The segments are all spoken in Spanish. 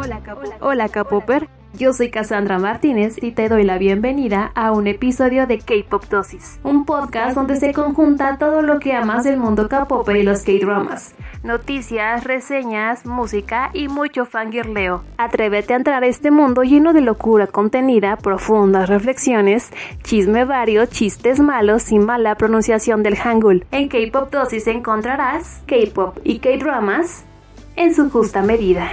Hola K-Popper, yo soy Cassandra Martínez y te doy la bienvenida a un episodio de K-Pop Dosis, un podcast donde se conjunta todo lo que amas del mundo K-Popper y los K-Dramas. Noticias, reseñas, música y mucho fangirleo. Atrévete a entrar a este mundo lleno de locura contenida, profundas reflexiones, chisme vario, chistes malos y mala pronunciación del Hangul. En K-Pop Dosis encontrarás K-Pop y K-Dramas en su justa medida.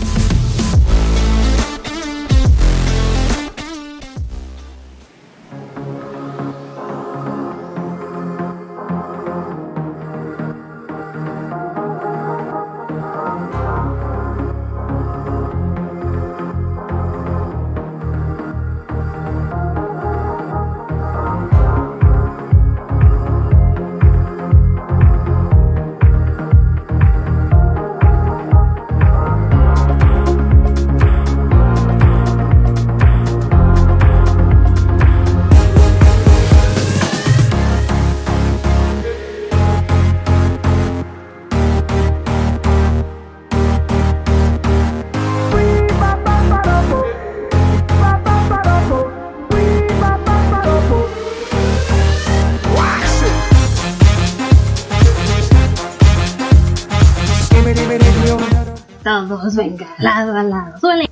Todos venga, lado a lado, suele.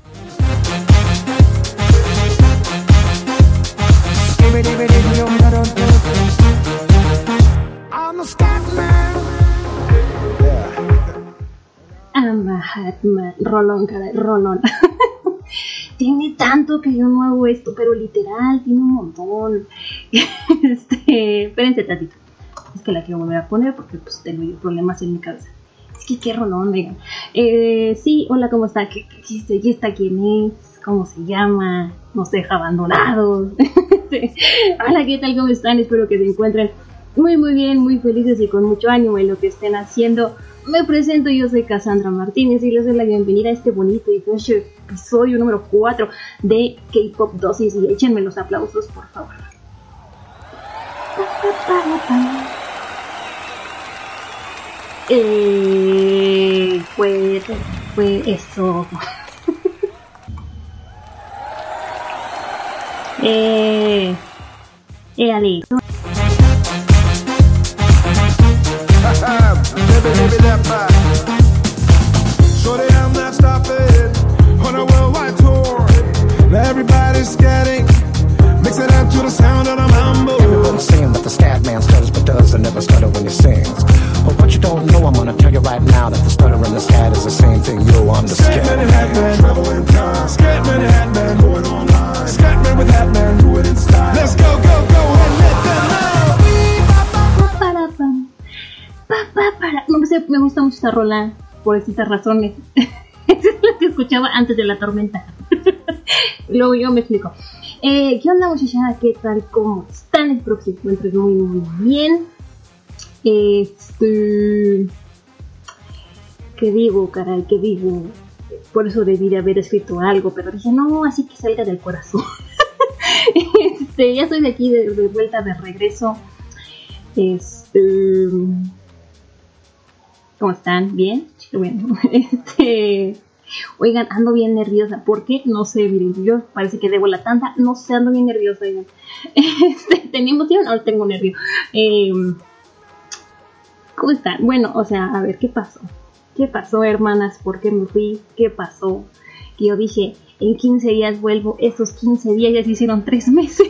Mahatma, rolón, caray, rolón. Tiene tanto que yo no hago esto, pero literal, tiene un montón. Espérense tantito. Es que la quiero volver a poner porque pues tengo yo problemas en mi cabeza. Es que qué rolón, digan. Sí, hola, ¿cómo está? ¿Qué está? ¿Quién es? ¿Cómo se llama? Nos deja abandonados. Hola, ¿qué tal? ¿Cómo están? Espero que se encuentren muy bien, muy felices y con mucho ánimo en lo que estén haciendo. Me presento, yo soy Cassandra Martínez y les doy la bienvenida a este bonito y bello episodio número 4 de K-Pop Dosis. Y échenme los aplausos, por favor. Fue eso. Ali. Shorty, I'm not stopping on a worldwide tour. Everybody's scatting, mix it up to the sound of the mambo. Everyone's saying that the scat man stutters but does and never stutter when he sings. But what you don't know, I'm gonna tell you right now that the stutter and the scat is the same thing. You'll understand. Scatman and Hatman, travel in time. Scatman and Hatman, going online. Scatman with Hatman, do it in style. Let's go and let them know. No sé, me gusta mucho esta rola por estas razones. Esa es la que escuchaba antes de la tormenta. Luego yo me explico. ¿Qué onda, muchachada? ¿Qué tal? ¿Cómo están? Espero que se encuentren muy bien. ¿Qué digo, caray? ¿Qué digo? Por eso debí de haber escrito algo, pero dije, no, así que salga del corazón. Ya estoy de aquí de vuelta, de regreso. ¿Cómo están? ¿Bien? Bueno, oigan, ando bien nerviosa. ¿Por qué? No sé, miren, yo parece que debo la tanda. No sé, ando bien nerviosa, oigan. ¿Tenía emoción? Ahora tengo nervio. ¿Cómo están? Bueno, o sea, a ver, ¿qué pasó? ¿Qué pasó, hermanas? ¿Por qué me fui? ¿Qué pasó? Que yo dije, en 15 días vuelvo. Esos 15 días ya se hicieron 3 meses.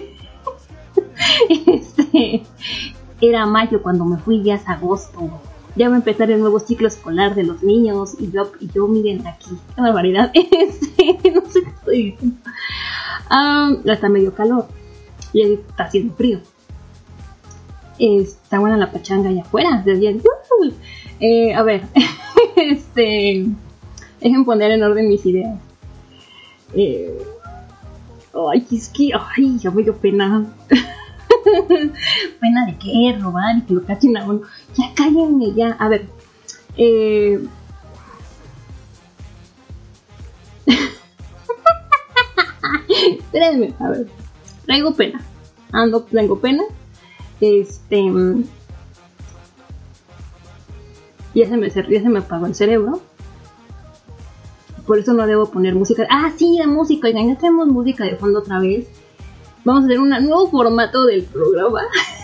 Era mayo cuando me fui, ya es agosto. Ya va a empezar el nuevo ciclo escolar de los niños. Y yo miren aquí, qué barbaridad. No sé qué estoy diciendo. Está medio calor. Y ahí está haciendo frío. Está buena la pachanga allá afuera. A ver. Dejen poner en orden mis ideas. Ay, es que. Ay, ya me dio pena. ¿Pena de qué? Robar y que lo cachen a uno. Ya cállenme, ya. A ver. Espérenme, a ver. Tengo pena. Ya se me apagó el cerebro. por eso no debo poner música. Ah, sí, la música, oigan, ya tenemos música de fondo otra vez. Vamos a hacer un nuevo formato del programa.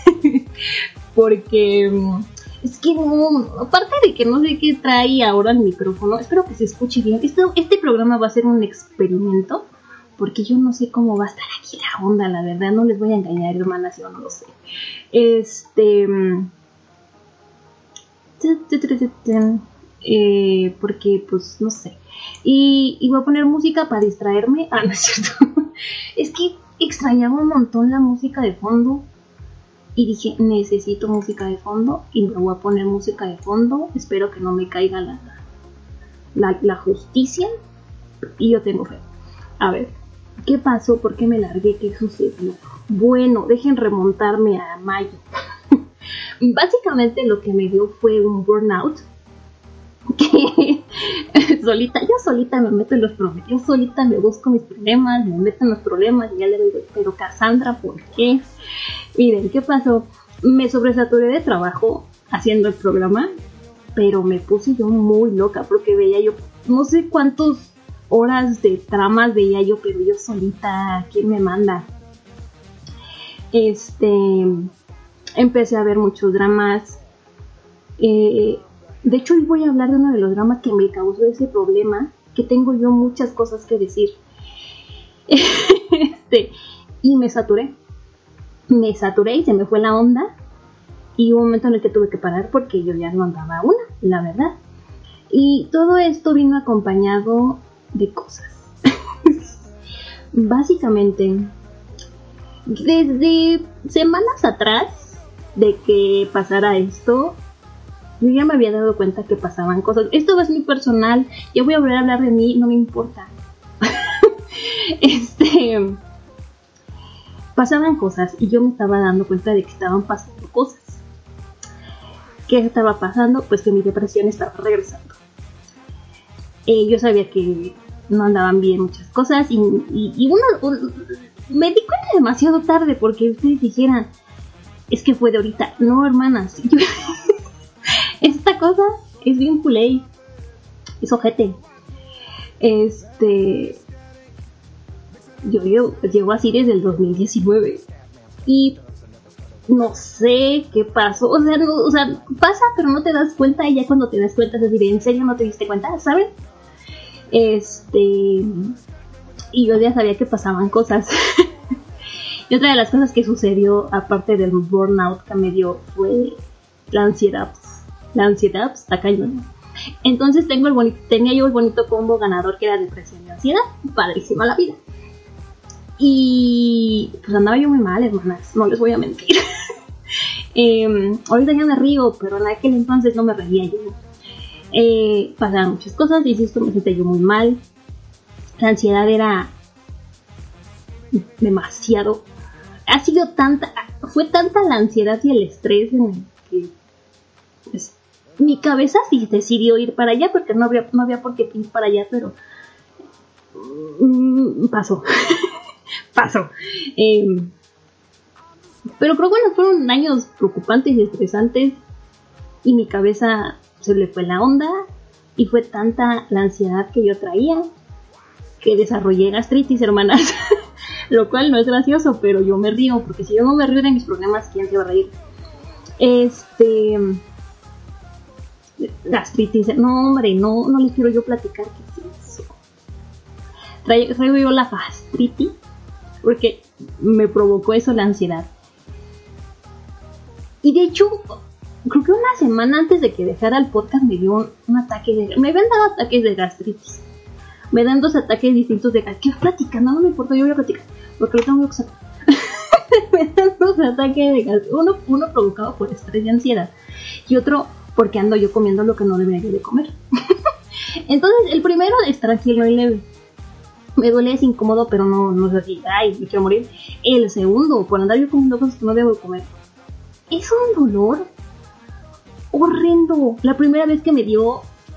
Porque es que no, aparte de que no sé qué trae ahora el micrófono, espero que se escuche bien. Este programa va a ser un experimento, porque yo no sé cómo va a estar aquí la onda, la verdad, no les voy a engañar, hermanas, yo no lo sé. Porque pues no sé. Y voy a poner música para distraerme. Ah, no es cierto. Es que extrañaba un montón la música de fondo. Y dije, necesito música de fondo. Y me voy a poner música de fondo. Espero que no me caiga la justicia. Y yo tengo fe. A ver, ¿qué pasó? ¿Por qué me largué? ¿Qué sucedió? Bueno, dejen remontarme a mayo. Básicamente lo que me dio fue un burnout. Que yo solita me meto en los problemas. Yo solita me busco mis problemas, me meto en los problemas y ya le digo, pero Cassandra, ¿por qué? Miren, ¿qué pasó? Me sobresaturé de trabajo haciendo el programa, pero me puse yo muy loca porque veía yo, no sé cuántas horas de tramas veía yo, pero yo solita, ¿quién me manda? Empecé a ver muchos dramas. De hecho, hoy voy a hablar de uno de los dramas que me causó ese problema, que tengo yo muchas cosas que decir. Y me saturé y se me fue la onda. Y hubo un momento en el que tuve que parar porque yo ya no andaba una, la verdad. Y todo esto vino acompañado de cosas. Básicamente, desde semanas atrás de que pasara esto, yo ya me había dado cuenta que pasaban cosas. Esto es muy personal. Ya voy a volver a hablar de mí, no me importa. Pasaban cosas y yo me estaba dando cuenta de que estaban pasando cosas. ¿Qué estaba pasando? Pues que mi depresión estaba regresando. Yo sabía que no andaban bien muchas cosas y me di cuenta demasiado tarde, porque ustedes dijeran, es que fue de ahorita. No, hermanas, esta cosa es bien culé, es ojete. Yo llevo así desde el 2019 y no sé qué pasó. O sea, pasa, pero no te das cuenta, y ya cuando te das cuenta es decir, ¿en serio no te diste cuenta? ¿Saben? Y yo ya sabía que pasaban cosas. Y otra de las cosas que sucedió, aparte del burnout que me dio, fue la ansiedad. La ansiedad está cañón. Entonces tenía yo el bonito combo ganador, que era depresión y ansiedad. Padrísima la vida. Y pues andaba yo muy mal, hermanas, no les voy a mentir. Ahorita ya me río, pero en aquel entonces no me reía yo. Pasaban muchas cosas, y esto me sentía yo muy mal. La ansiedad era demasiado. Fue tanta la ansiedad y el estrés en el que pues, mi cabeza sí decidió ir para allá, porque no había por qué ir para allá, pero pasó. Pero creo que bueno, fueron años preocupantes y estresantes, y mi cabeza se le fue la onda, y fue tanta la ansiedad que yo traía que desarrollé gastritis, hermanas. Lo cual no es gracioso, pero yo me río, porque si yo no me río de mis problemas, ¿quién se va a reír? Gastritis, no hombre, no les quiero yo platicar qué es eso. Traigo yo la gastritis porque me provocó eso, la ansiedad. Y de hecho, creo que una semana antes de que dejara el podcast me dio un ataque me habían dado ataques de gastritis. Me dan 2 ataques distintos de gastritis. ¿Qué platicando? No me importa, yo voy a platicar, porque lo tengo que sacar. Me dan 2 ataques de gastritis. Uno provocado por estrés y ansiedad, y otro porque ando yo comiendo lo que no debería de comer. Entonces, el primero es tranquilo y leve. Me duele, es incómodo, pero no es así, ay, me quiero morir. El segundo, por andar yo comiendo cosas que no debo comer, es un dolor horrendo. La primera vez que me dio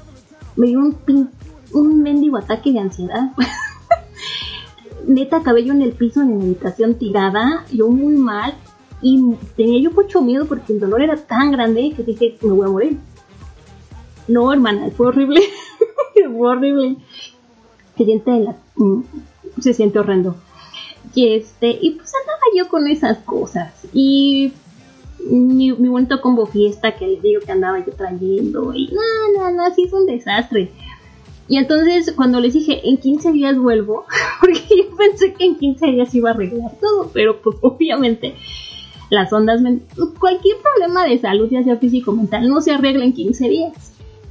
un mendigo ataque de ansiedad. Neta, acabé yo en el piso en la habitación tirada, yo muy mal, y tenía yo mucho miedo porque el dolor era tan grande que dije, me voy a morir. No, hermana, fue horrible. Fue horrible. se siente horrendo. Y pues andaba yo con esas cosas. Y mi bonito combo fiesta que les digo que andaba yo trayendo. Y no, así es un desastre. Y entonces cuando les dije, en 15 días vuelvo, porque yo pensé que en 15 días iba a arreglar todo, pero pues obviamente las ondas, cualquier problema de salud, ya sea físico o mental, no se arregla en 15 días.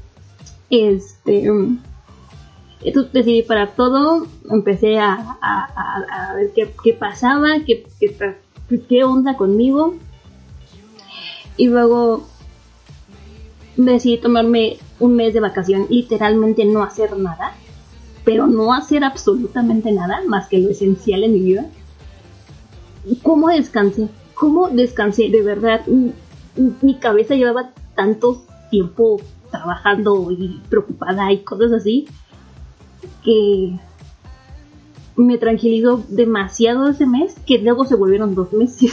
Entonces decidí parar todo, empecé a ver qué pasaba, qué onda conmigo. Y luego decidí tomarme un mes de vacación, literalmente no hacer nada, pero no hacer absolutamente nada más que lo esencial en mi vida. ¿Cómo descansé? De verdad, mi cabeza llevaba tanto tiempo trabajando y preocupada y cosas así, que me tranquilizó demasiado ese mes, que luego se volvieron 2 meses.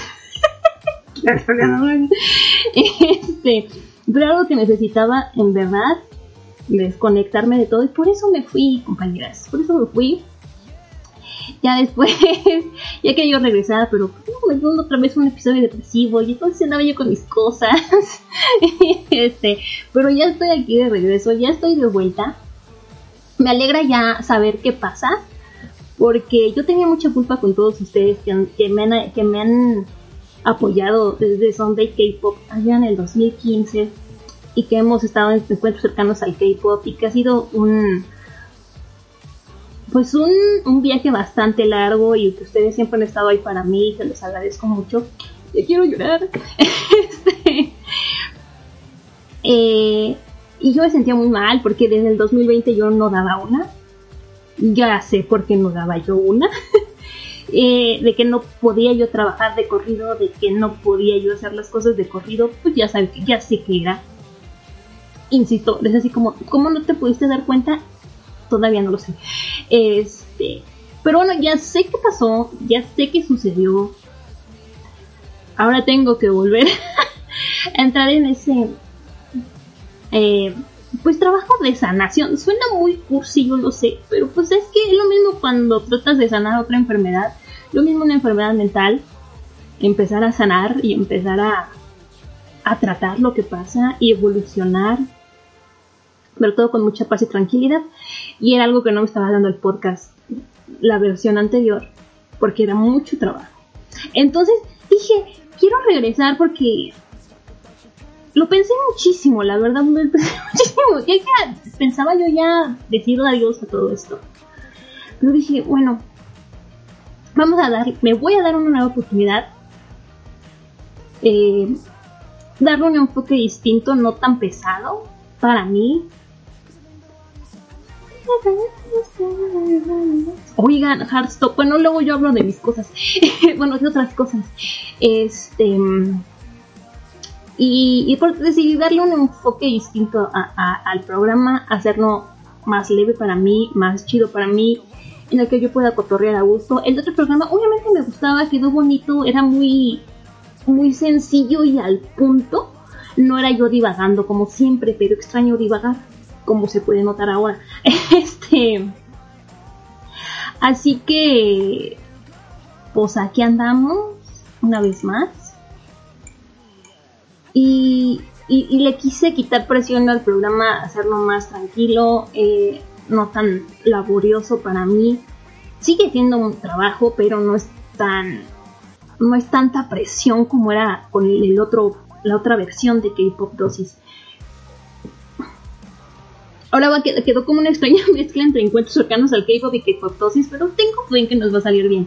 Pero algo que necesitaba, en verdad, desconectarme de todo, y por eso me fui, compañeras, por eso me fui. Ya después, ya quería yo regresar, pero me dio otra vez un episodio depresivo, y entonces andaba yo con mis cosas. Pero ya estoy aquí de regreso, ya estoy de vuelta. Me alegra ya saber qué pasa, porque yo tenía mucha culpa con todos ustedes que me han apoyado desde Sunday K-Pop allá en el 2015, y que hemos estado en encuentros cercanos al K-Pop, y que ha sido un viaje bastante largo, y que ustedes siempre han estado ahí para mí, que les agradezco mucho. Yo quiero llorar. Y yo me sentía muy mal porque desde el 2020 yo no daba una. Ya sé por qué no daba yo una. De que no podía yo trabajar de corrido, de que no podía yo hacer las cosas de corrido, pues ya sé que era. Insisto, es así como, ¿cómo no te pudiste dar cuenta? Todavía no lo sé. Pero bueno, ya sé qué pasó, ya sé qué sucedió. Ahora tengo que volver a entrar en ese pues trabajo de sanación. Suena muy cursi, yo lo sé, pero pues es que es lo mismo cuando tratas de sanar otra enfermedad, lo mismo una enfermedad mental, empezar a sanar y empezar a tratar lo que pasa y evolucionar, pero todo con mucha paz y tranquilidad. Y era algo que no me estaba dando el podcast, la versión anterior, porque era mucho trabajo. Entonces dije, quiero regresar porque lo pensé muchísimo, la verdad, me pensé muchísimo. Ya pensaba yo ya decir adiós a todo esto. Pero dije, bueno, me voy a dar una nueva oportunidad. Darle un enfoque distinto, no tan pesado para mí. Oigan, Heartstop, bueno, luego yo hablo de mis cosas. Bueno, de otras cosas. Y por decidí darle un enfoque distinto al programa, hacerlo más leve para mí, más chido para mí, en el que yo pueda cotorrear a gusto. El otro programa obviamente me gustaba, quedó bonito, era muy, muy sencillo y al punto. No era yo divagando como siempre, pero extraño divagar, como se puede notar ahora. Así que pues aquí andamos una vez más. Y le quise quitar presión al programa, hacerlo más tranquilo, no tan laborioso para mí. Sigue siendo un trabajo, pero no es tanta presión como era con la otra versión de K-Pop Dosis. Ahora quedó como una extraña mezcla entre encuentros cercanos al K-Pop y K-Pop Dosis, pero tengo fe en que nos va a salir bien.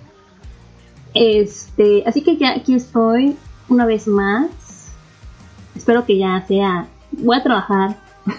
Así que ya aquí estoy una vez más. Espero que ya sea. Voy a trabajar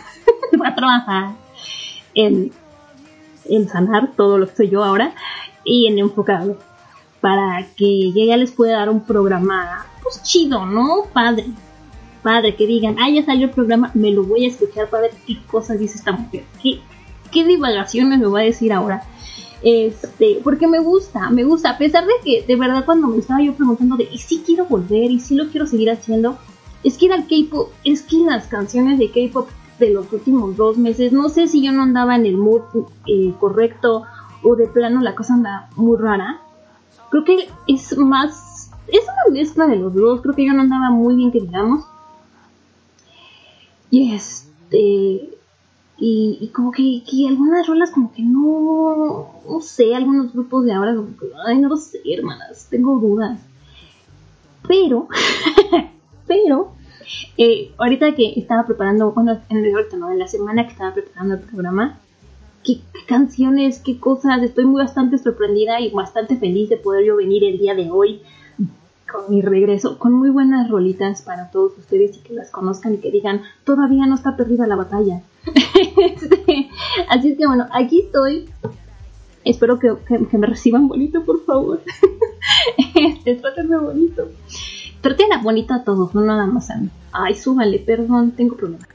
en sanar todo lo que soy yo ahora y en enfocarlo para que ya les pueda dar un programa pues chido, ¿no? Padre, que digan, ya salió el programa, me lo voy a escuchar para ver qué cosas dice esta mujer, qué divagaciones me va a decir ahora. Porque me gusta, a pesar de que de verdad cuando me estaba yo preguntando de y si quiero volver y si lo quiero seguir haciendo, es que era el K-Pop, es que las canciones de K-Pop de los últimos 2 meses. No sé si yo no andaba en el mood correcto o de plano la cosa anda muy rara. Creo que es una mezcla de los dos. Creo que yo no andaba muy bien, que digamos. Y como que algunas rolas como que no sé, algunos grupos de ahora como que, ay, no lo sé, hermanas, tengo dudas. Pero ahorita que estaba preparando, bueno, en la semana que estaba preparando el programa, qué canciones, qué cosas, estoy bastante sorprendida y bastante feliz de poder yo venir el día de hoy con mi regreso, con muy buenas rolitas para todos ustedes y que las conozcan y que digan, todavía no está perdida la batalla. Así es que bueno, aquí estoy. Espero que me reciban bonito, por favor. Trátenme bonito. Traten bonito a todos, no nada más a mí. Ay, súbale, perdón, tengo problemas.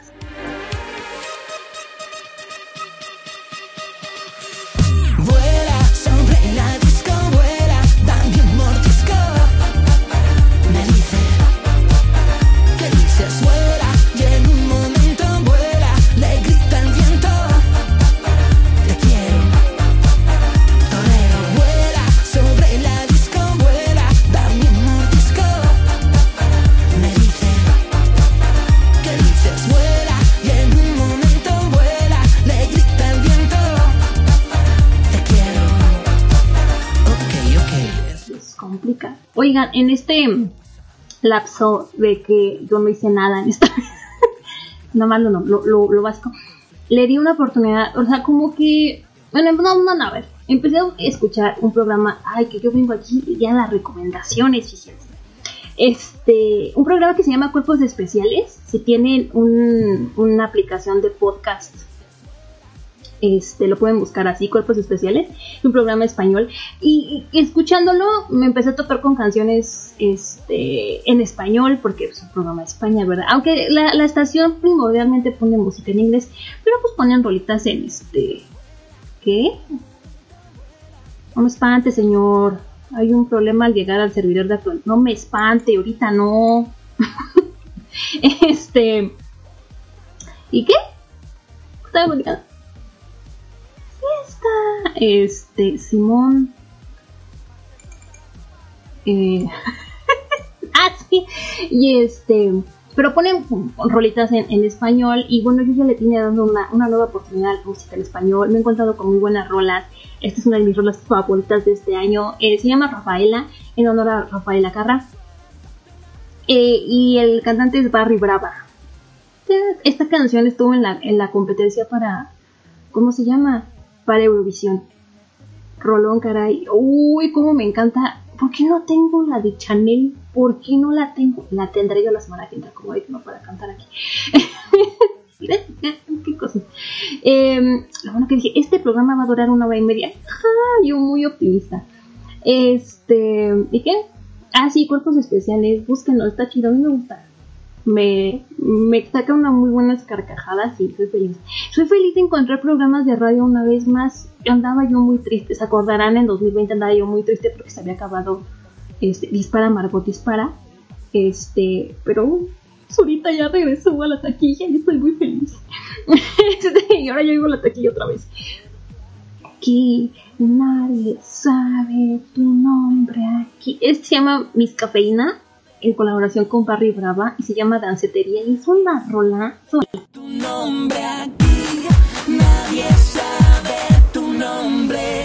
Oigan, en este lapso de que yo no hice nada en esta nada más lo básico, le di una oportunidad, o sea, como que, bueno, no, a ver, empecé a escuchar un programa, que yo vengo aquí ya las recomendaciones, fíjense. Un programa que se llama Cuerpos Especiales. Si tienen una aplicación de podcast, lo pueden buscar así, Cuerpos Especiales, un programa español, y escuchándolo me empecé a topar con canciones en español, porque es un programa de España, ¿verdad? Aunque la estación primordialmente pone música en inglés, pero pues ponen rolitas en ¿qué? No me espante, señor, hay un problema al llegar al servidor de actual. No me espante, ahorita no. ¿Y qué? Estaba platicando. Simón. Sí. Y pero ponen rolitas en español. Y bueno, yo ya le tenía dando una nueva oportunidad a la música en español. Me he encontrado con muy buenas rolas. Esta es una de mis rolas favoritas de este año. Se llama Rafaela, en honor a Rafaela Carrà. Y el cantante es Barry Brava. Esta canción estuvo en la competencia para, ¿cómo se llama? Para Eurovisión. Rolón, caray. Uy, cómo me encanta. ¿Por qué no tengo la de Chanel? ¿Por qué no la tengo? La tendré yo la semana que entra, como de que no pueda cantar aquí. Qué cosas. Lo bueno que dije, este programa va a durar 1 hora y media. Yo muy optimista. ¿Y qué? Sí, Cuerpos Especiales. Búsquenlo, está chido, a mí me gusta. Me saca unas muy buenas carcajadas y soy feliz. Soy feliz de encontrar programas de radio una vez más. Andaba yo muy triste, se acordarán, en 2020 andaba yo muy triste porque se había acabado Dispara Margot Dispara. Pero ahorita ya regresó a la taquilla y estoy muy feliz. Y ahora ya vivo la taquilla otra vez. Aquí nadie sabe tu nombre aquí. Se llama Miss Cafeína, en colaboración con Barry Brava, y se llama Dancetería, y es una rola. Tu nombre aquí, nadie sabe tu nombre.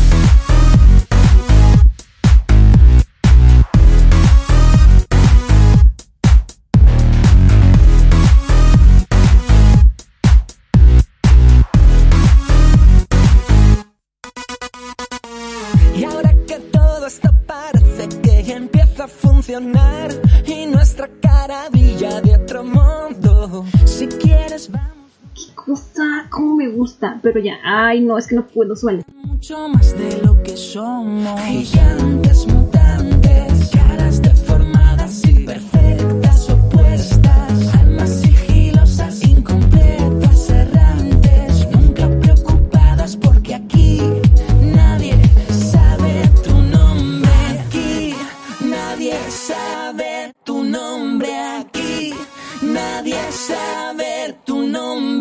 Y ahora que todo esto parece que ya empieza a funcionar y nuestra cara brilla de otro modo, si quieres vamos. Qué cosa, cómo me gusta, pero ya, no, es que no puedo, suele. Mucho más de lo que somos, gigantes mutantes, caras deformadas y perfectas opuestas, almas sigilosas, incompletas, errantes, nunca preocupadas porque aquí nadie sabe tu nombre. Aquí nadie sabe tu nombre. Aquí nadie sabe tu nombre.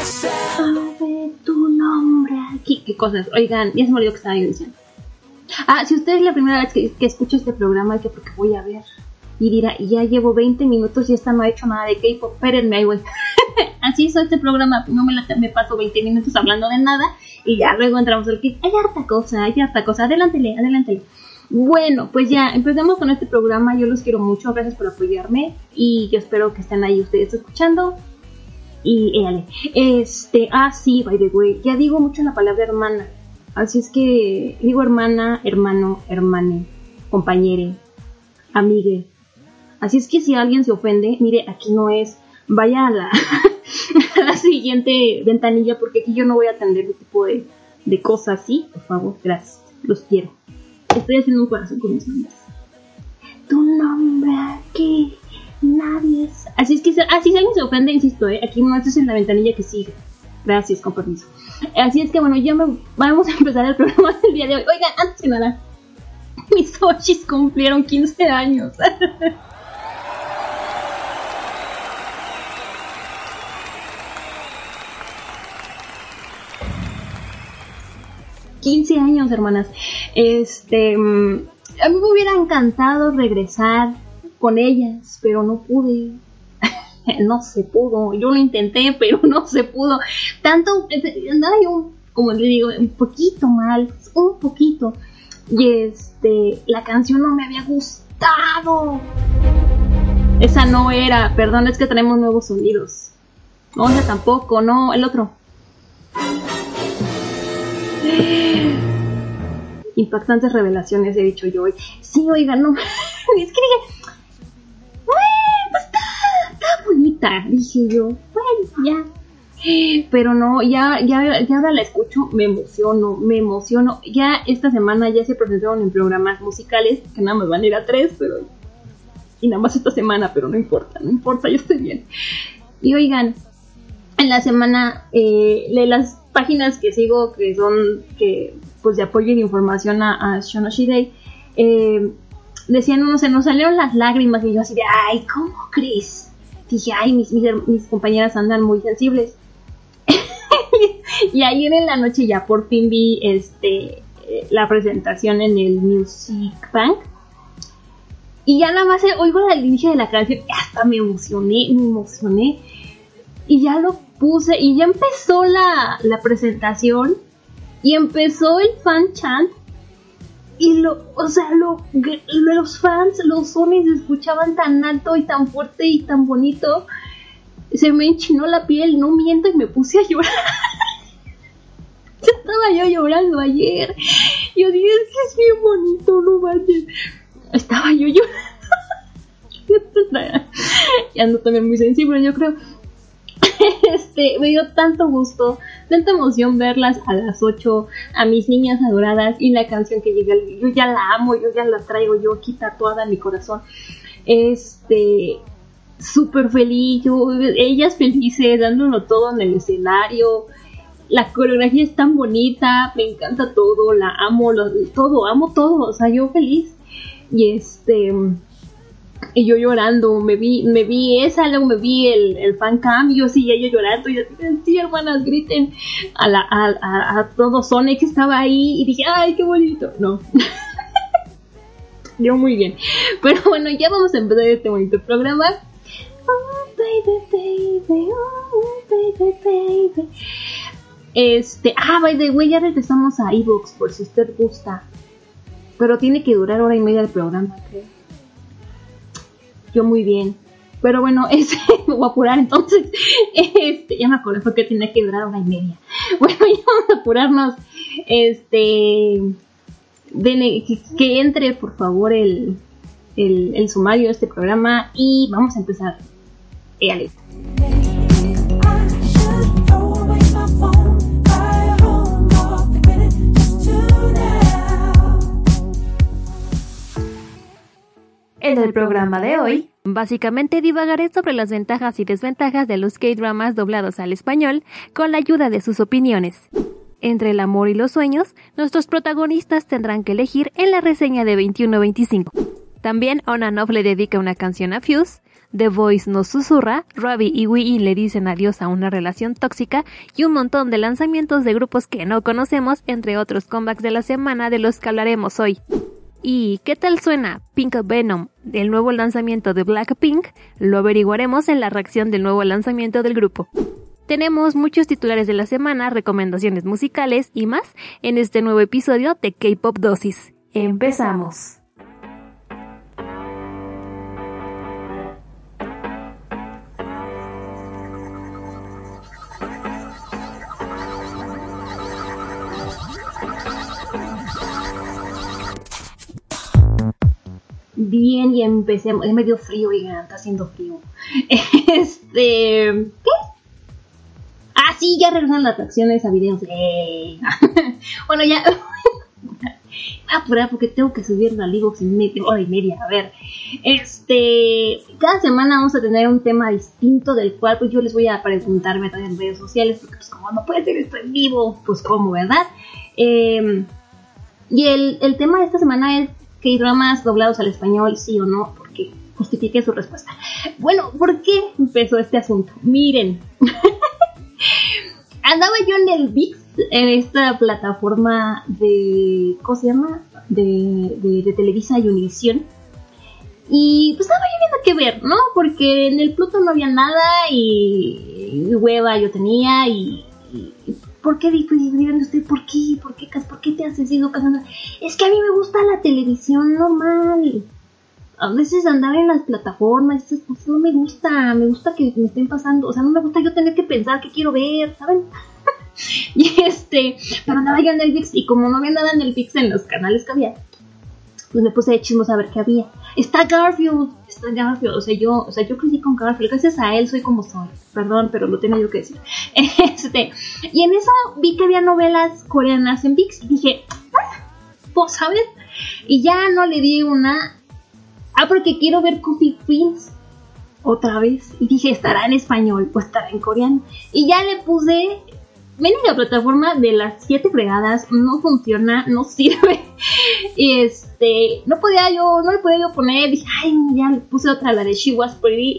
Sabe tu nombre aquí. ¿Qué cosas? Oigan, ya se me olvidó que estaba yo diciendo. Si usted es la primera vez que escucha este programa, que porque voy a ver y dirá, ya llevo 20 minutos y esta no ha hecho nada de K-pop, espérenme, ahí voy. Así hizo este programa, no me paso 20 minutos hablando de nada y ya luego entramos al que hay harta cosa, adelántele. Bueno, pues ya empezamos con este programa. Yo los quiero mucho, gracias por apoyarme y yo espero que estén ahí ustedes escuchando. Y sí, by the way, ya digo mucho la palabra hermana, así es que digo hermana, hermano, hermane, compañere, amigue. Así es que si alguien se ofende, mire, aquí no es, vaya a la a la siguiente ventanilla, porque aquí yo no voy a atender este tipo de cosas, ¿sí? Por favor, gracias, los quiero. Estoy haciendo un corazón con mis manos. Tu nombre aquí, nadie es... Así es que, si alguien se ofende, insisto, aquí no estás en la ventanilla que sigue. Gracias, con permiso. Así es que bueno, vamos a empezar el programa del día de hoy. Oigan, antes que nada, mis Ochis cumplieron 15 años. 15 años, hermanas. A mí me hubiera encantado regresar con ellas, pero no pude. No se pudo. Yo lo intenté, pero no se pudo. Tanto, andaba yo, como le digo, un poquito mal, un poquito. Y la canción no me había gustado. Esa no era, perdón, es que tenemos nuevos sonidos. No, esa tampoco, no, el otro. Impactantes revelaciones he dicho yo hoy. Sí, oigan, no. Es que dije, bueno, está bonita, dije yo. Bueno, ya. Pero no, ya ahora la escucho, me emociono. Ya esta semana ya se presentaron en programas musicales, que nada más van a ir a 3, pero... Y nada más esta semana, pero no importa, yo estoy bien. Y oigan, en la semana, de las páginas que sigo, que son, que pues de apoyo y de información a Shonoshi Day, decían, no sé, nos salieron las lágrimas, y yo así de, ay, ¿cómo crees? Dije, ay, mis compañeras andan muy sensibles. Y ayer en la noche ya por fin vi la presentación en el Music Bank. Y ya nada más oigo el inicio de la canción, hasta me emocioné. Y ya lo puse, y ya empezó la presentación, y empezó el fan chant, y los fans, los sones se escuchaban tan alto y tan fuerte y tan bonito, se me enchinó la piel, no miento, y me puse a llorar. Estaba yo llorando ayer, yo dije, es que es bien bonito, no manches. Estaba yo llorando. Y ando también muy sensible, yo creo. Me dio tanto gusto, tanta emoción verlas a las 8, a mis niñas adoradas, y la canción que llega, yo ya la amo, yo ya la traigo yo aquí tatuada en mi corazón. Súper feliz, ellas felices, dándolo todo en el escenario. La coreografía es tan bonita, me encanta todo, la amo, amo todo, o sea, yo feliz. Y yo llorando, me vi esa, luego me vi el fan cam, y yo seguía yo llorando, y yo dije, sí, hermanas, griten a todo Sonic que estaba ahí, y dije, ay, qué bonito, no. Yo muy bien, pero bueno, ya vamos a empezar este bonito programa. Oh, baby, baby, oh, baby, baby. By the way, ya regresamos a iVoox, por si usted gusta. Pero tiene que durar 1:30 el programa, creo. Yo muy bien. Pero bueno, me voy a apurar entonces. Ya me acordé porque tenía que durar 1:30. Bueno, ya vamos a apurarnos. Que entre, por favor, el sumario de este programa. Y vamos a empezar. Alex. En el programa de hoy, básicamente divagaré sobre las ventajas y desventajas de los K-dramas doblados al español con la ayuda de sus opiniones. Entre el amor y los sueños, nuestros protagonistas tendrán que elegir en la reseña de 21-25. También On and Off le dedica una canción a Fuse, The Voice nos susurra, Robbie y Wee le dicen adiós a una relación tóxica y un montón de lanzamientos de grupos que no conocemos, entre otros comebacks de la semana de los que hablaremos hoy. ¿Y qué tal suena Pink Venom, el nuevo lanzamiento de Blackpink? Lo averiguaremos en la reacción del nuevo lanzamiento del grupo. Tenemos muchos titulares de la semana, recomendaciones musicales y más en este nuevo episodio de K-Pop Dosis. ¡Empezamos! Bien, y empecemos. Es medio frío, oigan, está haciendo frío. ¿Qué? Ah, sí, ya regresan las reacciones a videos. Bueno, ya. Voy a apurar porque tengo que subir la Ligox en hora y media. A ver, cada semana vamos a tener un tema distinto del cual pues yo les voy a preguntar, ¿verdad? En redes sociales, porque pues como no puede ser esto en vivo, pues cómo, ¿verdad? Y el tema de esta semana es K-dramas doblados al español, sí o no, porque justifique su respuesta. Bueno, ¿por qué empezó este asunto? Miren, andaba yo en el VIX, en esta plataforma de, ¿cómo se llama? De Televisa y Univisión, y pues estaba yo viendo qué ver, ¿no? Porque en el Pluto no había nada y hueva yo tenía y ¿por qué dirían usted? ¿Por qué te haces eso, Cassandra? Es que a mí me gusta la televisión normal. A veces andar en las plataformas, esas cosas no me gusta. Me gusta que me estén pasando. O sea, no me gusta yo tener que pensar qué quiero ver, ¿saben? Y pero andaba yo en el VIX y como no había nada en el VIX en los canales que había, pues me puse de chismos a ver qué había. Está Garfield. O sea, yo crecí con Garfield. Gracias a él soy como soy. Perdón, pero lo tengo yo que decir. Y en eso vi que había novelas coreanas en VIX y dije, pues, ¿sabes? Y ya no le di una. Porque quiero ver Coffee Prince otra vez. Y dije, ¿estará en español o estará en coreano? Y ya le puse. Ven en la plataforma de las 7 fregadas, no funciona, no sirve. Y no le podía yo poner, dije, ay, ya le puse otra, la de She Was Pretty,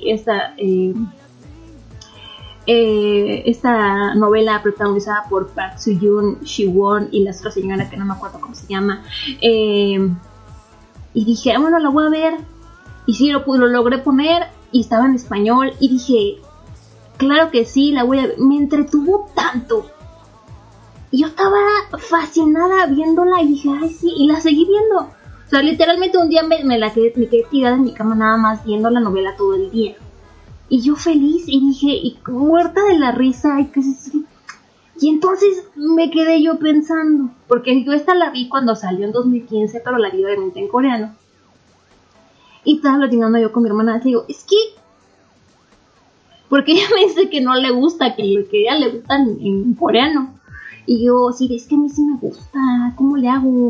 esta novela protagonizada por Park Soo-yoon, Siwon y la otra señora que no me acuerdo cómo se llama. Y dije, bueno, la voy a ver. Y sí, lo logré poner y estaba en español y dije, claro que sí, la voy a ver. Me entretuvo tanto. Y yo estaba fascinada viéndola y dije, ay, sí, y la seguí viendo. O sea, literalmente un día me quedé tirada en mi cama nada más viendo la novela todo el día. Y yo feliz, y dije, y muerta de la risa, y entonces me quedé yo pensando, porque yo esta la vi cuando salió en 2015, pero la vi obviamente en coreano. Y estaba platicando yo con mi hermana, y digo, es que porque ella me dice que no le gusta, que a ella le gusta en coreano. Y yo, sí, es que a mí sí me gusta, ¿cómo le hago?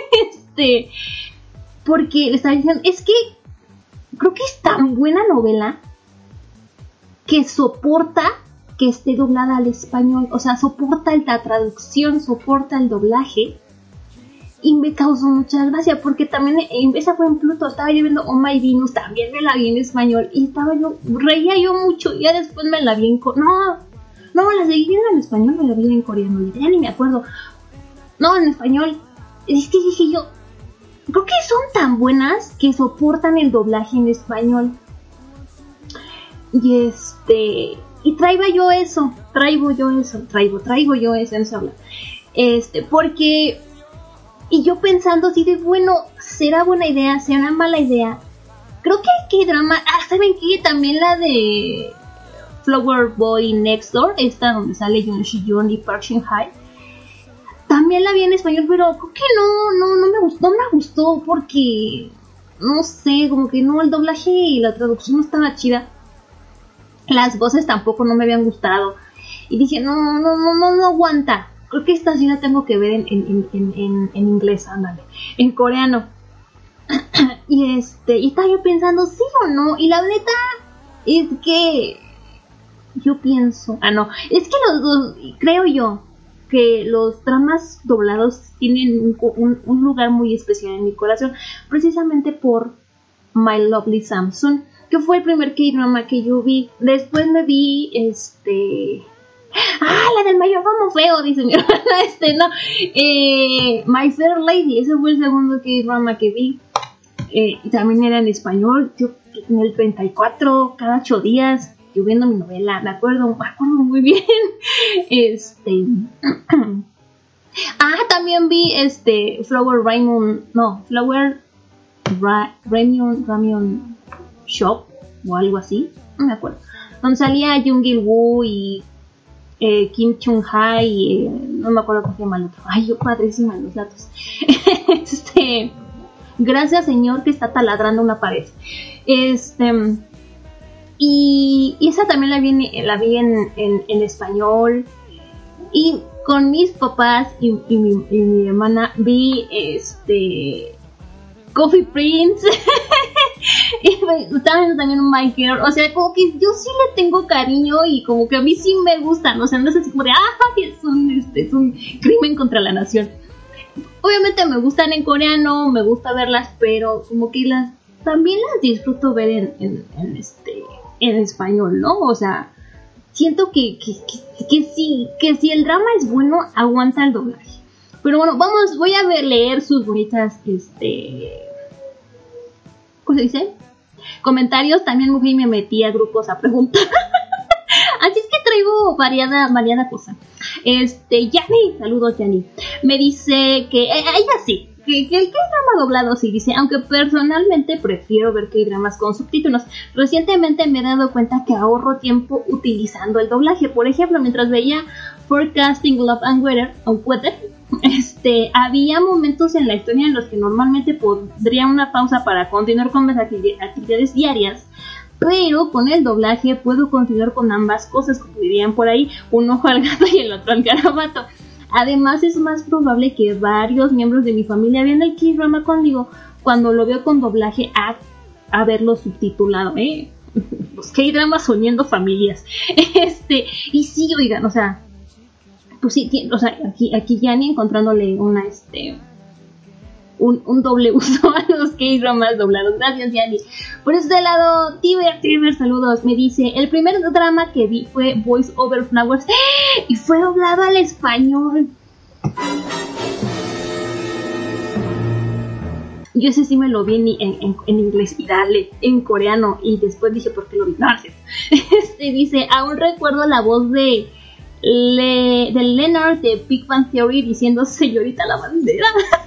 Porque le estaba diciendo, es que creo que es tan buena novela que soporta que esté doblada al español. O sea, soporta la traducción, soporta el doblaje. Y me causó mucha gracia porque también esa fue en Pluto, estaba yo viendo Oh My Venus, también me la vi en español y reía yo mucho y ya después me la vi en no, la seguí viendo en español, me la vi en coreano, ya ni me acuerdo. No, en español. Es que dije yo, creo que son tan buenas que soportan el doblaje en español. Y traigo yo eso, no se habla. Porque, y yo pensando así de, bueno, ¿será buena idea? ¿Será mala idea? Creo que K-drama, ¿saben qué? También la de Flower Boy Next Door, esta donde sale Yoon Si-yoon y Park Shin-hye, también la vi en español, pero creo que no me gustó porque, no sé, como que no, el doblaje y la traducción no estaba chida. Las voces tampoco no me habían gustado. Y dije, no aguanta. Creo que esta sí la tengo que ver en inglés, ándale, en coreano. Y estaba yo pensando, ¿sí o no? Y la neta es que yo pienso, es que los dos, creo yo, que los dramas doblados tienen un lugar muy especial en mi corazón, precisamente por My Lovely Samsung, que fue el primer K-drama que yo vi. Después me vi la del mayordomo feo, dice mi hermana, no. My Fair Lady, ese fue el segundo K-drama que vi. También era en español. Yo en el 34, cada 8 días, yo viendo mi novela, me acuerdo muy bien. También vi Flower Raymond Shop o algo así, no me acuerdo, donde salía Jung Il-woo y Kim Chung-ha y no me acuerdo cómo se llama el otro. Ay, yo padrísima en los datos. Gracias, señor, que está taladrando una pared. Y esa también la vi en español. Y con mis papás y mi hermana vi Coffee Prince. Y también My Girl. O sea, como que yo sí le tengo cariño y como que a mí sí me gustan. O sea, no es así como de es un crimen contra la nación. Obviamente me gustan en coreano, me gusta verlas, pero como que también las disfruto ver en español, ¿no? O sea, siento que si el drama es bueno, aguanta el doblaje. Pero bueno, voy a leer sus bonitas, ¿cómo se dice? Comentarios. También me metí a grupos a preguntar. Así es que traigo variada cosa. Yani, saludos Yani, me dice que ella sí, que el K-drama doblado sí, dice, aunque personalmente prefiero ver K-dramas con subtítulos. Recientemente me he dado cuenta que ahorro tiempo utilizando el doblaje. Por ejemplo, mientras veía Forecasting Love and Weather, había momentos en la historia en los que normalmente pondría una pausa para continuar con mis actividades diarias, pero con el doblaje puedo continuar con ambas cosas, como dirían por ahí, un ojo al gato y el otro al garabato. Además, es más probable que varios miembros de mi familia vean el K-drama conmigo cuando lo veo con doblaje a verlo subtitulado, Los K-dramas uniendo familias. Y sí, oigan, o sea, pues sí, o sea, aquí Yani encontrándole un doble uso a los K-dramas doblados. Gracias, Yani. Por este lado, Tiber, saludos. Me dice, el primer drama que vi fue Voice Over Flowers y fue doblado al español. Yo ese sí me lo vi en inglés y en coreano, y después dije, ¿por qué lo vi? Gracias. Dice, aún recuerdo la voz de Leonard de Big Bang Theory diciendo señorita la bandera.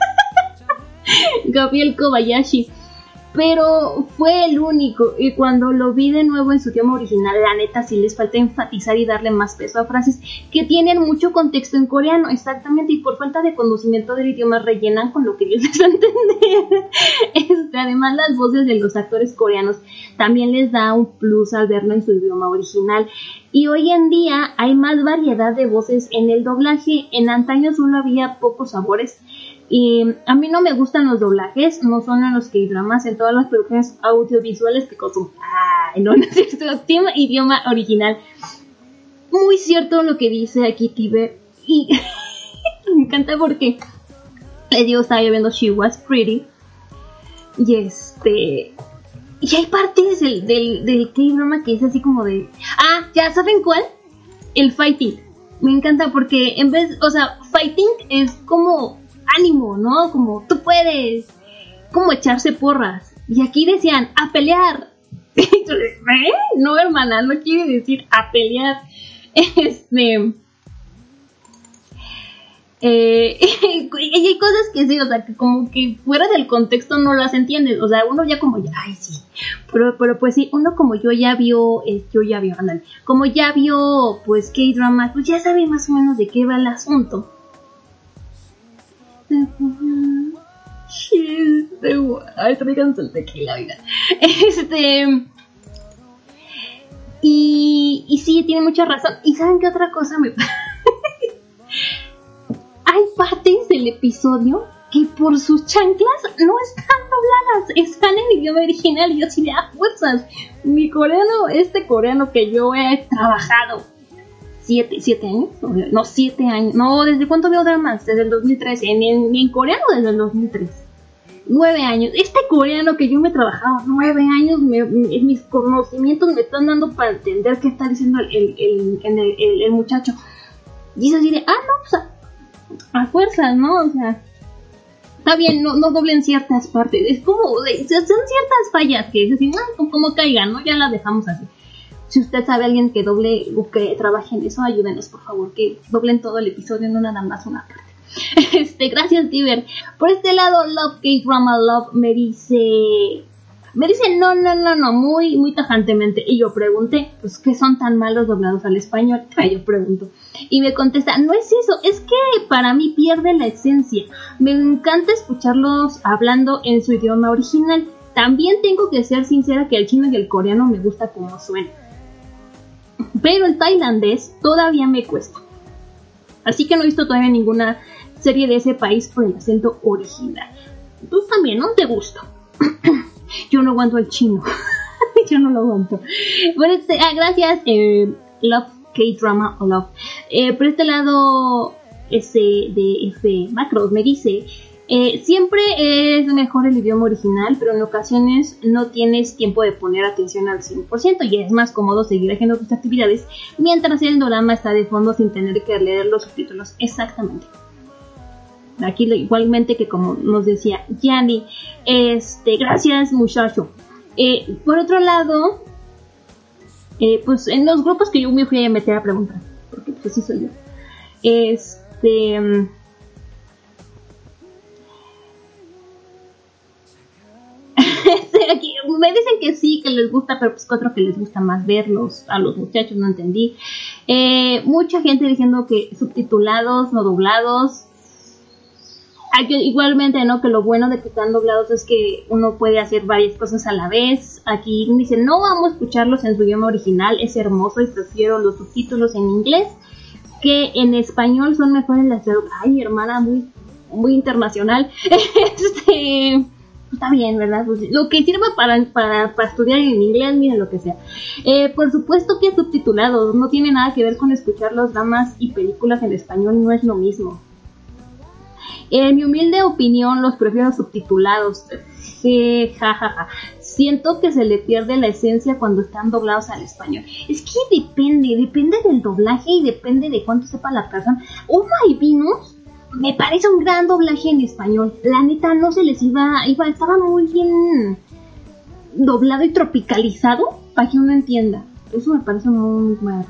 Gabriel Kobayashi. Pero fue el único, y cuando lo vi de nuevo en su idioma original, la neta sí les falta enfatizar y darle más peso a frases que tienen mucho contexto en coreano, exactamente, y por falta de conocimiento del idioma rellenan con lo que ellos les entender. Además, las voces de los actores coreanos también les da un plus al verlo en su idioma original, y hoy en día hay más variedad de voces en el doblaje. En antaño solo había pocos sabores. Y a mí no me gustan los doblajes, no son en los K-dramas, en todas las producciones audiovisuales que consumo. No es su idioma original. Muy cierto lo que dice aquí Tiber. Y me encanta porque les digo, estaba yo viendo She Was Pretty. Y y hay partes del K-drama que es así como de... ¿ya saben cuál? El fighting. Me encanta porque en vez... O sea, fighting es como... ánimo, ¿no? Como tú puedes, como echarse porras. Y aquí decían a pelear. No, hermana, no quiere decir a pelear. Y hay cosas que sí, o sea, que como que fuera del contexto no las entiendes. O sea, uno ya como ya, sí. Pero pues sí, uno como yo ya vio, ándale. Como ya vio, pues, K-drama, pues ya sabe más o menos de qué va el asunto. Ay, tráiganse el tequila, oigan. Y sí, tiene mucha razón. ¿Y saben qué otra cosa me pasa? Hay partes del episodio que por sus chanclas no están dobladas, están en idioma original. Y yo así de fuerzas. Mi coreano, coreano que yo he trabajado 7 años, no 7 años, no, ¿desde cuánto veo dramas? Desde el 2003, en coreano desde el 2003. 9 años. Este coreano que yo me he trabajado 9 años, mis conocimientos me están dando para entender qué está diciendo el muchacho. Y es así de, no, pues a fuerzas, ¿no? O sea, está bien, no doblen ciertas partes. Es como, son ciertas fallas que es así, como caigan, ¿no? Ya las dejamos así. Si usted sabe a alguien que doble o que trabaje en eso, ayúdenos, por favor, que doblen todo el episodio, no nada más una parte. Gracias, Tiber. Por este lado, Love K-Drama Love me dice no, muy tajantemente. Y yo pregunté, pues, ¿qué son tan malos doblados al español? Yo pregunto. Y me contesta, no es eso, es que para mí pierde la esencia. Me encanta escucharlos hablando en su idioma original. También tengo que ser sincera que el chino y el coreano me gusta como suena. Pero el tailandés todavía me cuesta. Así que no he visto todavía ninguna serie de ese país por el acento original. Tú también, ¿no? Te gusta. Yo no aguanto el chino. Yo no lo aguanto. Bueno, gracias, Love K-Drama Love. Por este lado, de Macros me dice, siempre es mejor el idioma original, pero en ocasiones no tienes tiempo de poner atención al 100% y es más cómodo seguir haciendo tus actividades mientras el drama está de fondo sin tener que leer los subtítulos. Exactamente. Aquí igualmente que como nos decía Yanni, gracias muchacho. Por otro lado, pues en los grupos que yo me fui a meter a preguntar, porque pues así soy yo. Aquí me dicen que sí, que les gusta, pero pues otro que les gusta más verlos a los muchachos, no entendí. Mucha gente diciendo que subtitulados, no doblados. Igualmente, ¿no? Que lo bueno de que están doblados es que uno puede hacer varias cosas a la vez. Aquí dicen, no vamos a escucharlos en su idioma original, es hermoso y prefiero los subtítulos en inglés, que en español son mejores las de... Ay, hermana, muy internacional. Está bien, ¿verdad? Pues lo que sirva para estudiar en inglés, miren lo que sea. Por supuesto que subtitulados, no tiene nada que ver con escuchar los dramas y películas en español, no es lo mismo. En mi humilde opinión, los prefiero subtitulados. Siento que se le pierde la esencia cuando están doblados al español. Es que depende del doblaje y depende de cuánto sepa la persona. Oh my Venus, me parece un gran doblaje en español. La neta no se les estaba muy bien doblado y tropicalizado para que uno entienda. Eso me parece muy mal.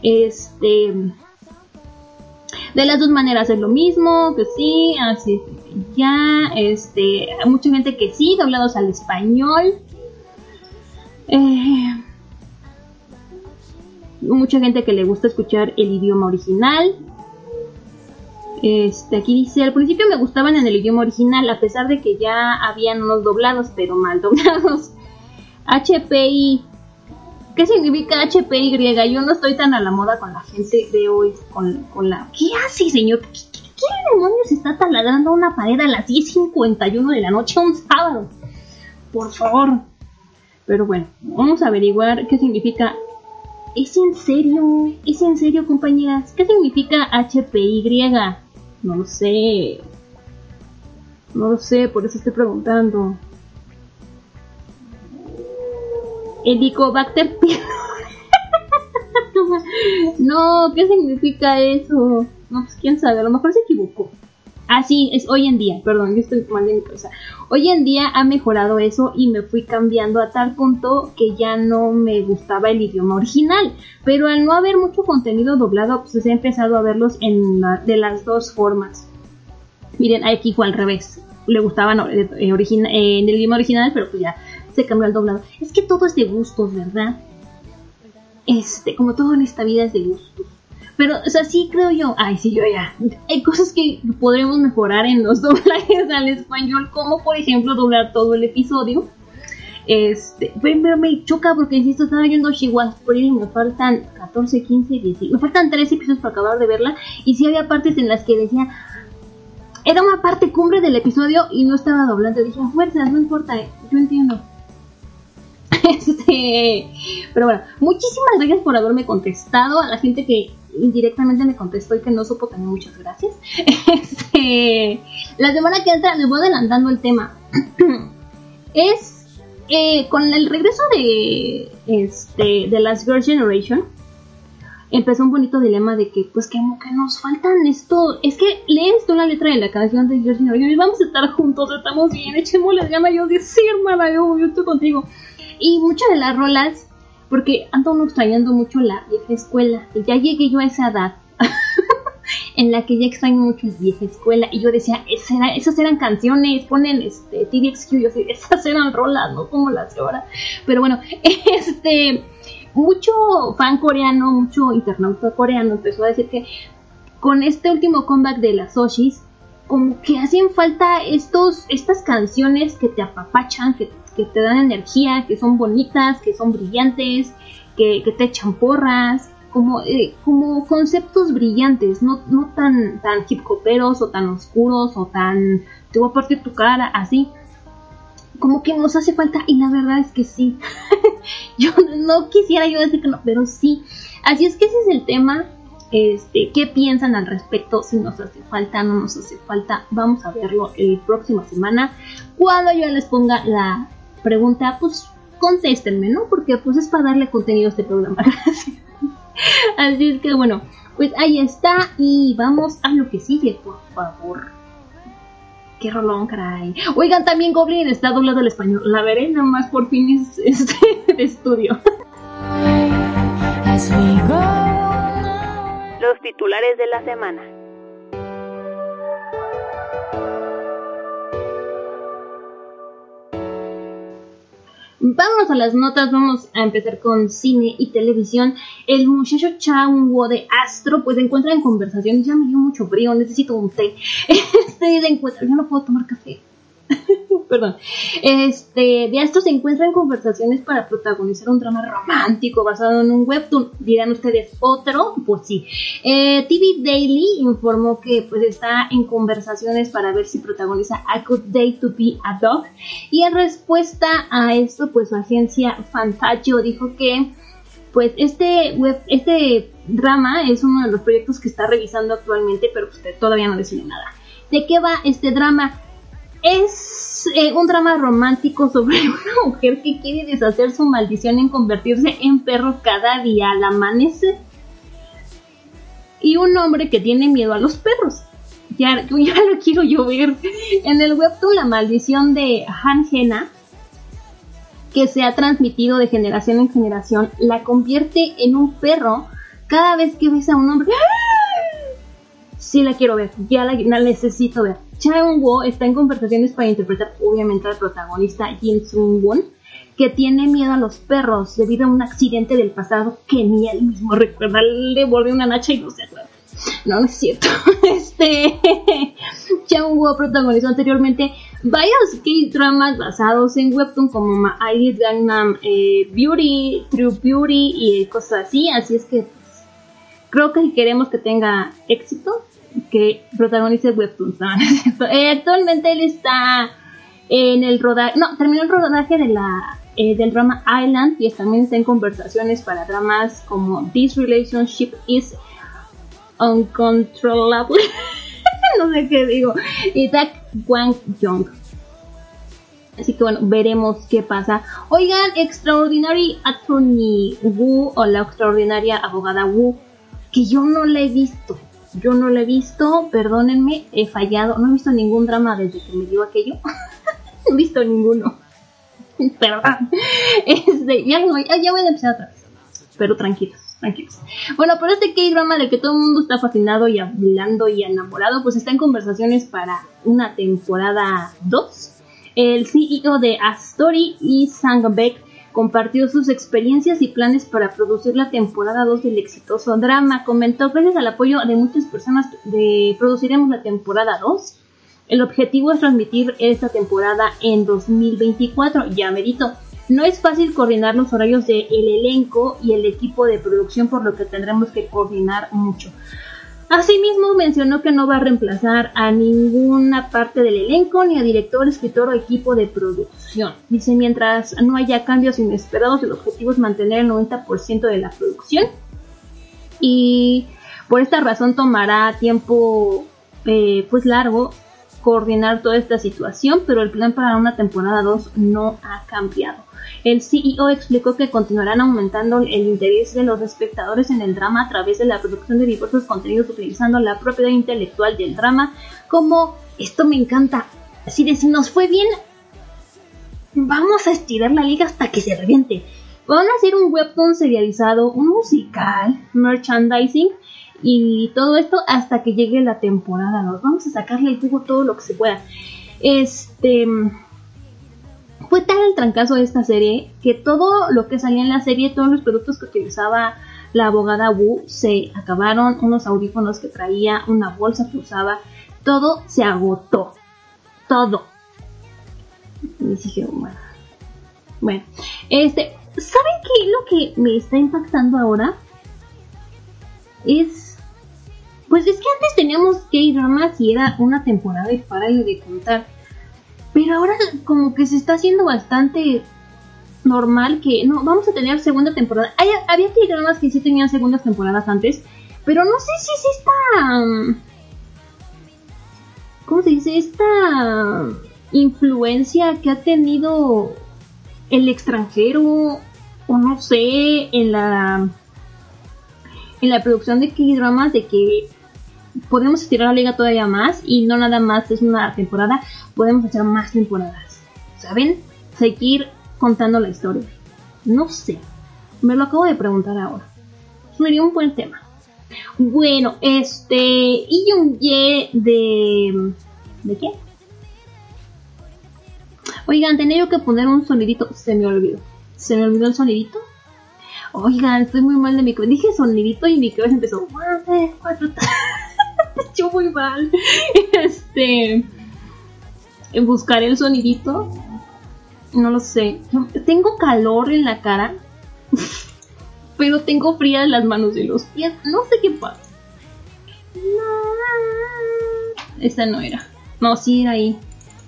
De las dos maneras es lo mismo, que sí, así ya, hay mucha gente que sí, doblados al español. Mucha gente que le gusta escuchar el idioma original. Aquí dice, al principio me gustaban en el idioma original, a pesar de que ya habían unos doblados, pero mal doblados. HPI. ¿Qué significa HPY? Yo no estoy tan a la moda con la gente de hoy, con la... ¿Qué hace, señor? ¿Qué demonios está taladrando una pared a las 10:51 de la noche un sábado? Por favor. Pero bueno, vamos a averiguar qué significa... ¿Es en serio? ¿Es en serio, compañeras? ¿Qué significa HPY? No lo sé. Por eso estoy preguntando. Helicobacter pylori. No, ¿qué significa eso? No, pues quién sabe, a lo mejor se equivocó. Sí, es hoy en día, perdón, yo estoy mal de mi cabeza. Hoy en día ha mejorado eso y me fui cambiando a tal punto que ya no me gustaba el idioma original. Pero al no haber mucho contenido doblado, pues he empezado a verlos de las dos formas. Miren, aquí fue al revés. Le gustaban en el idioma original, pero pues ya se cambió al doblado. Es que todo es de gustos, ¿verdad? Como todo en esta vida es de gustos. Pero, o sea, sí creo yo. Yo ya. Hay cosas que podremos mejorar en los doblajes al español, como por ejemplo doblar todo el episodio. Pero me choca porque, insisto, estaba viendo She Was Pretty y me faltan 14, 15, 16. Me faltan 3 episodios para acabar de verla. Y sí había partes en las que decía... Era una parte cumbre del episodio y no estaba doblando. Dije, a fuerzas, no importa, yo entiendo. Pero bueno, muchísimas gracias por haberme contestado. A la gente que indirectamente me contestó y que no supo, también muchas gracias. La semana que entra les voy adelantando el tema. es con el regreso de las Girls' Generation, empezó un bonito dilema de que pues que nos faltan esto. Es que lees toda la letra de la canción de Girls' Generation y vamos a estar juntos, estamos bien, echémosle ganas. Yo decía, sí, hermana, yo estoy contigo. Y muchas de las rolas, porque ando uno extrañando mucho la vieja escuela, y ya llegué yo a esa edad en la que ya extraño mucho la vieja escuela, y yo decía, esas eran canciones, ponen TVXQ, yo sé, esas eran rolas, no como las de ahora. Pero bueno, mucho fan coreano, mucho internauta coreano empezó a decir que con este último comeback de las Oshis, como que hacen falta estas canciones que te apapachan, que te dan energía, que son bonitas, que son brillantes, que te echan porras, como conceptos brillantes, no tan hip hoperos o tan oscuros o tan te voy a partir tu cara, así. Como que nos hace falta, y la verdad es que sí. Yo no quisiera yo decir que no, pero sí. Así es que ese es el tema. ¿Qué piensan al respecto? Si nos hace falta, no nos hace falta. Vamos a verlo la próxima semana. Cuando yo les ponga la pregunta, pues contéstenme, ¿no? Porque pues es para darle contenido a este programa. Gracias. Así es que bueno, pues ahí está. Y vamos a lo que sigue, por favor. Qué rolón, caray. Oigan, también Goblin está doblado al español. La veré nada más por fines de estudio. Los titulares de la semana. Vámonos a las notas, vamos a empezar con cine y televisión. El muchacho Cha Eun-woo de Astro pues se encuentra en conversaciones, ya me dio mucho frío, necesito un té. Se encuentra, yo no puedo tomar café. Perdón. De Astro se encuentra en conversaciones para protagonizar un drama romántico basado en un webtoon. Dirán ustedes, ¿otro? Pues sí. TV Daily informó que pues está en conversaciones para ver si protagoniza A Good Day to Be a Dog. Y en respuesta a esto, pues su agencia Fantagio dijo que pues este drama es uno de los proyectos que está revisando actualmente, pero pues todavía no decide nada. ¿De qué va este drama? Es un drama romántico sobre una mujer que quiere deshacer su maldición en convertirse en perro cada día al amanecer. Y un hombre que tiene miedo a los perros. Ya lo quiero yo ver. En el webtoon La maldición de Han Hena, que se ha transmitido de generación en generación, la convierte en un perro cada vez que ves a un hombre. Sí la quiero ver, ya la necesito ver. Cha Eun-woo está en conversaciones para interpretar obviamente al protagonista Jin Sung-won, que tiene miedo a los perros debido a un accidente del pasado que ni él mismo recuerda. Le volvió una nacha y no se acuerda. No es cierto. Cha Eun-woo protagonizó anteriormente varios K-dramas basados en webtoon como My Idol Gangnam Beauty, True Beauty y cosas así. Así es que creo que si queremos que tenga éxito, que protagonice webtoons. Actualmente él está en el rodaje, terminó el rodaje del drama Island y también está en conversaciones para dramas como This Relationship is Uncontrollable. No sé qué digo. Y Tak Kwang Jong. Así que bueno, veremos qué pasa. Oigan, Extraordinary Attorney Woo o la extraordinaria abogada Woo, que yo no la he visto, perdónenme, he fallado, no he visto ningún drama desde que me dio aquello. No he visto ninguno, perdón. Ya voy a empezar otra vez, pero tranquilos. Bueno, pero este K-drama del que todo el mundo está fascinado y hablando y enamorado, pues está en conversaciones para una temporada 2. El CEO de A-Story, Lee Sang-baek, compartió sus experiencias y planes para producir la temporada 2 del exitoso drama. Comentó: gracias al apoyo de muchas personas produciremos la temporada 2. El objetivo es transmitir esta temporada en 2024, ya merito. No es fácil coordinar los horarios del elenco y el equipo de producción, por lo que tendremos que coordinar mucho. Asimismo, mencionó que no va a reemplazar a ninguna parte del elenco, ni a director, escritor o equipo de producción. Dice: mientras no haya cambios inesperados, el objetivo es mantener el 90% de la producción. Y por esta razón tomará tiempo pues largo coordinar toda esta situación, pero el plan para una temporada 2 no ha cambiado. El CEO explicó que continuarán aumentando el interés de los espectadores en el drama a través de la producción de diversos contenidos utilizando la propiedad intelectual del drama, como, esto me encanta, si nos fue bien, vamos a estirar la liga hasta que se reviente. Van a hacer un webtoon serializado, un musical, merchandising y todo esto hasta que llegue la temporada 2. Vamos a sacarle el jugo todo lo que se pueda. Fue tal el trancazo de esta serie que todo lo que salía en la serie, todos los productos que utilizaba la abogada Wu se acabaron, unos audífonos que traía, una bolsa que usaba, todo se agotó. Todo. Y dije, bueno, ¿saben qué? Lo que me está impactando ahora es, pues es que antes teníamos K-dramas y era una temporada y párale de contar, pero ahora como que se está haciendo bastante normal que no vamos a tener segunda temporada. Había K-dramas que sí tenían segundas temporadas antes, pero no sé si es esta, ¿cómo se dice? Esta influencia que ha tenido el extranjero, o no sé, en la producción de K-dramas, de que podemos estirar la liga todavía más y no nada más es una temporada, podemos hacer más temporadas, ¿saben? Seguir contando la historia. No sé, me lo acabo de preguntar ahora. Sería un buen tema. Bueno, Lee Jung-jae ¿de qué? Oigan, tenía yo que poner un sonidito. Se me olvidó el sonidito. Oigan, estoy muy mal de mi cabeza. Dije sonidito y mi cabeza empezó 1, 2, 4. Yo muy mal. Buscaré el sonidito. No lo sé. Tengo calor en la cara. Pero tengo frías las manos y los pies. No sé qué pasa. Esta no era. No, sí era ahí.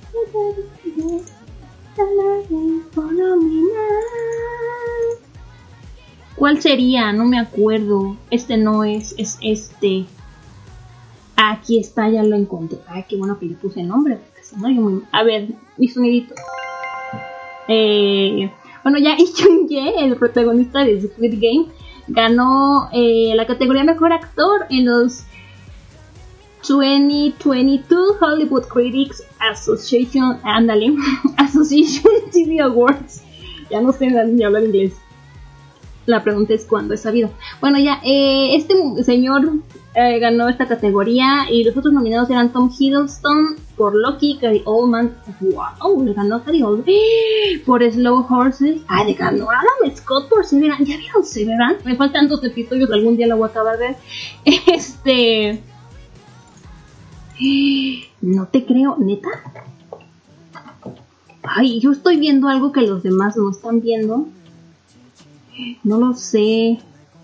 ¿Cuál sería? No me acuerdo. Este no es este. Aquí está, ya lo encontré. Ay, qué bueno que le puse el nombre. Porque si no, yo muy... A ver, mi sonidito. Bueno, ya Lee Jung-jae, el protagonista de Squid Game, ganó la categoría Mejor Actor en los 2022 Hollywood Critics Association TV Awards. Ya no sé ni hablar inglés. La pregunta es cuándo es sabido. Bueno, ya, este señor ganó esta categoría y los otros nominados eran Tom Hiddleston por Loki, Gary Oldman, wow, le ganó Gary Oldman por Slow Horses, le ganó Adam Scott por Severance. ¿Ya vieron Severance? Me faltan 2 episodios, algún día la voy a acabar de ver. No te creo, ¿neta? Ay, yo estoy viendo algo que los demás no están viendo. No lo sé.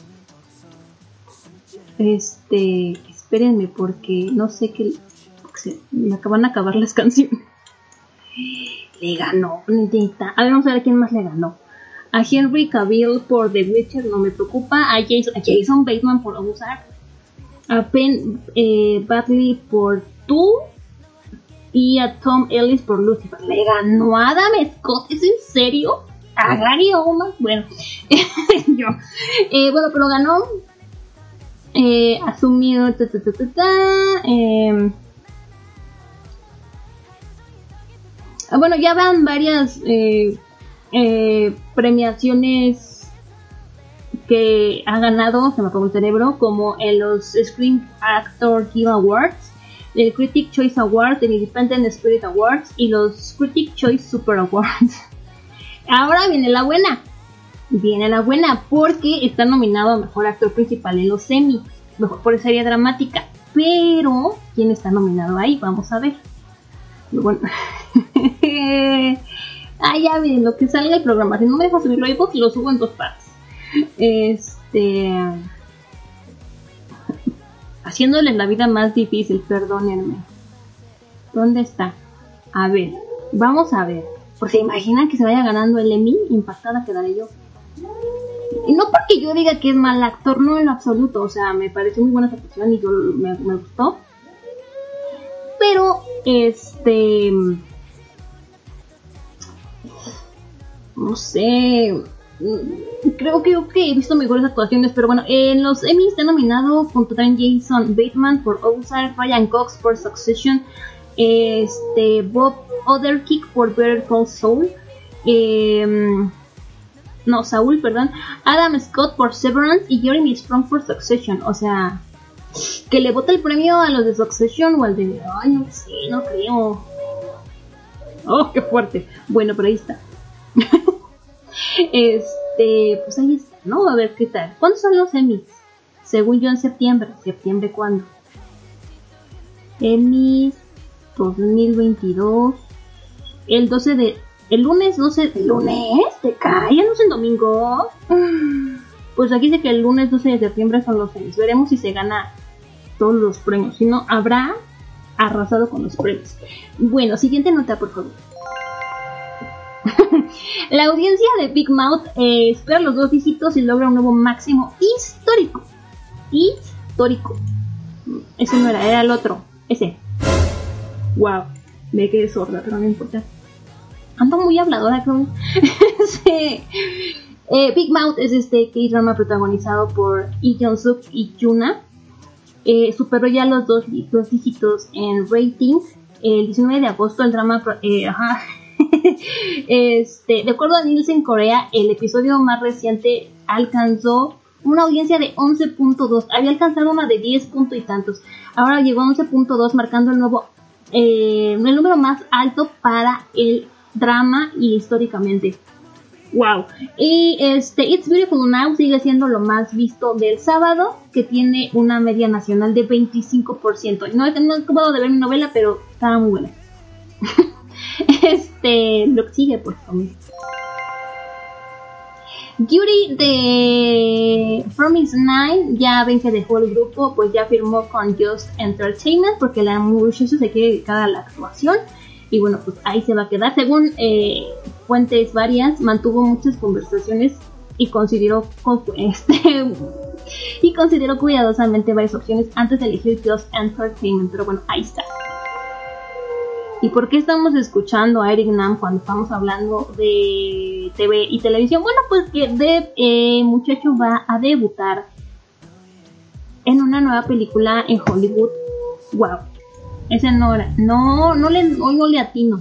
Espérenme porque no sé qué. Me acaban de acabar las canciones. Le ganó, neta. A ver, vamos a ver a quién más le ganó. A Henry Cavill por The Witcher, no me preocupa. A Jason Bateman por Ozark. A Penn Badley por Tú. Y a Tom Ellis por Lucifer. Le ganó a Adam Scott, ¿es en serio? A Gary Oldman, bueno, yo, bueno, pero ganó, asumido, bueno, ya van varias premiaciones que ha ganado, se me acabó el cerebro, como en los Screen Actor Guild Awards, el Critic Choice Award, el Independent Spirit Awards y los Critic Choice Super Awards. Ahora viene la buena. Viene la buena porque está nominado a Mejor Actor Principal en los Emmy, mejor por serie dramática. Pero, ¿quién está nominado ahí? Vamos a ver. Bueno. Ya ven, lo que salga el programa. Si no me dejo subirlo ahí, lo subo en 2 partes. Haciéndoles la vida más difícil, perdónenme. ¿Dónde está? A ver, vamos a ver. Pues se imaginan que se vaya ganando el Emmy, impactada quedaré yo. Y no porque yo diga que es mal actor, no en lo absoluto. O sea, me pareció muy buena esa actuación y yo me gustó. pero no sé, creo que he visto mejores actuaciones, pero bueno, en los Emmy está nominado junto también Jason Bateman por Ozark, Ryan Cox por Succession, Bob Odenkirk por Better Call Saul, Saul, perdón, Adam Scott por Severance y Jeremy Strong por Succession. O sea, que le vota el premio a los de Succession o al de... Ay, no sé, no creo. Oh, qué fuerte. Bueno, pero ahí está. Pues ahí está, ¿no? A ver qué tal. ¿Cuándo son los Emmys? Según yo en septiembre. ¿Septiembre cuándo? Emmys 2022. El lunes 12 de lunes. ¿Te cae? ¿No es el domingo? Pues aquí dice que el lunes 12 de septiembre son los Emmys. Veremos si se gana todos los premios. Si no, habrá arrasado con los premios. Bueno, siguiente nota, por favor. La audiencia de Big Mouth espera los 2 dígitos y logra un nuevo máximo histórico. Histórico. Ese no era el otro. Ese. Wow, me quedé sorda, pero no importa. Ando muy habladora, creo. Sí. Big Mouth es este K-drama protagonizado por Lee Jong-suk y Yuna. Superó ya los 2 dígitos en rating. El 19 de agosto el drama... de acuerdo a Nielsen Corea, el episodio más reciente alcanzó una audiencia de 11.2. Había alcanzado una de 10 puntos y tantos. Ahora llegó a 11.2, marcando el número más alto para el drama y históricamente. Wow. Y It's Beautiful Now sigue siendo lo más visto del sábado, que tiene una media nacional de 25%. No acabo de ver mi novela, pero estaba muy buena. Lo que sigue, por favor. Yuri de From Is Nine, ya ven que dejó el grupo, pues ya firmó con Just Entertainment porque la muchacha se quiere dedicar a la actuación. Y bueno, pues ahí se va a quedar. Según fuentes varias, mantuvo muchas conversaciones y consideró cuidadosamente varias opciones antes de elegir Just Entertainment. Pero bueno, ahí está. ¿Y por qué estamos escuchando a Eric Nam cuando estamos hablando de TV y televisión? Bueno, pues que muchacho va a debutar en una nueva película en Hollywood. Wow. Ese no era. Hoy no le atino.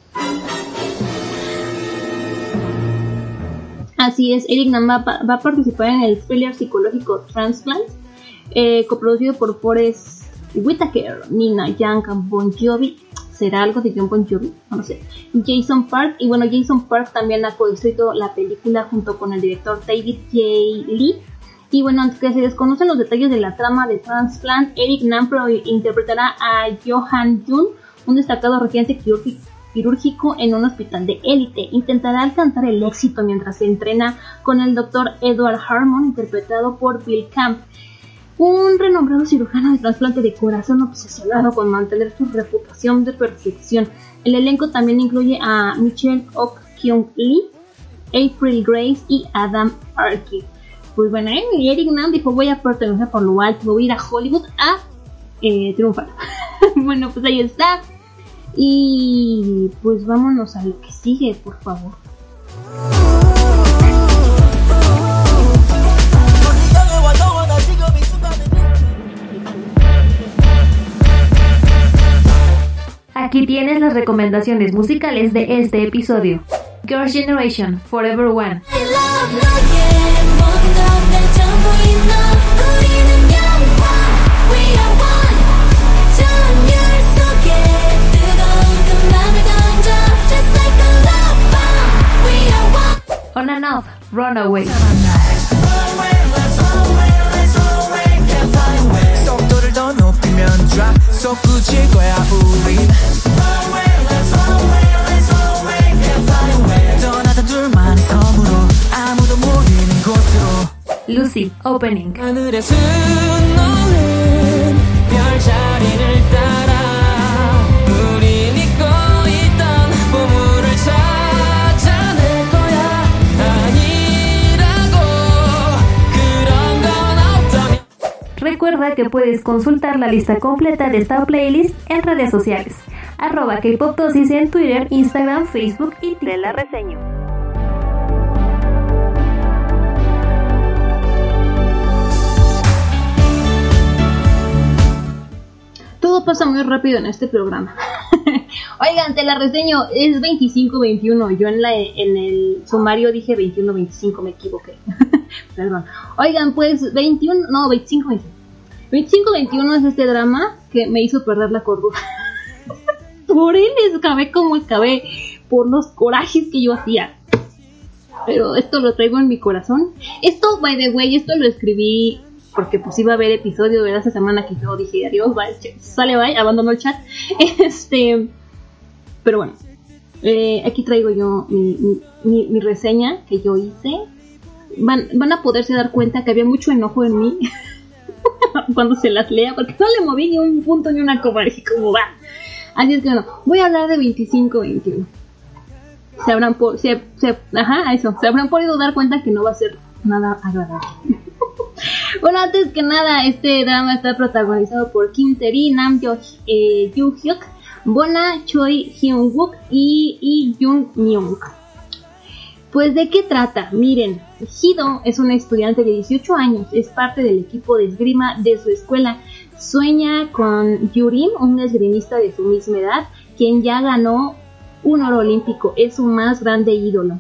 Así es, Eric Nam va a participar en el thriller psicológico Transplant, coproducido por Forest Whitaker, Nina Young, Bon Jovi. ¿Será algo de John Bon Jovi? No lo sé. Jason Park. Y bueno, Jason Park también ha coescrito la película junto con el director David J. Lee. Y bueno, aunque se desconocen los detalles de la trama de Transplant, Eric Nam interpretará a Johan Jun, un destacado residente quirúrgico en un hospital de élite. Intentará alcanzar el éxito mientras se entrena con el Dr. Edward Harmon, interpretado por Bill Camp, un renombrado cirujano de trasplante de corazón obsesionado con mantener su reputación de perfección. El elenco también incluye a Michelle Ok-kyung Lee, April Grace y Adam Arkin. Pues bueno, Eric Nam dijo: voy a pertenecer por lo alto, voy a ir a Hollywood a triunfar. Bueno, pues ahí está. Y pues vámonos a lo que sigue, por favor. Aquí tienes las recomendaciones musicales de este episodio. Girls' Generation, Forever One. On and Off, Runaway. Lucy, Opening. Recuerda que puedes consultar la lista completa de esta playlist en redes sociales. @Kpopdosis en Twitter, Instagram, Facebook y TikTok. Te la reseño. Todo pasa muy rápido en este programa. Oigan, te la reseño, es 25-21. Yo en el sumario dije 21-25, me equivoqué. Perdón. Oigan, pues 25-21. 25-21 es este drama que me hizo perder la cordura. Por él escabé como escabé, por los corajes que yo hacía. Pero esto lo traigo en mi corazón. Esto, by the way, esto lo escribí porque pues iba a haber episodio de esta semana que yo dije adiós, bye, sale, bye, abandono el chat. Pero bueno, aquí traigo yo mi reseña que yo hice. Van a poderse dar cuenta que había mucho enojo en mí cuando se las lea, porque no le moví ni un punto ni una coma, dije como va. Así es que bueno, voy a hablar de 25-21. Se habrán podido dar cuenta que no va a ser nada agradable. Bueno, antes que nada, este drama está protagonizado por Kim Tae-ri, Nam Yoo-hyuk, Bona, Choi Hyun-wook y Jung Myung. Pues, ¿de qué trata? Miren, Hido es una estudiante de 18 años, es parte del equipo de esgrima de su escuela. Sueña con Yurim, un esgrimista de su misma edad, quien ya ganó un oro olímpico, es su más grande ídolo.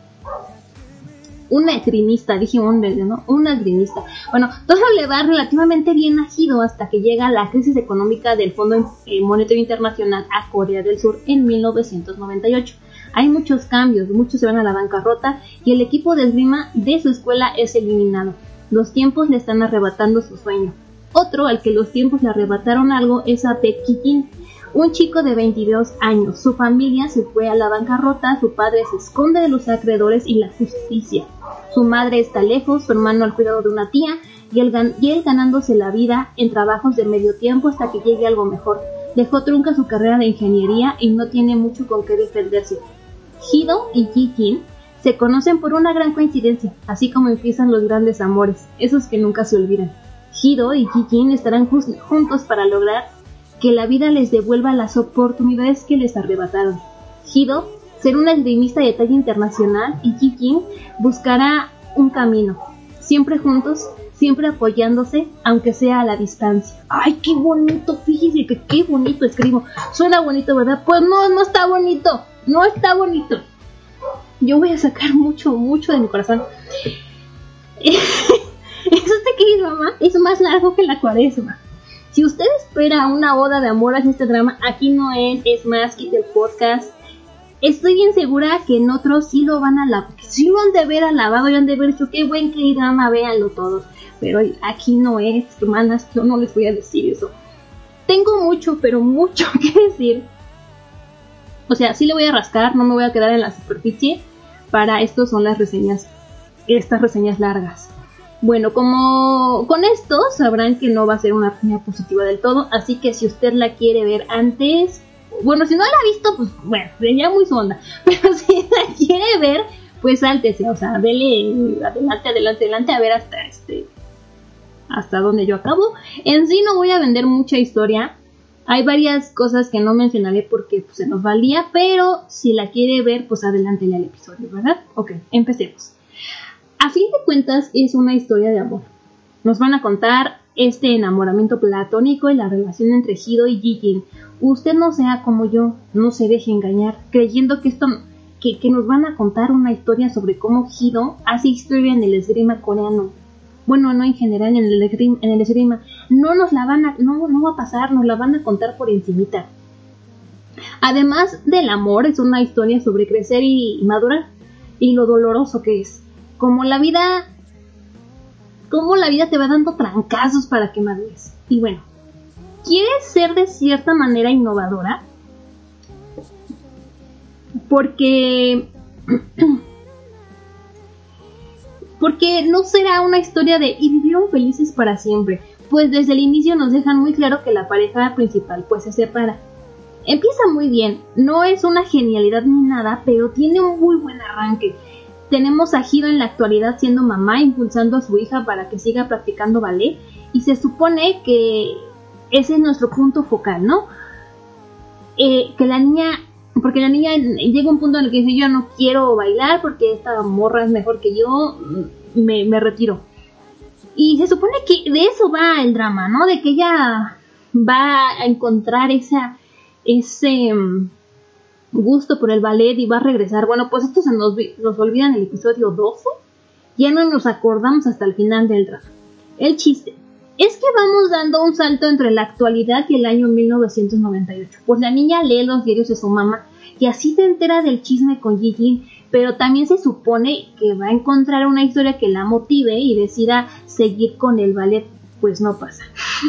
Una esgrimista, dije hombre, ¿no? Una esgrimista. Bueno, todo le va relativamente bien a Hido hasta que llega la crisis económica del Fondo Monetario Internacional a Corea del Sur en 1998. Hay muchos cambios, muchos se van a la bancarrota y el equipo de esgrima de su escuela es eliminado. Los tiempos le están arrebatando su sueño. Otro al que los tiempos le arrebataron algo es a Baek Ki-jin, un chico de 22 años. Su familia se fue a la bancarrota, su padre se esconde de los acreedores y la justicia. Su madre está lejos, su hermano al cuidado de una tía y él ganándose la vida en trabajos de medio tiempo hasta que llegue algo mejor. Dejó trunca su carrera de ingeniería y no tiene mucho con qué defenderse. Hido y Ji-jin se conocen por una gran coincidencia, así como empiezan los grandes amores, esos que nunca se olvidan. Hido y Ji-jin estarán juntos para lograr que la vida les devuelva las oportunidades que les arrebataron. Hido será una esgrimista de talla internacional y Ji-jin buscará un camino, siempre juntos, siempre apoyándose, aunque sea a la distancia. ¡Ay, qué bonito! Fíjense que qué bonito escribo. Suena bonito, ¿verdad? Pues no está bonito. No está bonito. Yo voy a sacar mucho de mi corazón. Eso te querido, mamá, es más largo que la cuaresma. Si usted espera una oda de amor hacia este drama, aquí no es más, quite el podcast. Estoy bien segura que en otros sí lo van a sí lo han de haber alabado y han de haber dicho qué buen K-drama, véanlo todos. Pero aquí no es, hermanas, yo no les voy a decir eso. Tengo mucho, pero mucho que decir. O sea, sí le voy a rascar, no me voy a quedar en la superficie. Para esto son las reseñas, estas reseñas largas. Bueno, como con esto sabrán que no va a ser una reseña positiva del todo, así que si usted la quiere ver antes, bueno, si no la ha visto, pues bueno, ya muy su onda, pero si la quiere ver, pues sáltese, o sea, dele adelante, a ver hasta donde yo acabo. En sí no voy a vender mucha historia, hay varias cosas que no mencionaré porque pues, se nos va el día, pero si la quiere ver, pues adelántele al episodio, ¿verdad? Ok, empecemos. A fin de cuentas es una historia de amor. Nos van a contar este enamoramiento platónico y la relación entre Hido y Ji-jin. Usted no sea como yo, no se deje engañar, creyendo que que nos van a contar una historia sobre cómo Hido hace historia en el esgrima coreano. Bueno, no en general en el esgrima. No va a pasar, nos la van a contar por encimita. Además del amor, es una historia sobre crecer y madurar y lo doloroso que es. Cómo la vida te va dando trancazos para que madures. Y bueno, ¿quieres ser de cierta manera innovadora? Porque no será una historia de y vivieron felices para siempre. Pues desde el inicio nos dejan muy claro que la pareja principal pues se separa. Empieza muy bien, no es una genialidad ni nada, pero tiene un muy buen arranque. Tenemos a Hido en la actualidad siendo mamá, impulsando a su hija para que siga practicando ballet y se supone que ese es nuestro punto focal, ¿no? Que la niña, porque la niña llega a un punto en el que dice, yo no quiero bailar porque esta morra es mejor que yo, me retiro. Y se supone que de eso va el drama, ¿no? De que ella va a encontrar ese gusto por el ballet y va a regresar. Bueno, pues esto se nos olvida en el episodio 12. Ya no nos acordamos hasta el final del drama. El chiste es que vamos dando un salto entre la actualidad y el año 1998. Pues la niña lee los diarios de su mamá y así se entera del chisme con Ji-Jin, pero también se supone que va a encontrar una historia que la motive y decida seguir con el ballet. Pues no pasa.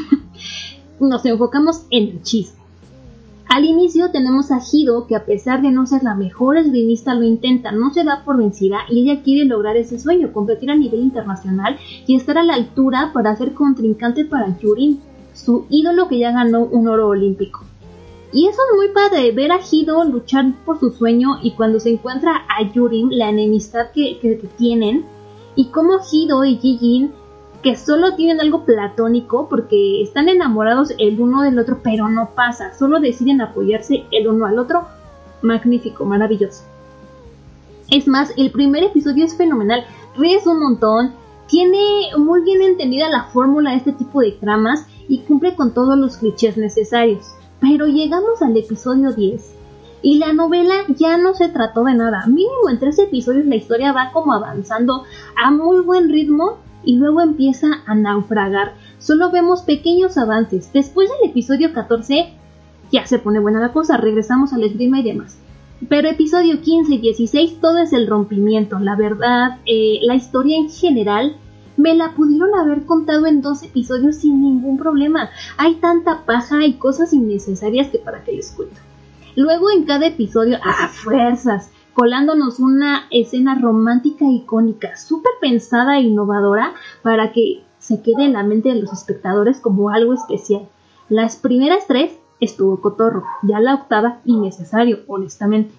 Nos enfocamos en el chisme. Al inicio tenemos a Hido, que a pesar de no ser la mejor esgrimista lo intenta, no se da por vencida y ella quiere lograr ese sueño, competir a nivel internacional y estar a la altura para ser contrincante para Yurin, su ídolo que ya ganó un oro olímpico. Y eso es muy padre, ver a Hido luchar por su sueño y cuando se encuentra a Yurin, la enemistad que tienen, y cómo Hido y Ji-Jin, que solo tienen algo platónico porque están enamorados el uno del otro, pero no pasa, solo deciden apoyarse el uno al otro. Magnífico, maravilloso. Es más, el primer episodio es fenomenal, ríes un montón, tiene muy bien entendida la fórmula de este tipo de tramas y cumple con todos los clichés necesarios. Pero llegamos al episodio 10 y la novela ya no se trató de nada. Mínimo en 3 episodios la historia va como avanzando a muy buen ritmo y luego empieza a naufragar. Solo vemos pequeños avances. Después del episodio 14 ya se pone buena la cosa, regresamos al esgrima y demás. Pero episodio 15 y 16 todo es el rompimiento. La verdad, la historia en general me la pudieron haber contado en 2 episodios sin ningún problema. Hay tanta paja y cosas innecesarias que para qué les cuento. Luego en cada episodio, a fuerzas, colándonos una escena romántica icónica, súper pensada e innovadora para que se quede en la mente de los espectadores como algo especial. Las primeras 3 estuvo cotorro, ya la 8ª innecesario, honestamente.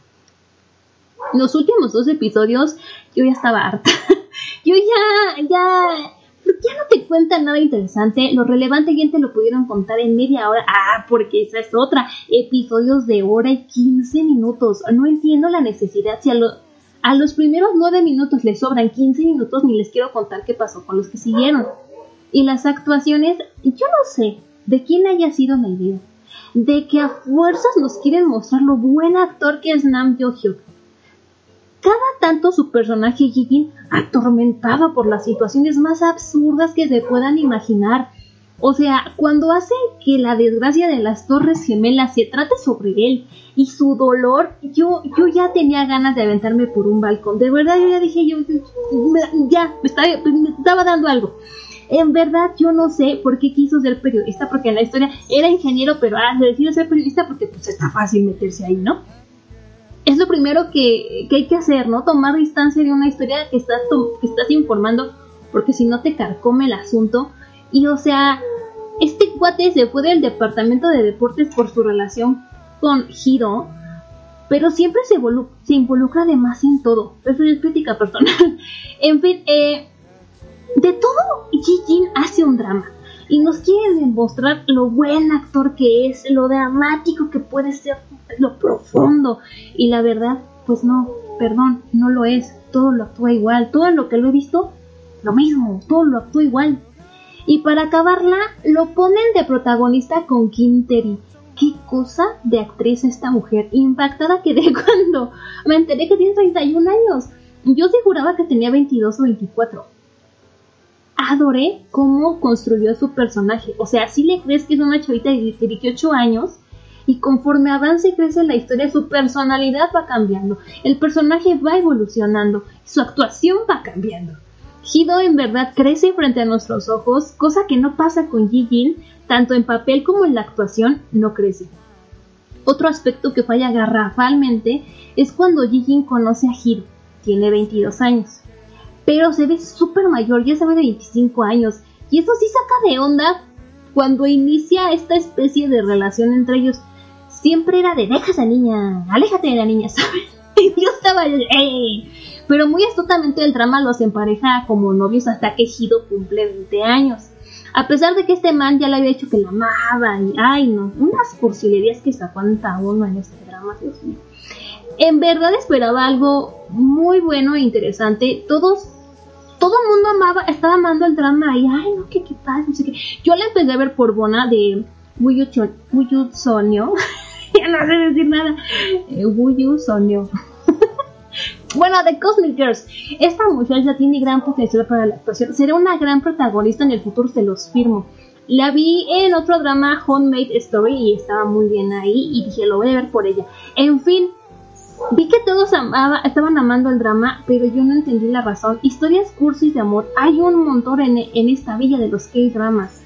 Los últimos 2 episodios yo ya estaba harta. Yo ya no te cuentan nada interesante. Lo relevante ya te lo pudieron contar en media hora. Porque esa es otra. Episodios de hora y 15 minutos. No entiendo la necesidad. Si a los primeros 9 minutos les sobran 15 minutos, ni les quiero contar qué pasó con los que siguieron. Y las actuaciones, yo no sé de quién haya sido la idea. De que a fuerzas nos quieren mostrar lo buen actor que es Nam Joo-hyuk. Cada tanto su personaje Ji-Jin atormentaba por las situaciones más absurdas que se puedan imaginar. O sea, cuando hace que la desgracia de las Torres Gemelas se trate sobre él y su dolor, yo ya tenía ganas de aventarme por un balcón. De verdad, yo ya dije, me estaba dando algo. En verdad, yo no sé por qué quiso ser periodista, porque en la historia era ingeniero, pero decidió ser periodista porque pues está fácil meterse ahí, ¿no? Es lo primero que hay que hacer, ¿no? Tomar distancia de una historia que estás informando, porque si no te carcome el asunto. Y o sea, este cuate se fue del departamento de deportes por su relación con Hido, pero siempre se involucra de más en todo. Eso es crítica personal. En fin, de todo Ji-Jin hace un drama. Y nos quiere demostrar lo buen actor que es, lo dramático que puede ser, lo profundo. Y la verdad, pues no, perdón, no lo es. Todo lo actúa igual. Todo lo que lo he visto, lo mismo. Todo lo actúa igual. Y para acabarla, lo ponen de protagonista con Kim Tae-ri. Qué cosa de actriz esta mujer. Impactada quedé cuando me enteré que tiene 31 años. Yo sí juraba que tenía 22 o 24. Adoré cómo construyó su personaje. O sea, sí le crees que es una chavita de 18 años y conforme avanza y crece la historia, su personalidad va cambiando. El personaje va evolucionando. Su actuación va cambiando. Hido en verdad crece frente a nuestros ojos, cosa que no pasa con Ji-Jin, tanto en papel como en la actuación no crece. Otro aspecto que falla garrafalmente es cuando Ji-Jin conoce a Hido. Tiene 22 años. Pero se ve súper mayor, ya se ve de 25 años. Y eso sí saca de onda cuando inicia esta especie de relación entre ellos. Siempre era de, deja a esa niña, aléjate de la niña, ¿sabes? Y yo estaba, Pero muy astutamente el drama los empareja como novios hasta que Hido cumple 20 años. A pesar de que este man ya le había dicho que la amaba y, ay no, unas cursilerías que se aguanta uno en este drama, Dios mío. En verdad esperaba algo muy bueno e interesante. Todo el mundo estaba amando el drama y, ay no, qué pasa, no sé qué. Yo la empecé a ver por Bona de Wooyu Sonyo. Ya no sé decir nada. Wooyu Sonyo. Bueno, The Cosmic Girls. Esta muchacha tiene gran potencial para la actuación. Será una gran protagonista en el futuro, se los firmo. La vi en otro drama, Homemade Story, y estaba muy bien ahí. Y dije, lo voy a ver por ella. En fin, vi que todos estaban amando el drama, pero yo no entendí la razón. Historias cursis de amor hay un montón en esta villa de los K-dramas.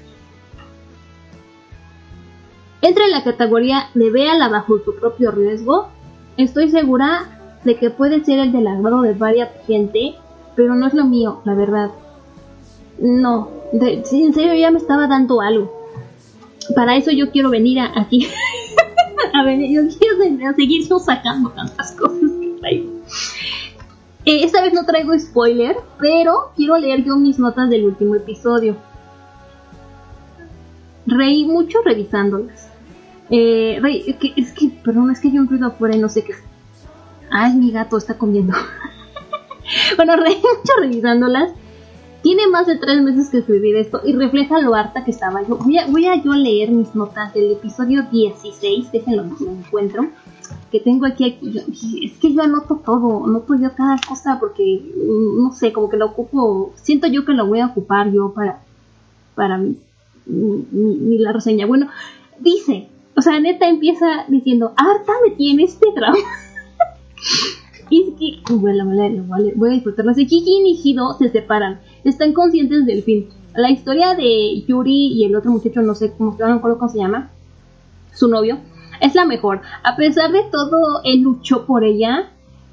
Entra en la categoría de véala bajo su propio riesgo. Estoy segura de que puede ser el del agrado de varias gente, pero no es lo mío, la verdad. No, sí, en serio ya me estaba dando algo. Para eso yo quiero venir aquí. A ver, yo quiero seguir sacando tantas cosas que traigo. Esta vez no traigo spoiler, pero quiero leer yo mis notas del último episodio. Reí mucho revisándolas. Es que hay un ruido afuera y no sé qué. Ay, mi gato está comiendo. Bueno, reí mucho revisándolas. Tiene más de 3 meses que escribir esto y refleja lo harta que estaba yo. Voy a yo leer mis notas del episodio 16. Déjenlo, me encuentro. Que tengo aquí. Es que yo anoto todo. Anoto yo cada cosa porque, no sé, como que lo ocupo. Siento yo que lo voy a ocupar yo para la reseña. Bueno, dice, o sea, neta empieza diciendo, harta me tiene este drama. Y es que, bueno, voy a disfrutarlo. Kijin y Hido se separan. Están conscientes del fin. La historia de Yuri y el otro muchacho, no sé cómo se llama, su novio, es la mejor. A pesar de todo, él luchó por ella.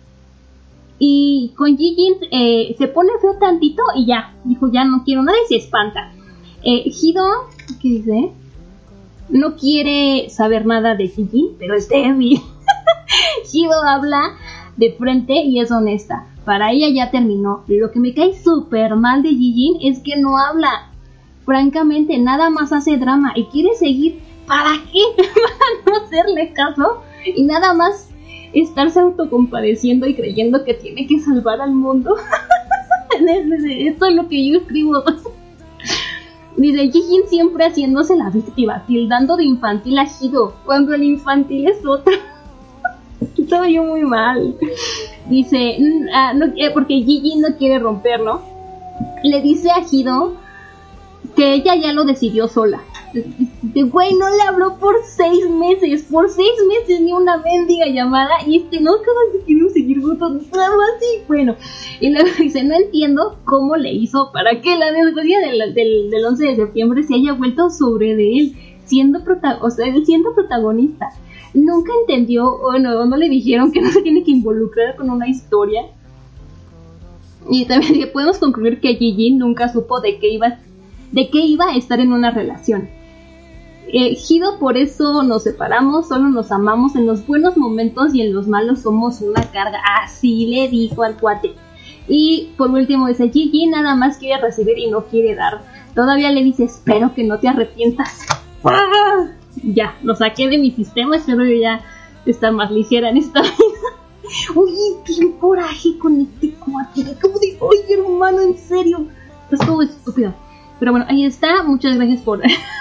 Y con Kijin se pone feo tantito y ya. Dijo, ya no quiero nada y se espanta. Hido, ¿qué dice? No quiere saber nada de Kijin, pero es débil. Hido habla de frente y es honesta. Para ella ya terminó. Lo que me cae súper mal de Kijin es que no habla. Francamente, nada más hace drama y quiere seguir. ¿Para qué? Para no hacerle caso y nada más estarse autocompadeciendo y creyendo que tiene que salvar al mundo. Esto es lo que yo escribo. Dice, Kijin siempre haciéndose la víctima, tildando de infantil a Hido, cuando el infantil es otro. Estaba yo muy mal. Dice, porque Kijin no quiere romperlo. Le dice a Hido que ella ya lo decidió sola. Güey, no le habló por 6 meses. Por 6 meses ni una mendiga llamada. Y no, cada vez quiero seguir juntos. Algo así. Bueno, y luego dice, no entiendo cómo le hizo para que la desgracia del 11 de septiembre se haya vuelto sobre de él, siendo protagonista. Nunca entendió, o no le dijeron que no se tiene que involucrar con una historia. Y también podemos concluir que Kijin nunca supo de qué iba a estar en una relación. Hido, por eso nos separamos, solo nos amamos en los buenos momentos y en los malos somos una carga. Así le dijo al cuate. Y por último dice, Kijin nada más quiere recibir y no quiere dar. Todavía le dice, espero que no te arrepientas. Ya, lo saqué de mi sistema, espero yo ya estar más ligera en esta vida. Uy, qué coraje con este cuate. Como de, oye hermano, en serio. Es todo estúpido. Pero bueno, ahí está. Muchas gracias por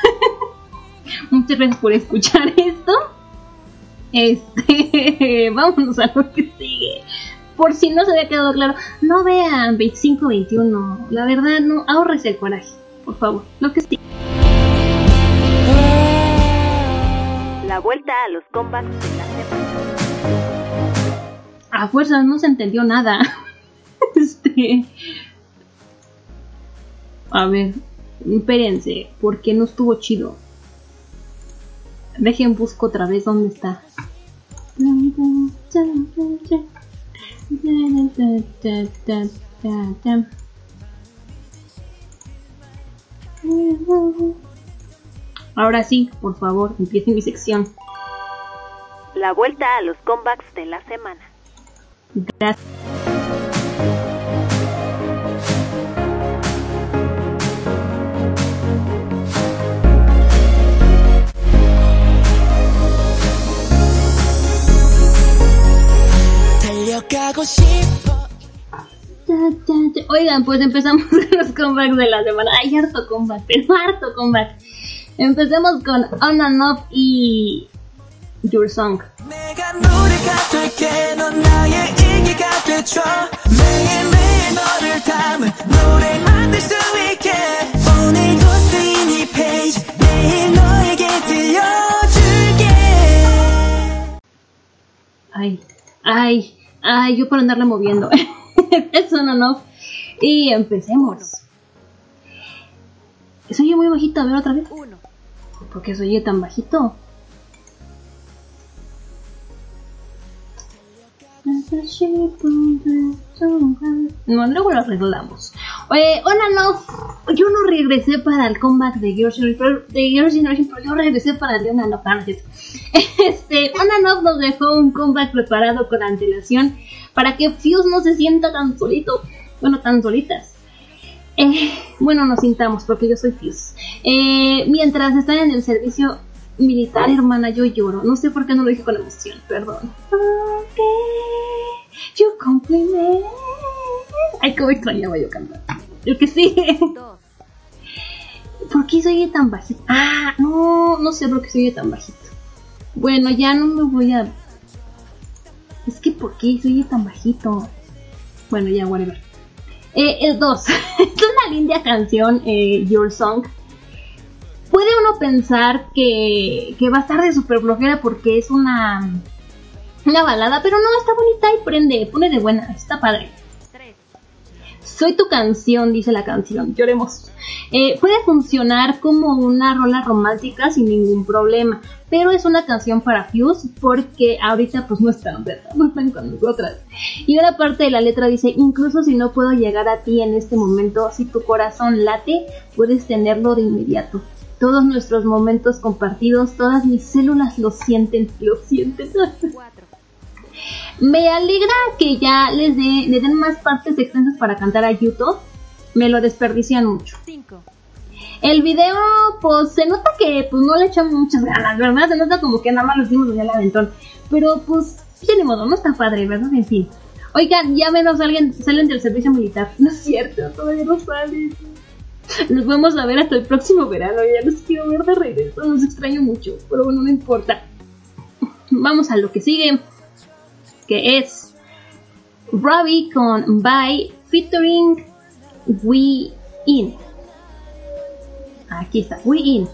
escuchar esto. Vámonos a lo que sigue. Por si no se había quedado claro, no vean 25-21. La verdad, no, ahórrese el coraje, por favor. Lo que sigue. La vuelta a los comebacks de la semana. A fuerzas no se entendió nada. A ver, espérense, porque no estuvo chido. Dejen busco otra vez dónde está. Ahora sí, por favor, empiece mi sección. La vuelta a los comebacks de la semana. Gracias. Oigan, pues empezamos con los comebacks de la semana. Ay, harto comeback, pero harto comeback. Empecemos con On and Off y Your Song. Ay, yo por andarla moviendo. Es On and Off. Y empecemos. ¿Se oye muy bajito? A ver otra vez. ¿Por qué se oye tan bajito? No, luego lo arreglamos. On and Off. Yo no regresé para el comeback de Girls' Generation, pero yo regresé para el de On and Off. On and Off nos dejó un comeback preparado con antelación para que Fuse no se sienta tan solito. Bueno, tan solitas. Bueno, nos sintamos porque yo soy Fuse. Mientras están en el servicio militar, hermana, yo lloro. No sé por qué no lo dije con emoción, perdón. You compliment. Ay, cómo extrañaba yo cantar. Yo que sí. ¿Por qué se oye tan bajito? No sé por qué se oye tan bajito. Bueno, ya no me voy a... Es que ¿por qué se oye tan bajito? Bueno, ya, whatever. El 2. Es una linda canción, Your Song. Puede uno pensar que va a estar de super flojera porque es una balada, pero no, está bonita y pone de buena, está padre. Soy tu canción, dice la canción, lloremos. Puede funcionar como una rola romántica sin ningún problema, pero es una canción para Fuse porque ahorita pues no están con nosotras. Y una parte de la letra dice: incluso si no puedo llegar a ti en este momento, si tu corazón late, puedes tenerlo de inmediato. Todos nuestros momentos compartidos, todas mis células lo sienten. Me alegra que ya le den más partes extensas para cantar a Yuto. Me lo desperdician mucho. 5. El video, pues se nota que pues no le echan muchas ganas, ¿verdad? Se nota como que nada más lo hicimos allá al aventón. Pero pues, ya ni modo, no está padre, ¿verdad? En fin. Oigan, ya menos salen del servicio militar. No es cierto, todavía no salen. Nos vamos a ver hasta el próximo verano. Ya los quiero ver de regreso, los extraño mucho. Pero bueno, no importa. Vamos a lo que sigue, que es Robbie con Bye featuring We In. Aquí está, We In.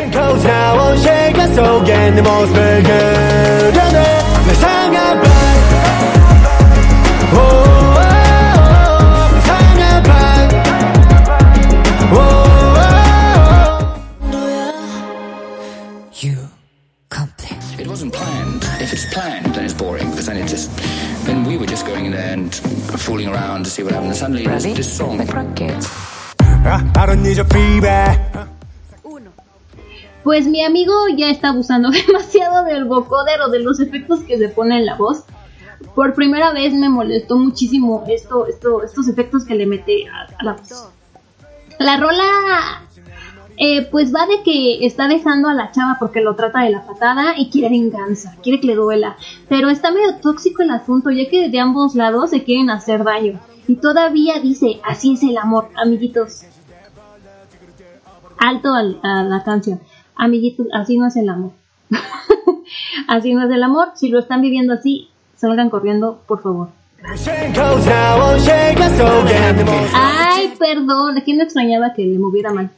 It wasn't planned. If it's planned, then it's boring, because then we were just going in there and fooling around to see what happened. And suddenly there's this song. Pues mi amigo ya está abusando demasiado del vocoder o de los efectos que se pone en la voz. Por primera vez me molestó muchísimo estos efectos que le mete a la voz. La rola pues va de que está dejando a la chava porque lo trata de la patada y quiere venganza, quiere que le duela. Pero está medio tóxico el asunto, ya que de ambos lados se quieren hacer daño. Y todavía dice: así es el amor, amiguitos. Alto a la canción. Amiguitos, así no es el amor. Así no es el amor. Si lo están viviendo así, salgan corriendo, por favor. Ay, perdón, ¿a quién me extrañaba que le moviera mal?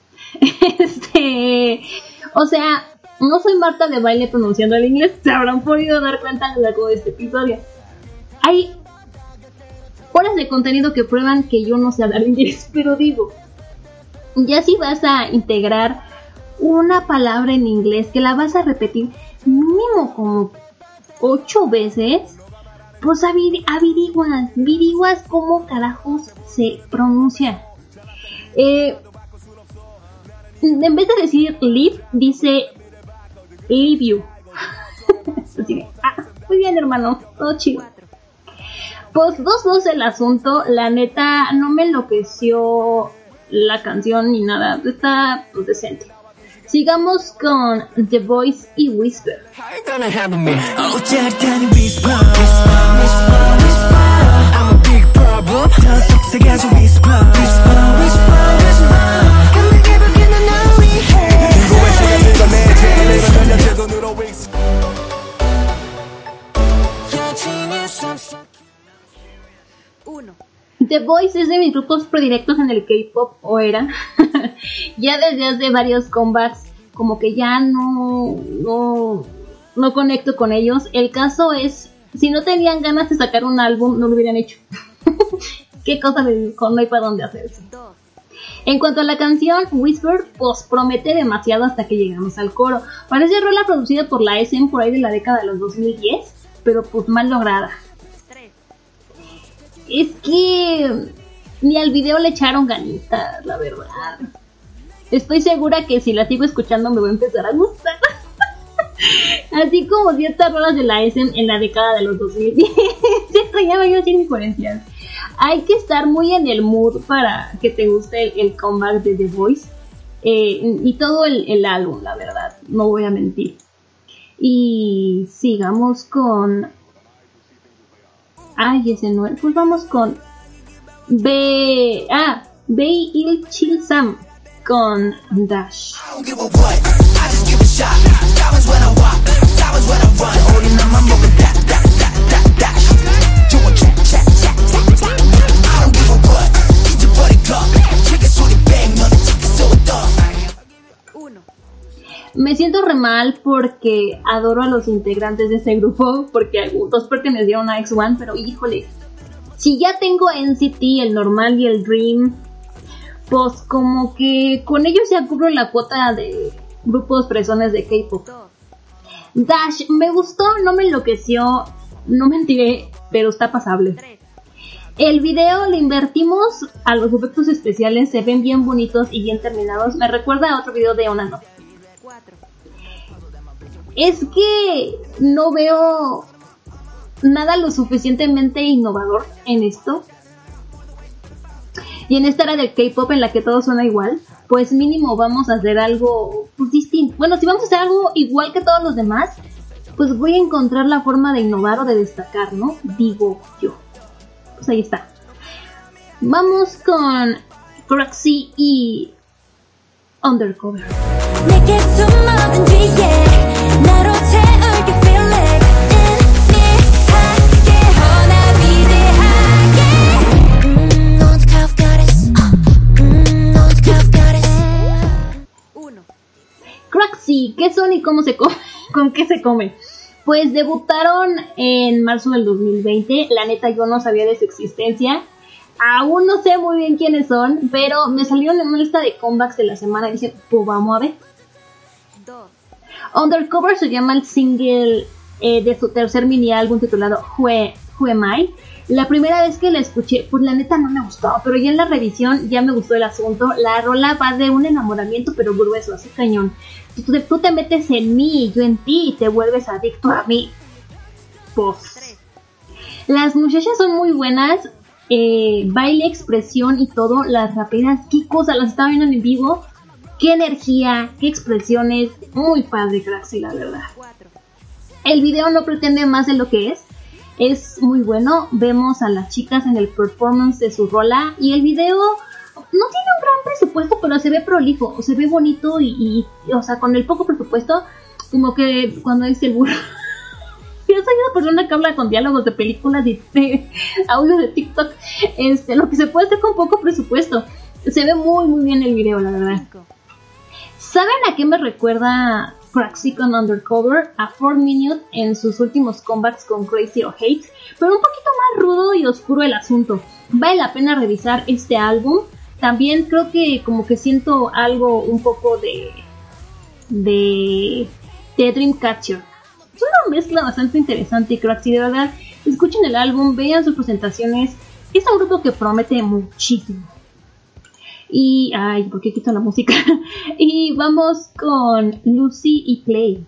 O sea, no soy Marta de baile pronunciando el inglés. Se habrán podido dar cuenta a lo largo de este episodio. Hay horas de contenido que prueban que yo no sé hablar inglés, pero digo, ya si vas a integrar una palabra en inglés que la vas a repetir mínimo como 8 veces, pues averiguas cómo carajos se pronuncia. En vez de decir live, dice leave you. Así que, muy bien, hermano, todo chido. Pues 2-2 el asunto. La neta, no me enloqueció la canción ni nada. Está pues decente. Sigamos con The Voice y Whisper. problem. 계속 세계에서 whisper, whisper, whisper, whisper. 감당해 보기는 널 위해. 인구의 시간을 더 내 제일 이런 제 돈으로 whisper. The Voice es de mis grupos predilectos en el K-pop, o era. Ya desde hace varios comebacks, como que ya no conecto con ellos. El caso es, si no tenían ganas de sacar un álbum, no lo hubieran hecho. Qué cosa me dijo, no hay para dónde hacerse. En cuanto a la canción, Whisper, pues promete demasiado hasta que llegamos al coro. Parece rola producida por la SM por ahí de la década de los 2010, pero pues mal lograda. Es que ni al video le echaron ganitas, la verdad. Estoy segura que si la sigo escuchando me va a empezar a gustar. Así como ciertas rolas de la SM en la década de los 2010. Se extrañaba yo sin incoherencias. Hay que estar muy en el mood para que te guste el comeback de The Voice. Y todo el álbum, la verdad. No voy a mentir. Y sigamos con... Ay, ese no es. Pues vamos con... Bae Il Chil Sam con Dash. Me siento re mal porque adoro a los integrantes de este grupo, porque algunos pertenecieron a X1, pero híjole, si ya tengo NCT, el normal y el Dream, pues como que con ellos ya cubro la cuota de grupos fresones de K-pop. Dash me gustó, no me enloqueció, no mentiré, pero está pasable. El video le invertimos a los efectos especiales, se ven bien bonitos y bien terminados. Me recuerda a otro video de Onano. Es que no veo nada lo suficientemente innovador en esto. Y en esta era del K-pop en la que todo suena igual, pues mínimo vamos a hacer algo pues, distinto. Bueno, si vamos a hacer algo igual que todos los demás, pues voy a encontrar la forma de innovar o de destacar, ¿no? Digo yo. Pues ahí está. Vamos con Proxy y Undercover. Proxy, ¿qué son y cómo se come? ¿Con qué se come? Pues debutaron en marzo del 2020. La neta yo no sabía de su existencia. Aún no sé muy bien quiénes son, pero me salieron en una lista de comebacks de la semana y dije, pues vamos a ver. Undercover se llama el single de su tercer mini álbum titulado Who Am I. La primera vez que la escuché, pues la neta no me gustó, pero ya en la revisión ya me gustó el asunto. La rola va de un enamoramiento pero grueso, así cañón. Tú te metes en mí y yo en ti y te vuelves adicto a mí. Pues las muchachas son muy buenas. Baile, expresión y todo. Las raperas, qué cosa, las estaba viendo en vivo. Qué energía, qué expresiones. Muy padre, Craxi, la verdad. El video no pretende más de lo que es. Es muy bueno. Vemos a las chicas en el performance de su rola. Y el video no tiene un gran presupuesto, pero se ve prolijo. Se ve bonito y o sea, con el poco presupuesto, como que cuando dice el burro. Yo soy una persona que habla con diálogos de películas y de audio de TikTok. Lo que se puede hacer con poco presupuesto. Se ve muy muy bien el video, la verdad. ¿Saben a qué me recuerda Proxy con Undercover? A 4 Minute en sus últimos comebacks con Crazy o Hate, pero un poquito más rudo y oscuro el asunto. Vale la pena revisar este álbum. También creo que como que siento algo un poco de Dreamcatcher. Es una mezcla bastante interesante, cracks, y de verdad, escuchen el álbum, vean sus presentaciones. Es un grupo que promete muchísimo. Y, ay, ¿por qué quito la música? Y vamos con Lucy y Play.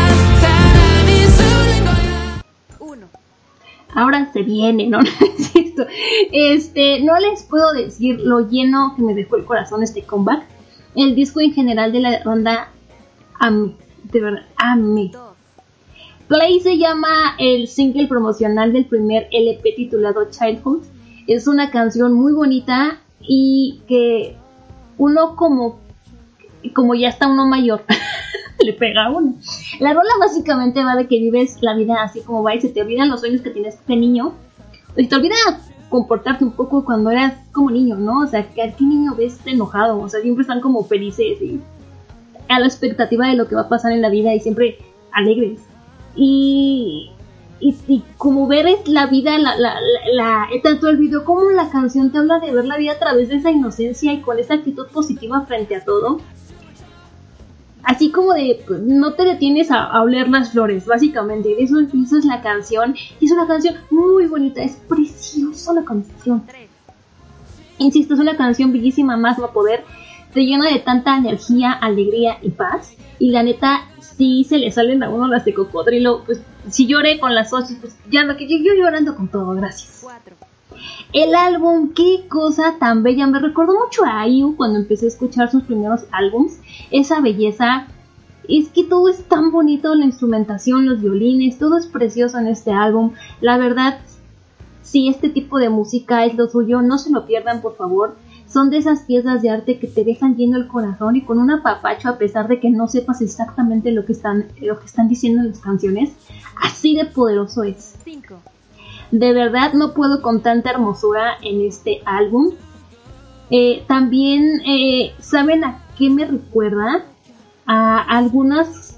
Ahora se viene, ¿no? Sí, cierto. No les puedo decir lo lleno que me dejó el corazón este comeback. El disco en general de la banda, amé, de verdad, amé. Play se llama el single promocional del primer LP titulado Childhood. Es una canción muy bonita y que uno como ya está uno mayor le pega a uno. La rola básicamente va de que vives la vida así como va y se te olvidan los sueños que tienes de niño y te olvidas comportarte un poco cuando eras como niño, ¿no? O sea, que a qué niño ves enojado, o sea, siempre están como felices y a la expectativa de lo que va a pasar en la vida y siempre alegres. Y como ver la vida, tanto el video como la canción te habla de ver la vida a través de esa inocencia y con esa actitud positiva frente a todo. Así como de, pues, no te detienes a oler las flores, básicamente. Eso es la canción. Y es una canción muy bonita, es preciosa la canción. Insisto, es una canción bellísima, más no poder. Te llena de tanta energía, alegría y paz. Y la neta, sí se le salen a uno las de cocodrilo. Pues si lloré con las 8, pues ya no, que yo llorando con todo, gracias. El álbum, qué cosa tan bella. Me recordó mucho a IU cuando empecé a escuchar sus primeros álbums. Esa belleza, es que todo es tan bonito, la instrumentación, los violines, todo es precioso en este álbum. La verdad, si este tipo de música es lo suyo, no se lo pierdan, por favor. Son de esas piezas de arte que te dejan lleno el corazón y con un apapacho a pesar de que no sepas exactamente lo que están diciendo en las canciones. Así de poderoso es. 5. De verdad no puedo con tanta hermosura en este álbum. También, ¿saben a qué me recuerda? A algunas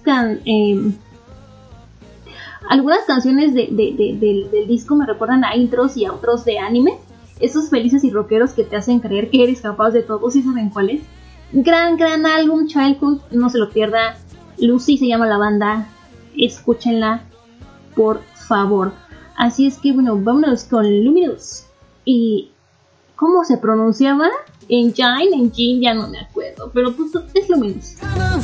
canciones del disco me recuerdan a intros y a otros de anime. Esos felices y rockeros que te hacen creer que eres capaz de todo, ¿sí saben cuáles? Gran álbum, Childhood, no se lo pierda. Lucy se llama la banda, escúchenla, por favor. Así es que bueno, vámonos con Luminous. ¿Y cómo se pronunciaba? Engine, ya no me acuerdo, pero pues es Luminous.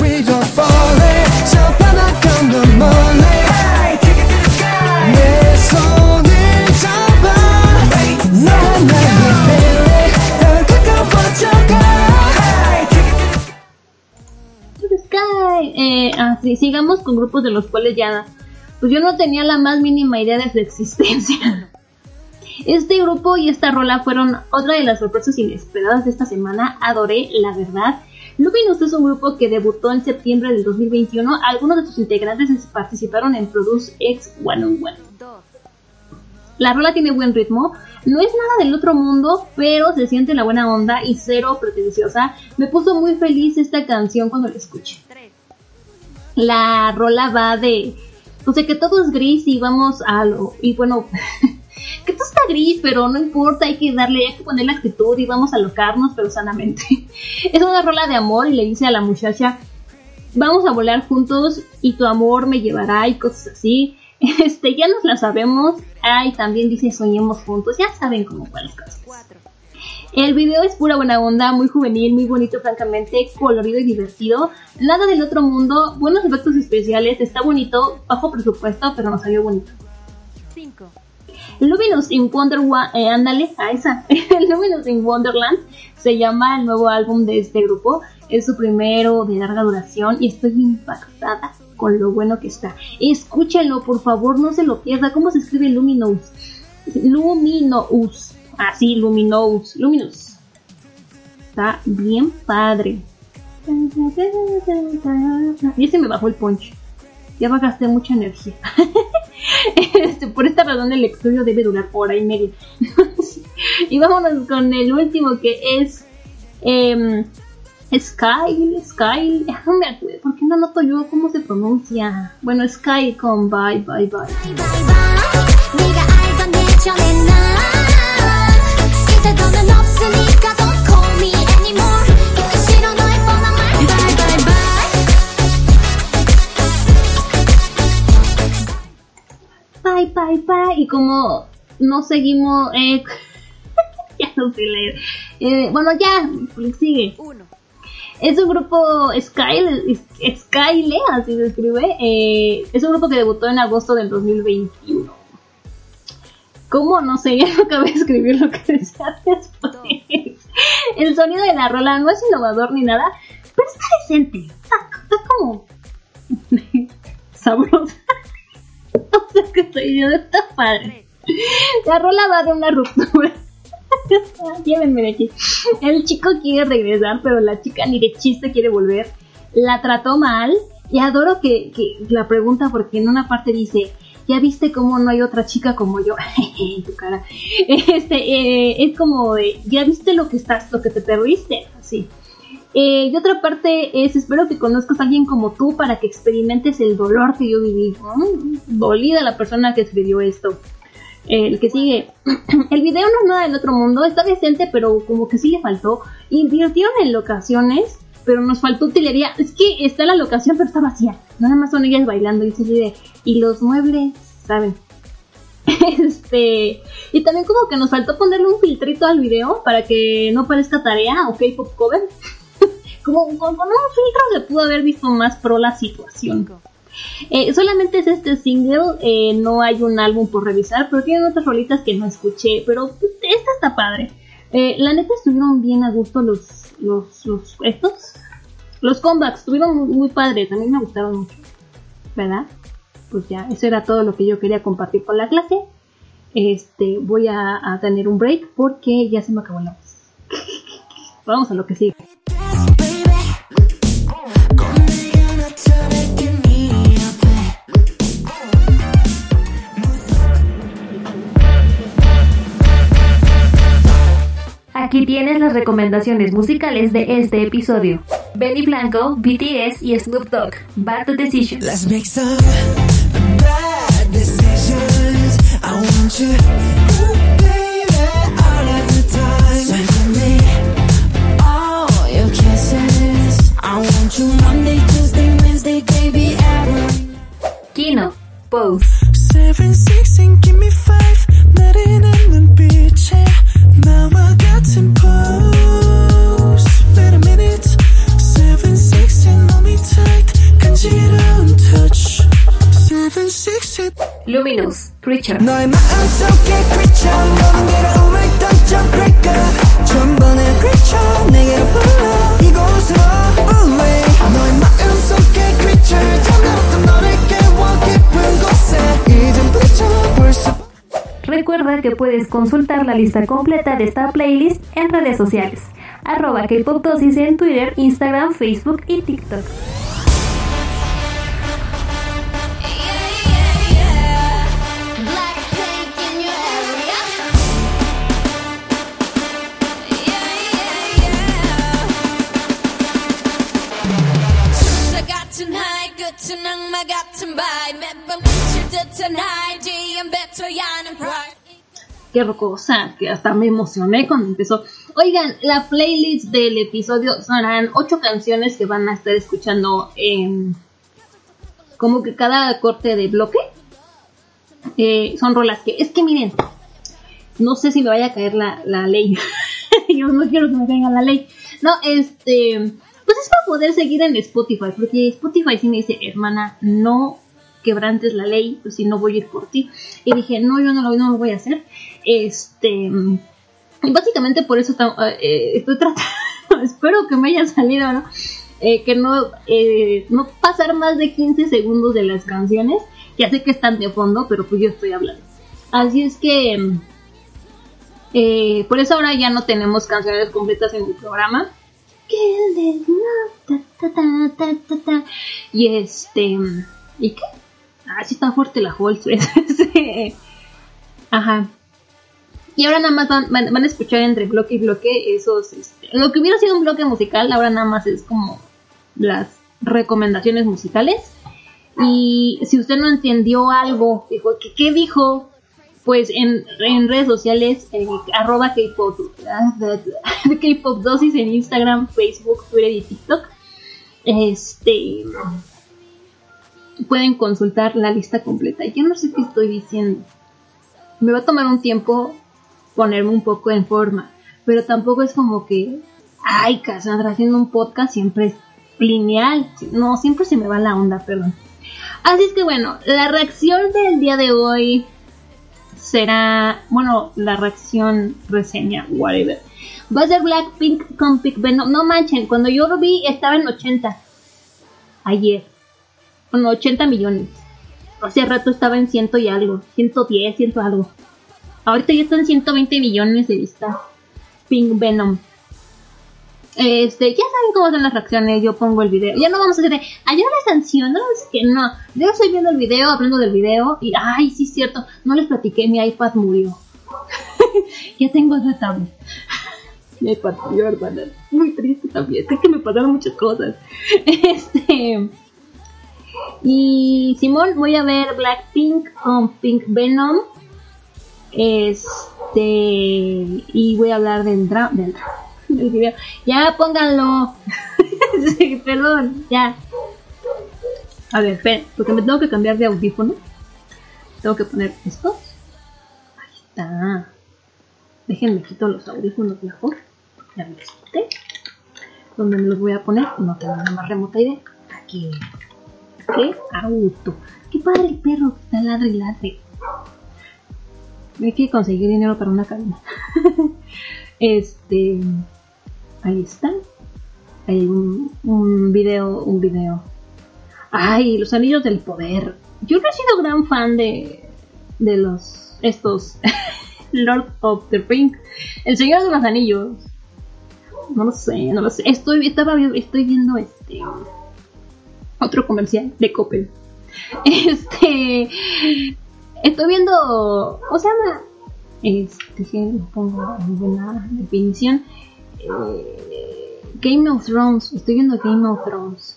Así, sigamos con grupos de los cuales ya pues yo no tenía la más mínima idea de su existencia. Este grupo y esta rola fueron otra de las sorpresas inesperadas de esta semana. Adoré, la verdad. Luminous es un grupo que debutó en septiembre del 2021. Algunos de sus integrantes participaron en Produce X 101. La rola tiene buen ritmo, no es nada del otro mundo, pero se siente la buena onda y cero pretenciosa. Me puso muy feliz esta canción cuando la escuché. La rola va de, pues de que todo es gris y vamos a lo, y bueno, que todo está gris, pero no importa, hay que poner la actitud y vamos a alocarnos, pero sanamente. Es una rola de amor y le dice a la muchacha, vamos a volar juntos y tu amor me llevará y cosas así. Ya nos la sabemos. Ay, también dice soñemos juntos. Ya saben cómo cuáles cosas. El video es pura buena onda, muy juvenil, muy bonito, francamente, colorido y divertido. Nada del otro mundo, buenos efectos especiales, está bonito, bajo presupuesto, pero nos salió bonito. 5. Luminous in Wonderland, ándale, a esa. Luminous in Wonderland se llama el nuevo álbum de este grupo. Es su primero de larga duración y estoy impactada con lo bueno que está. Escúchenlo, por favor, no se lo pierda. ¿Cómo se escribe Luminous? Luminous. Así, Luminous. Está bien padre. Y se me bajó el punch. Ya gasté mucha energía. Por esta razón el estudio debe durar hora y media. Y vámonos con el último, que es Sky, no me acuerdo, ¿por qué no noto yo cómo se pronuncia? Bueno, Sky con Bye. Bye. Y como no seguimos, ya no sé leer. Bueno, ya, sigue. 1. Es un grupo Skyle, así se escribe. Es un grupo que debutó en agosto del 2021. ¿Cómo? No sé, ya no acabé de escribir lo que decía después. El sonido de la rola no es innovador ni nada, pero está decente. Está como sabrosa. O sea, que estoy diciendo, está padre. La rola va de una ruptura. Llévenme de aquí. El chico quiere regresar, pero la chica ni de chiste quiere volver. La trató mal. Y adoro que la pregunta, porque en una parte dice: ¿ya viste cómo no hay otra chica como yo? En tu cara. Es como de: ¿ya viste lo que te perdiste? Así. Y otra parte es: espero que conozcas a alguien como tú para que experimentes el dolor que yo viví. Dolida la persona que escribió esto. El que sigue. El video no es nada del otro mundo. Está decente, pero como que sí le faltó. Invirtieron en locaciones, pero nos faltó utilería. Es que está la locación, pero está vacía. Nada más son ellas bailando. Y los muebles, ¿saben? Y también como que nos faltó ponerle un filtrito al video para que no parezca tarea o K-pop cover. Como con un filtro se pudo haber visto más pro la situación. Solamente es este single, no hay un álbum por revisar, pero tienen otras rolitas que no escuché, pero esta está padre. La neta estuvieron bien a gusto los comebacks, estuvieron muy, muy padres, a mí me gustaron mucho, ¿verdad? Pues ya, eso era todo lo que yo quería compartir con la clase. Voy a tener un break porque ya se me acabó la voz. Vamos a lo que sigue. Aquí tienes las recomendaciones musicales de este episodio. Benny Blanco, BTS y Snoop Dogg, Bad Decisions. Let's make some bad decisions. I want you, ooh, baby, all of the time. Send me all your kisses. I want you Monday, Tuesday, Wednesday, baby, every. Kino, Pose. 7, 6 and give me 5. 나를 않는 빛에 나와 같은 pose. Wait a minute. 7, 6 and hold me tight. 간지러운 touch. 7, 6 and Luminous, Creature. 너의 마음속에 creature. 모든 게 오늘 던져 breaker. 전번의 creature. 내게로 불러 이곳으로 away. 너의 마음속에 creature. 잠깐만 너를 깨워 깊은 곳에 이젠 bleacher 벌써. Recuerda que puedes consultar la lista completa de esta playlist en redes sociales. @Kpopdosis en Twitter, Instagram, Facebook y TikTok. Qué rocosa, que hasta me emocioné cuando empezó. Oigan, la playlist del episodio serán 8 canciones que van a estar escuchando como que cada corte de bloque. Son rolas que, es que miren, no sé si me vaya a caer la ley. Yo no quiero que me caiga la ley. No, pues es para poder seguir en Spotify, porque Spotify sí me dice: hermana, no quebrantes la ley, pues si no voy a ir por ti. Y dije: no, yo no lo voy a hacer. Y básicamente por eso estoy tratando, espero que me haya salido, ¿no? Que no pasar más de 15 segundos de las canciones. Ya sé que están de fondo, pero pues yo estoy hablando. Así es que por eso ahora ya no tenemos canciones completas en el programa. Y ¿y qué? Ah, sí está fuerte la Holz. Ajá. Y ahora nada más van a escuchar entre bloque y bloque esos, lo que hubiera sido un bloque musical, ahora nada más es como las recomendaciones musicales. Y si usted no entendió algo, dijo, ¿qué dijo? Pues en redes sociales, @Kpopdosis en Instagram, Facebook, Twitter y TikTok, pueden consultar la lista completa. Yo no sé qué estoy diciendo. Me va a tomar un tiempo ponerme un poco en forma, pero tampoco es como que, ay, Cassandra, haciendo un podcast siempre es lineal. No, siempre se me va la onda, perdón. Así es que bueno, la reacción del día de hoy será, bueno, la reseña, whatever. Va a ser Blackpink con Pink Venom. No manchen, cuando yo lo vi estaba en 80. Ayer. Bueno, 80 millones. Hace rato estaba en 100 y algo. 110, 100 algo. Ahorita ya están 120 millones de vistas. Pink Venom. Ya saben cómo son las reacciones. Yo pongo el video. Ya no vamos a hacer de ayer la sanción. No, es que no. Yo estoy viendo el video, hablando del video. Y ay, sí es cierto. No les platiqué. Mi iPad murió. Ya tengo esa tablet. Mi iPad murió, hermana. Muy triste también. Es que me pasaron muchas cosas. Y Simón, voy a ver Blackpink con Pink Venom. Y voy a hablar del video. Ya, pónganlo. Sí, perdón, ya. A ver, espera, porque me tengo que cambiar de audífono. Tengo que poner estos. Ahí está. Déjenme quito los audífonos mejor. Ya me los quité. ¿Dónde me los voy a poner? No tengo la más remota idea. Aquí. ¿Qué? Auto. Qué padre el perro que está ladre y ladre. Hay que conseguir dinero para una cabina. Ahí está. Hay un video. Ay, los anillos del poder. Yo no he sido gran fan de estos Lord of the Rings. El Señor de los Anillos. No lo sé. Estoy viendo otro comercial de Coppel. Estoy viendo, ¿cómo se llama? Lo pongo en buena definición. Game of Thrones. Estoy viendo Game of Thrones.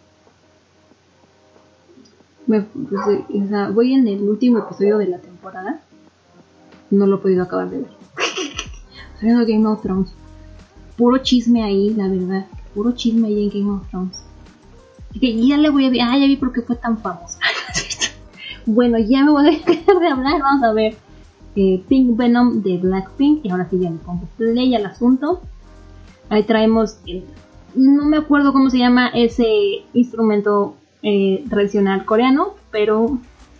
Voy en el último episodio de la temporada. No lo he podido acabar de ver. Estoy viendo Game of Thrones. Puro chisme ahí, la verdad. Puro chisme ahí en Game of Thrones. Que ya le voy a ver. Ya vi por qué fue tan famosa. Bueno, ya me voy a dejar de hablar. Vamos a ver Pink Venom de Blackpink. Y ahora sí ya le pongo play al asunto. Ahí traemos no me acuerdo cómo se llama ese instrumento tradicional coreano, pero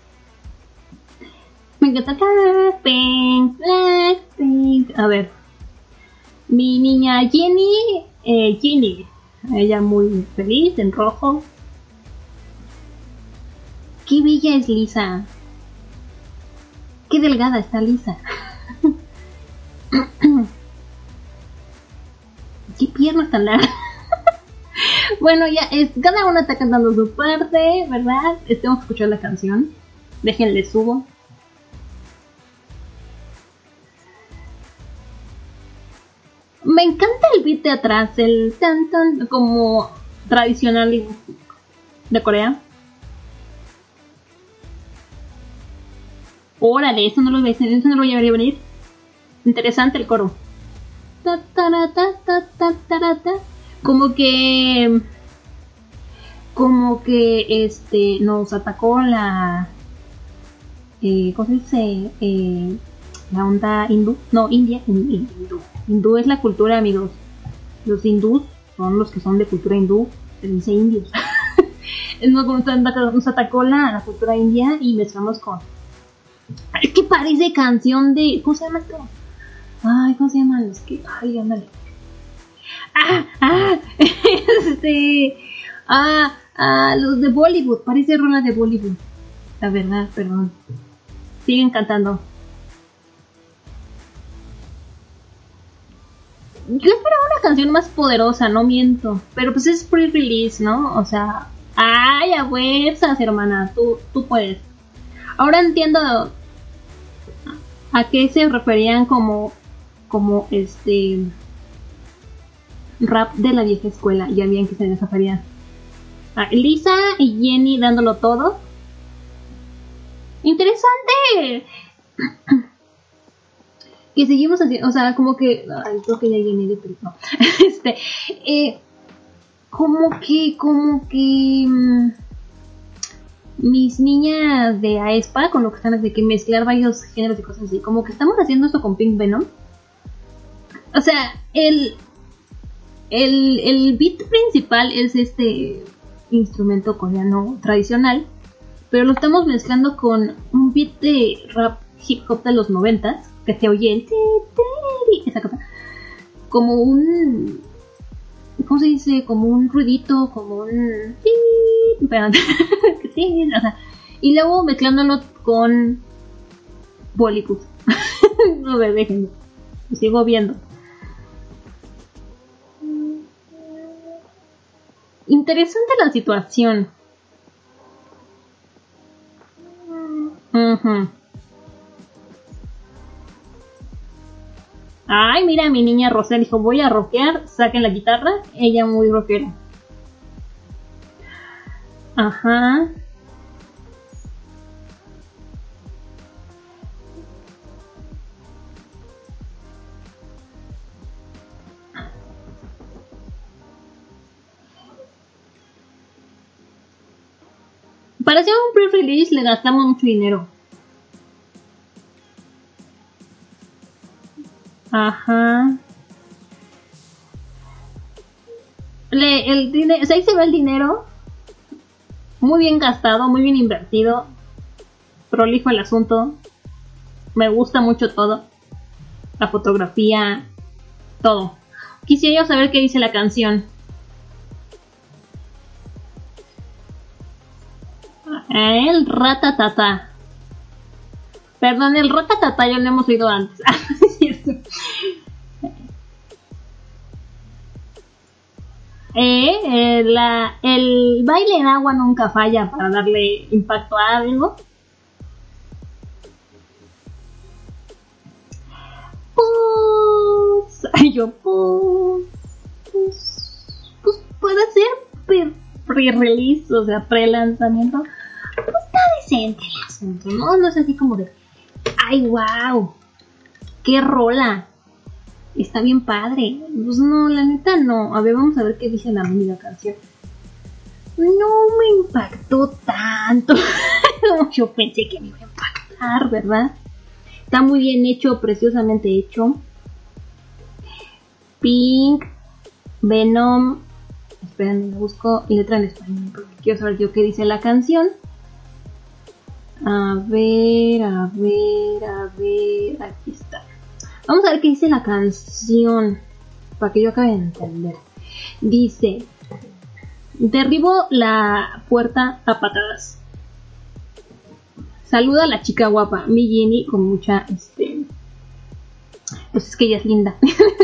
me encanta Blackpink. A ver, mi niña Jenny, ella muy feliz en rojo. Qué bella es Lisa. Qué delgada está Lisa. Qué piernas tan largas. Bueno, ya cada una está cantando su parte, ¿verdad? Tengo que escuchar la canción. Déjenle subo. Me encanta el beat de atrás, el tan tan como tradicional de Corea. Órale, eso no lo voy a venir. Interesante el coro. Como que nos atacó la ¿cómo se dice? La onda hindú. No, India. Hindú es la cultura, amigos. Los hindús son los que son de cultura hindú. Se dice indios. Nos atacó la cultura india y mezclamos con... Es que parece canción de... ¿Cómo se llama esto? Ay, ¿cómo se llaman los que...? Ay, ándale. Los de Bollywood. Parece rola de Bollywood. La verdad, perdón. Siguen cantando. Yo esperaba una canción más poderosa, no miento. Pero pues es pre-release, ¿no? O sea... ¡Ay, a fuerzas, hermana! Tú puedes. Ahora entiendo a qué se referían como rap de la vieja escuela. Ya bien que se referían. Lisa y Jenny dándolo todo. ¡Interesante! Que seguimos haciendo, o sea, como que... Ay, creo que ya Jenny de no. Como que mis niñas de aespa con lo que están de que mezclar varios géneros y cosas así, como que estamos haciendo esto con Pink Venom. O sea, el beat principal es este instrumento coreano tradicional, pero lo estamos mezclando con un beat de rap hip hop de los 90s, que se oye el esa cosa, como un, ¿cómo se dice? Como un ruidito, como un espérate, o sea, y luego mezclándolo con Bollywood. No me dejen, lo sigo viendo. Interesante la situación. Ay, mira, mi niña Rosel dijo, voy a rockear, saquen la guitarra. Ella muy rockera. Ajá. Para hacer un pre-release le gastamos mucho dinero. Ajá. El dinero, o sea, ahí se ve el dinero. Muy bien gastado, muy bien invertido. Prolijo el asunto. Me gusta mucho todo. La fotografía, todo. Quisiera yo saber qué dice la canción. El ratatata. Perdón, el ratatata ya lo hemos oído antes. El baile en agua nunca falla para darle impacto a algo. Pues puede ser pre-release, o sea, pre-lanzamiento. Pues está decente el asunto, ¿no? No es así como de, ay, wow, qué rola, está bien padre. Pues no, la neta no. A ver, vamos a ver qué dice la media canción. No me impactó tanto como yo pensé que me iba a impactar, ¿verdad? Está muy bien hecho, preciosamente hecho. Pink, Venom. Esperen, me busco letra en español porque quiero saber yo qué dice la canción. A ver, aquí está. Vamos a ver qué dice la canción para que yo acabe de entender. Dice: derribo la puerta a patadas. Saluda a la chica guapa, mi Jenny, con mucha, pues es que ella es linda.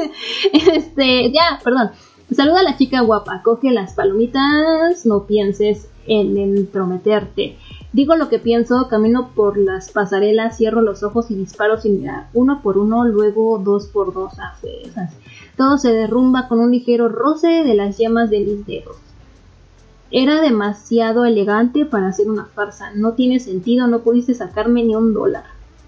Perdón. Saluda a la chica guapa, coge las palomitas, no pienses en entrometerte. Digo lo que pienso, camino por las pasarelas, cierro los ojos y disparo sin mirar. 1 por 1, luego 2 por 2 a fuerzas. Todo se derrumba con un ligero roce de las yemas de mis dedos. Era demasiado elegante para hacer una farsa. No tiene sentido, no pudiste sacarme ni $1.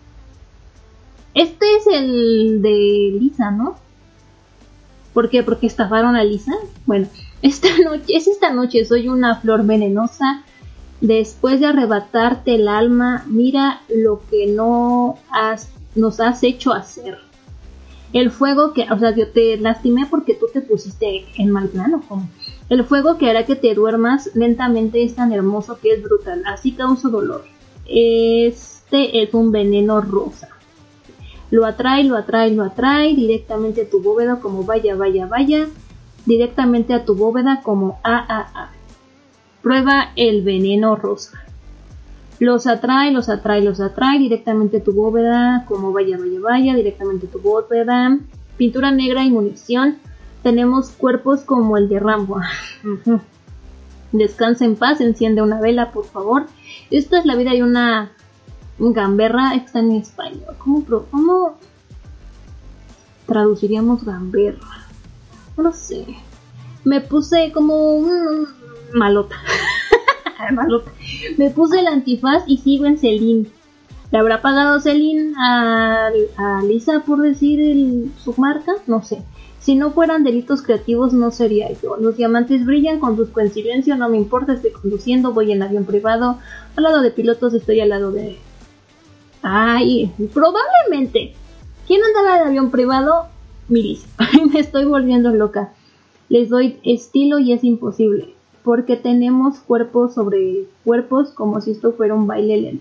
Este es el de Lisa, ¿no? ¿Por qué? ¿Porque estafaron a Lisa? Bueno, esta noche soy una flor venenosa. Después de arrebatarte el alma, mira lo que nos has hecho hacer. El fuego que, o sea, yo te lastimé porque tú te pusiste en mal plano, como. El fuego que hará que te duermas lentamente es tan hermoso que es brutal, así causa dolor. Este es un veneno rosa. Lo atrae directamente a tu bóveda como vaya, directamente a tu bóveda como Prueba el veneno rosa. Los atrae directamente a tu bóveda como vaya, directamente a tu bóveda. Pintura negra y munición. Tenemos cuerpos como el de Rambo. Descansa en paz, enciende una vela, por favor. Esta es la vida de una gamberra, está en español. ¿Cómo traduciríamos gamberra? No sé. Me puse como un malota. Malota. Me puse el antifaz y sigo en Celine. ¿Le habrá pagado Celine a Lisa por decir su marca? No sé. Si no fueran delitos creativos no sería yo. Los diamantes brillan, conduzco en silencio, no me importa, estoy conduciendo, voy en avión privado. Al lado de pilotos estoy al lado de... Ay, probablemente. ¿Quién andaba de avión privado? Milis. Me estoy volviendo loca. Les doy estilo y es imposible. Porque tenemos cuerpos sobre cuerpos como si esto fuera un baile lento.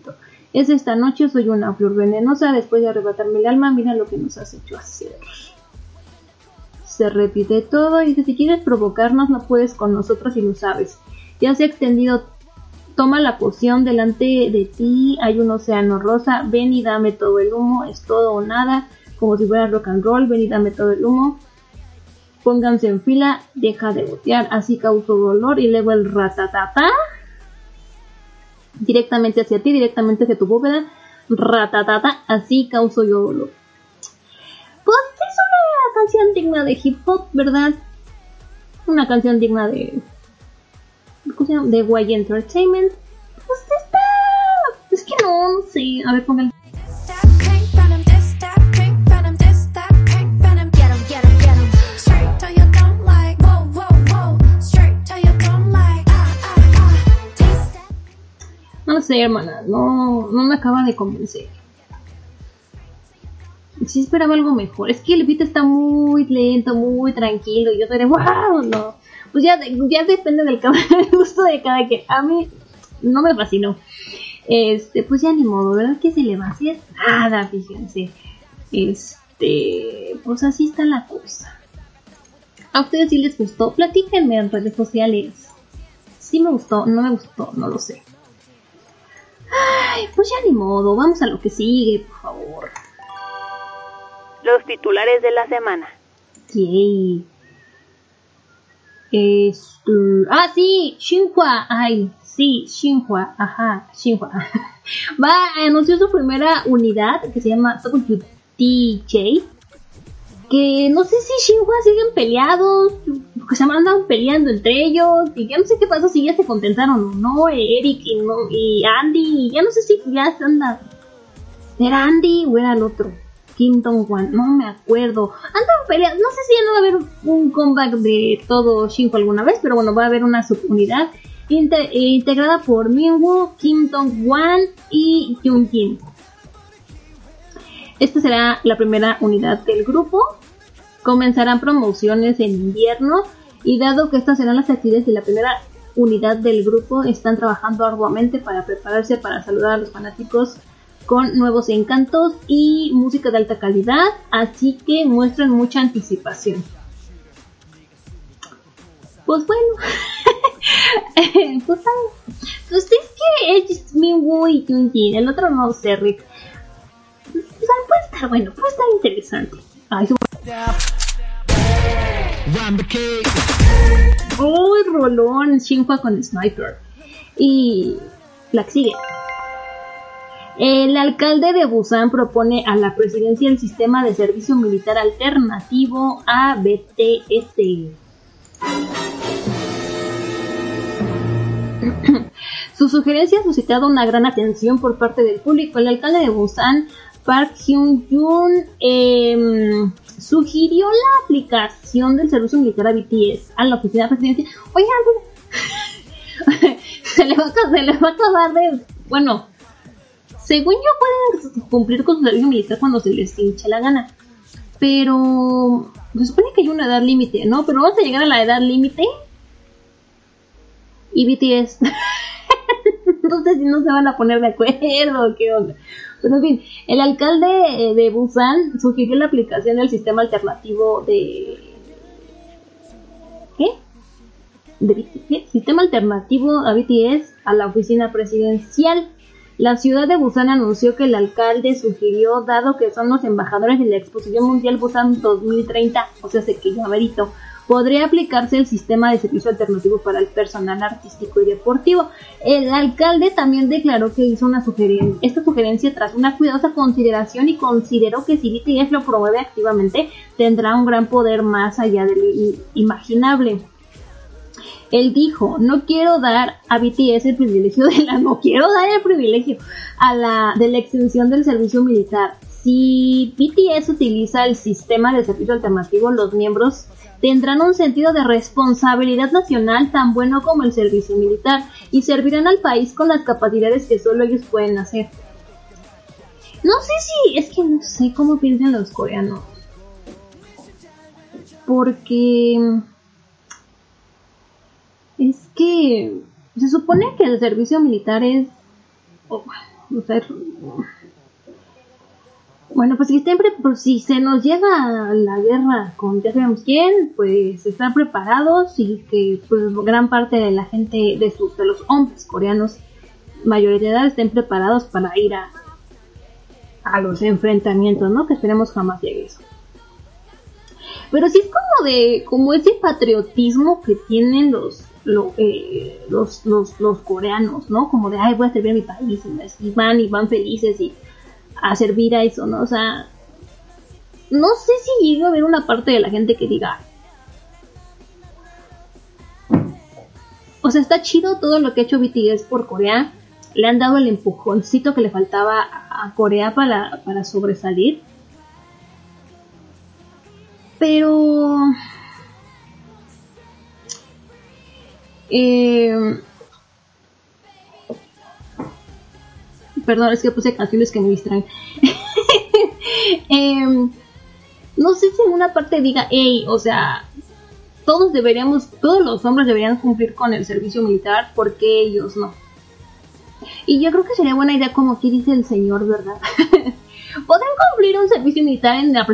Es esta noche, soy una flor venenosa, después de arrebatarme el alma, mira lo que nos has hecho hacer. Se repite todo y dice, si quieres provocarnos no puedes con nosotros y lo sabes. Ya se ha extendido, toma la poción, delante de ti hay un océano rosa, ven y dame todo el humo, es todo o nada, como si fuera rock and roll, ven y dame todo el humo. Pónganse en fila, deja de botear, así causó dolor y luego el ratatata. Directamente hacia ti, directamente hacia tu bóveda, ratatata, así causó yo dolor. Pues es una canción digna de hip hop, ¿verdad? Una canción digna de... ¿cómo se llama? De Guay Entertainment. Pues está... es que no sé. A ver, póngale. No sé, hermana, no me acaba de convencer. Sí esperaba algo mejor. Es que el beat está muy lento, muy tranquilo. Y yo soy de wow, no. Pues ya depende del gusto de cada quien. A mí no me fascinó. Pues ya ni modo, ¿verdad? Que se le va a hacer nada, fíjense. Pues así está la cosa. ¿A ustedes sí les gustó? Platíquenme en redes sociales. Sí me gustó, no me gustó, no lo sé. Ay, pues ya ni modo, vamos a lo que sigue, por favor. Los titulares de la semana. Yay. Sí, Xinhua. Ay, sí, Xinhua. Ajá, Xinhua. Anunció su primera unidad que se llama WTJ. Que no sé si Xinhua siguen peleados, porque se andan peleando entre ellos, y ya no sé qué pasó, si ya se contentaron o no, Eric y Andy, y ya no sé si ya se andan. ¿Era Andy o era el otro? Kim Dong-wan, no me acuerdo. Andan peleando, no sé si ya no va a haber un comeback de todo Xinhua alguna vez, pero bueno, va a haber una subunidad integrada por Minwoo, Kim Dong-wan y Yoonjin. Esta será la primera unidad del grupo. Comenzarán promociones en invierno y dado que estas serán las actividades de la primera unidad del grupo, están trabajando arduamente para prepararse para saludar a los fanáticos con nuevos encantos y música de alta calidad, así que muestren mucha anticipación. Pues bueno, pues es que es Minwoo y Yoonjin, el otro no sé, Rick. O sea, puede estar bueno, puede estar interesante. Ay, rolón, Xinhua con Sniper. Y la que sigue. El alcalde de Busan propone a la presidencia el sistema de servicio militar alternativo a BTS. Su sugerencia ha suscitado una gran atención por parte del público. El alcalde de Busan, Park Hyung-jun, sugirió la aplicación del servicio militar a BTS a la oficina presidencial. Oigan, se le va a acabar de... Bueno, según yo pueden cumplir con su servicio militar cuando se les hinche la gana. Pero se supone que hay una edad límite, ¿no? Pero vamos a llegar a la edad límite y BTS... no sé si no se van a poner de acuerdo o qué onda. Pero en fin, el alcalde de Busan sugirió la aplicación del sistema alternativo sistema alternativo a BTS a la oficina presidencial. La ciudad de Busan anunció que el alcalde sugirió, dado que son los embajadores de la Exposición Mundial Busan 2030, o sea, que ya merito, podría aplicarse el sistema de servicio alternativo para el personal artístico y deportivo. El alcalde también declaró que hizo esta sugerencia tras una cuidadosa consideración y consideró que si BTS lo promueve activamente, tendrá un gran poder más allá del imaginable. Él dijo, no quiero dar a BTS el privilegio de la extensión del servicio militar. Si BTS utiliza el sistema de servicio alternativo, los miembros tendrán un sentido de responsabilidad nacional tan bueno como el servicio militar y servirán al país con las capacidades que solo ellos pueden hacer. No sé cómo piensan los coreanos, porque es que se supone que el servicio militar es O sea, bueno, pues si se nos llega la guerra con ya sabemos quién, pues estar preparados y que pues gran parte de la gente de los hombres coreanos mayoría de edad estén preparados para ir a los enfrentamientos, ¿no? Que esperemos jamás llegue eso. Pero sí es como ese patriotismo que tienen los coreanos, ¿no? Como de, ay, voy a servir a mi país, y van felices y a servir a eso, ¿no? O sea, no sé si llega a haber una parte de la gente que diga, o sea, está chido todo lo que ha hecho BTS por Corea, le han dado el empujoncito que le faltaba a Corea para sobresalir, pero perdón, es que puse canciones que me distraen. No sé si en una parte diga, hey, o sea, todos los hombres deberían cumplir con el servicio militar, porque ellos no. Y yo creo que sería buena idea, como aquí dice el señor, ¿verdad? Podrían cumplir un servicio militar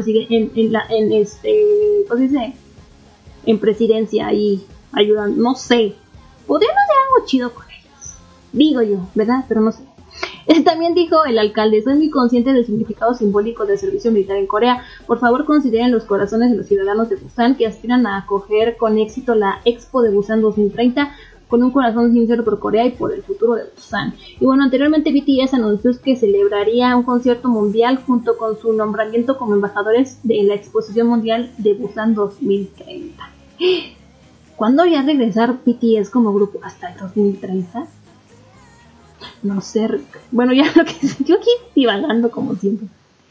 en presidencia y ayudan, no sé. Podrían hacer algo chido con ellos, digo yo, ¿verdad? Pero no sé. También dijo el alcalde, soy muy consciente del significado simbólico del servicio militar en Corea. Por favor, consideren los corazones de los ciudadanos de Busan que aspiran a acoger con éxito la Expo de Busan 2030 con un corazón sincero por Corea y por el futuro de Busan. Y bueno, anteriormente BTS anunció que celebraría un concierto mundial junto con su nombramiento como embajadores de la Exposición Mundial de Busan 2030. ¿Cuándo ya regresar BTS como grupo? ¿Hasta el 2030? No sé, bueno, ya lo que yo aquí divagando como siempre.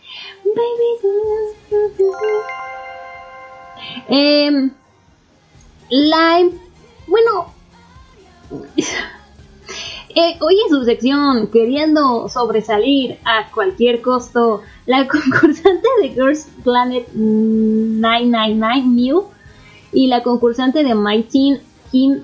Bueno, hoy en su sección, queriendo sobresalir a cualquier costo, la concursante de Girls Planet 999, Mew, y la concursante de My Teen, Kim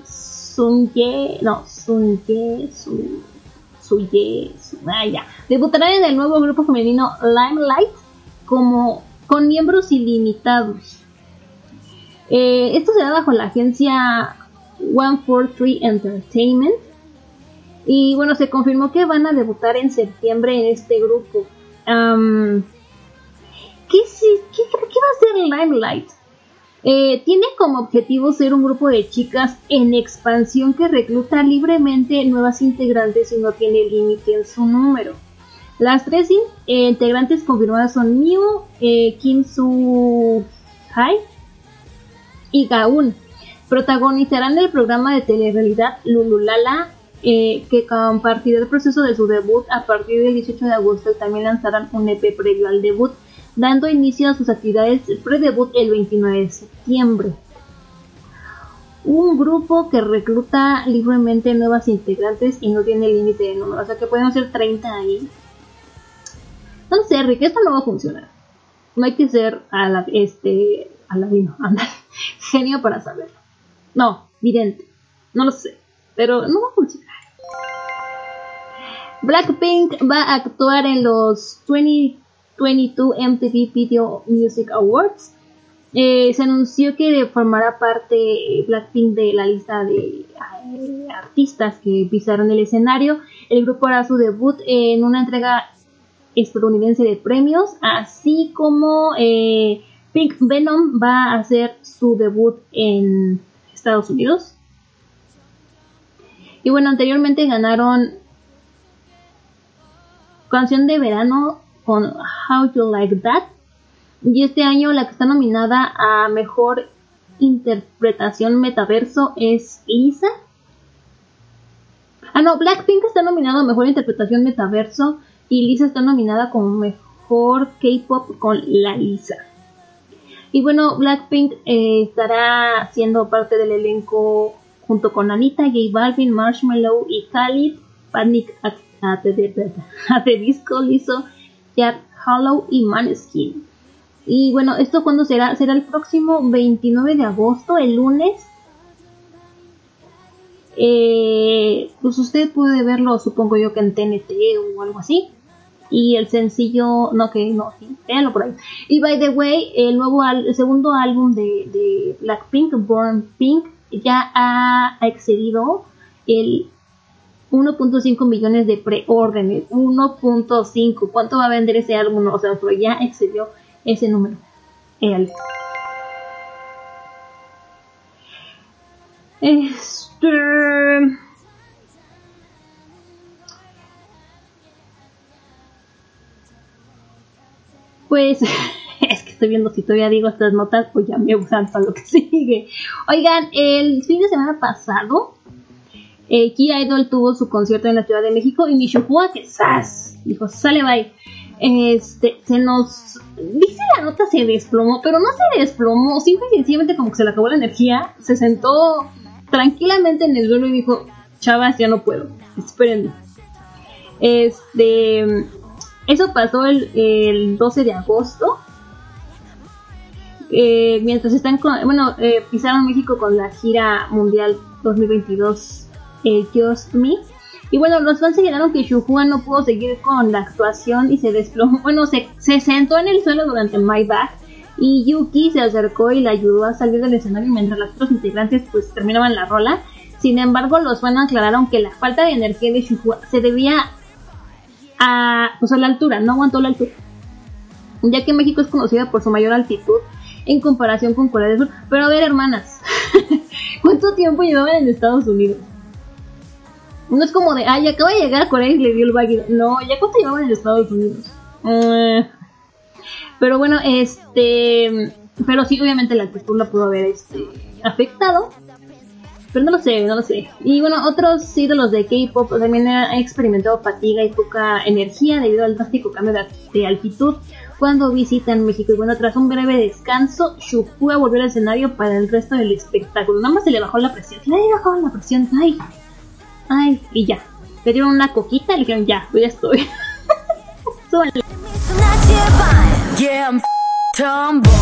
debutarán en el nuevo grupo femenino Limelight con miembros ilimitados. Esto se da bajo la agencia 143 Entertainment. Y bueno, se confirmó que van a debutar en septiembre en este grupo. ¿Qué va a ser Limelight? Tiene como objetivo ser un grupo de chicas en expansión que recluta libremente nuevas integrantes y no tiene límite en su número. Las tres integrantes confirmadas son Mew, Kim Soo-hae y Gaun. Protagonizarán el programa de telerrealidad Lululala, que compartirá el proceso de su debut a partir del 18 de agosto y también lanzarán un EP previo al debut, dando inicio a sus actividades pre-debut el 29 de septiembre. Un grupo que recluta libremente nuevas integrantes y no tiene límite de número, o sea que pueden ser 30 ahí. No sé, Rick, esto no va a funcionar. No hay que ser aladino, genio para saberlo. No, vidente, no lo sé, pero no va a funcionar. Blackpink va a actuar en los 2022 MTV Video Music Awards. Se anunció que formará parte Blackpink de la lista de artistas que pisaron el escenario. El grupo hará su debut en una entrega estadounidense de premios, así como Pink Venom va a hacer su debut en Estados Unidos. Y bueno, anteriormente ganaron canción de verano con How You Like That, y este año la que está nominada a mejor interpretación metaverso es Lisa. Blackpink está nominado a mejor interpretación metaverso y Lisa está nominada como mejor K-pop con la Lisa. Y bueno, Blackpink estará siendo parte del elenco junto con Anita, J Balvin, Marshmello y Khalid, Panic at the Disco, Lizzo, Jack Harlow y Maneskin. Y bueno, ¿esto cuándo será? Será el próximo 29 de agosto, el lunes. Pues usted puede verlo, supongo yo que en TNT o algo así. Y el sencillo, sí, véanlo por ahí. Y by the way, el segundo álbum de Blackpink, Born Pink, ya ha excedido el 1.5 millones de preórdenes. 1.5. ¿Cuánto va a vender ese álbum? O sea, pero ya excedió ese número. Pues es que estoy viendo si todavía digo estas notas o ya me salto a lo que sigue. Oigan, el fin de semana pasado K-Idol tuvo su concierto en la Ciudad de México y Nishuhua que dijo, sale bye. Se nos dice la nota se desplomó, pero no se desplomó, simple y sencillamente como que se le acabó la energía, se sentó tranquilamente en el suelo y dijo, chavas, ya no puedo, espérenme. Eso pasó el 12 de agosto. Mientras pisaron México con la gira mundial 2022 Just Me. Y bueno, los fans se quedaron que Shuhua no pudo seguir con la actuación y se desplomó. Bueno, se sentó en el suelo durante My Back. Y Yuki se acercó y le ayudó a salir del escenario mientras los otros integrantes pues terminaban la rola. Sin embargo, los fans aclararon que la falta de energía de Shuhua se debía a la altura, no aguantó la altura, ya que México es conocida por su mayor altitud en comparación con Corea del Sur. Pero a ver, hermanas, ¿cuánto tiempo llevaban en Estados Unidos? No es como de, acaba de llegar a Corea y le dio el baile. No, ya cuánto llevaban en Estados Unidos. Pero bueno, pero sí, obviamente la altitud la pudo haber afectado. Pero no lo sé. Y bueno, otros ídolos de K-pop también han experimentado fatiga y poca energía debido al drástico cambio de altitud cuando visitan México. Y bueno, tras un breve descanso, Shuhua volvió al escenario para el resto del espectáculo. Nada más se le bajó la presión. Ay, y ya. Le dieron una coquita y le dijeron, ya estoy. Súbanle. Yeah, I'm tomboy.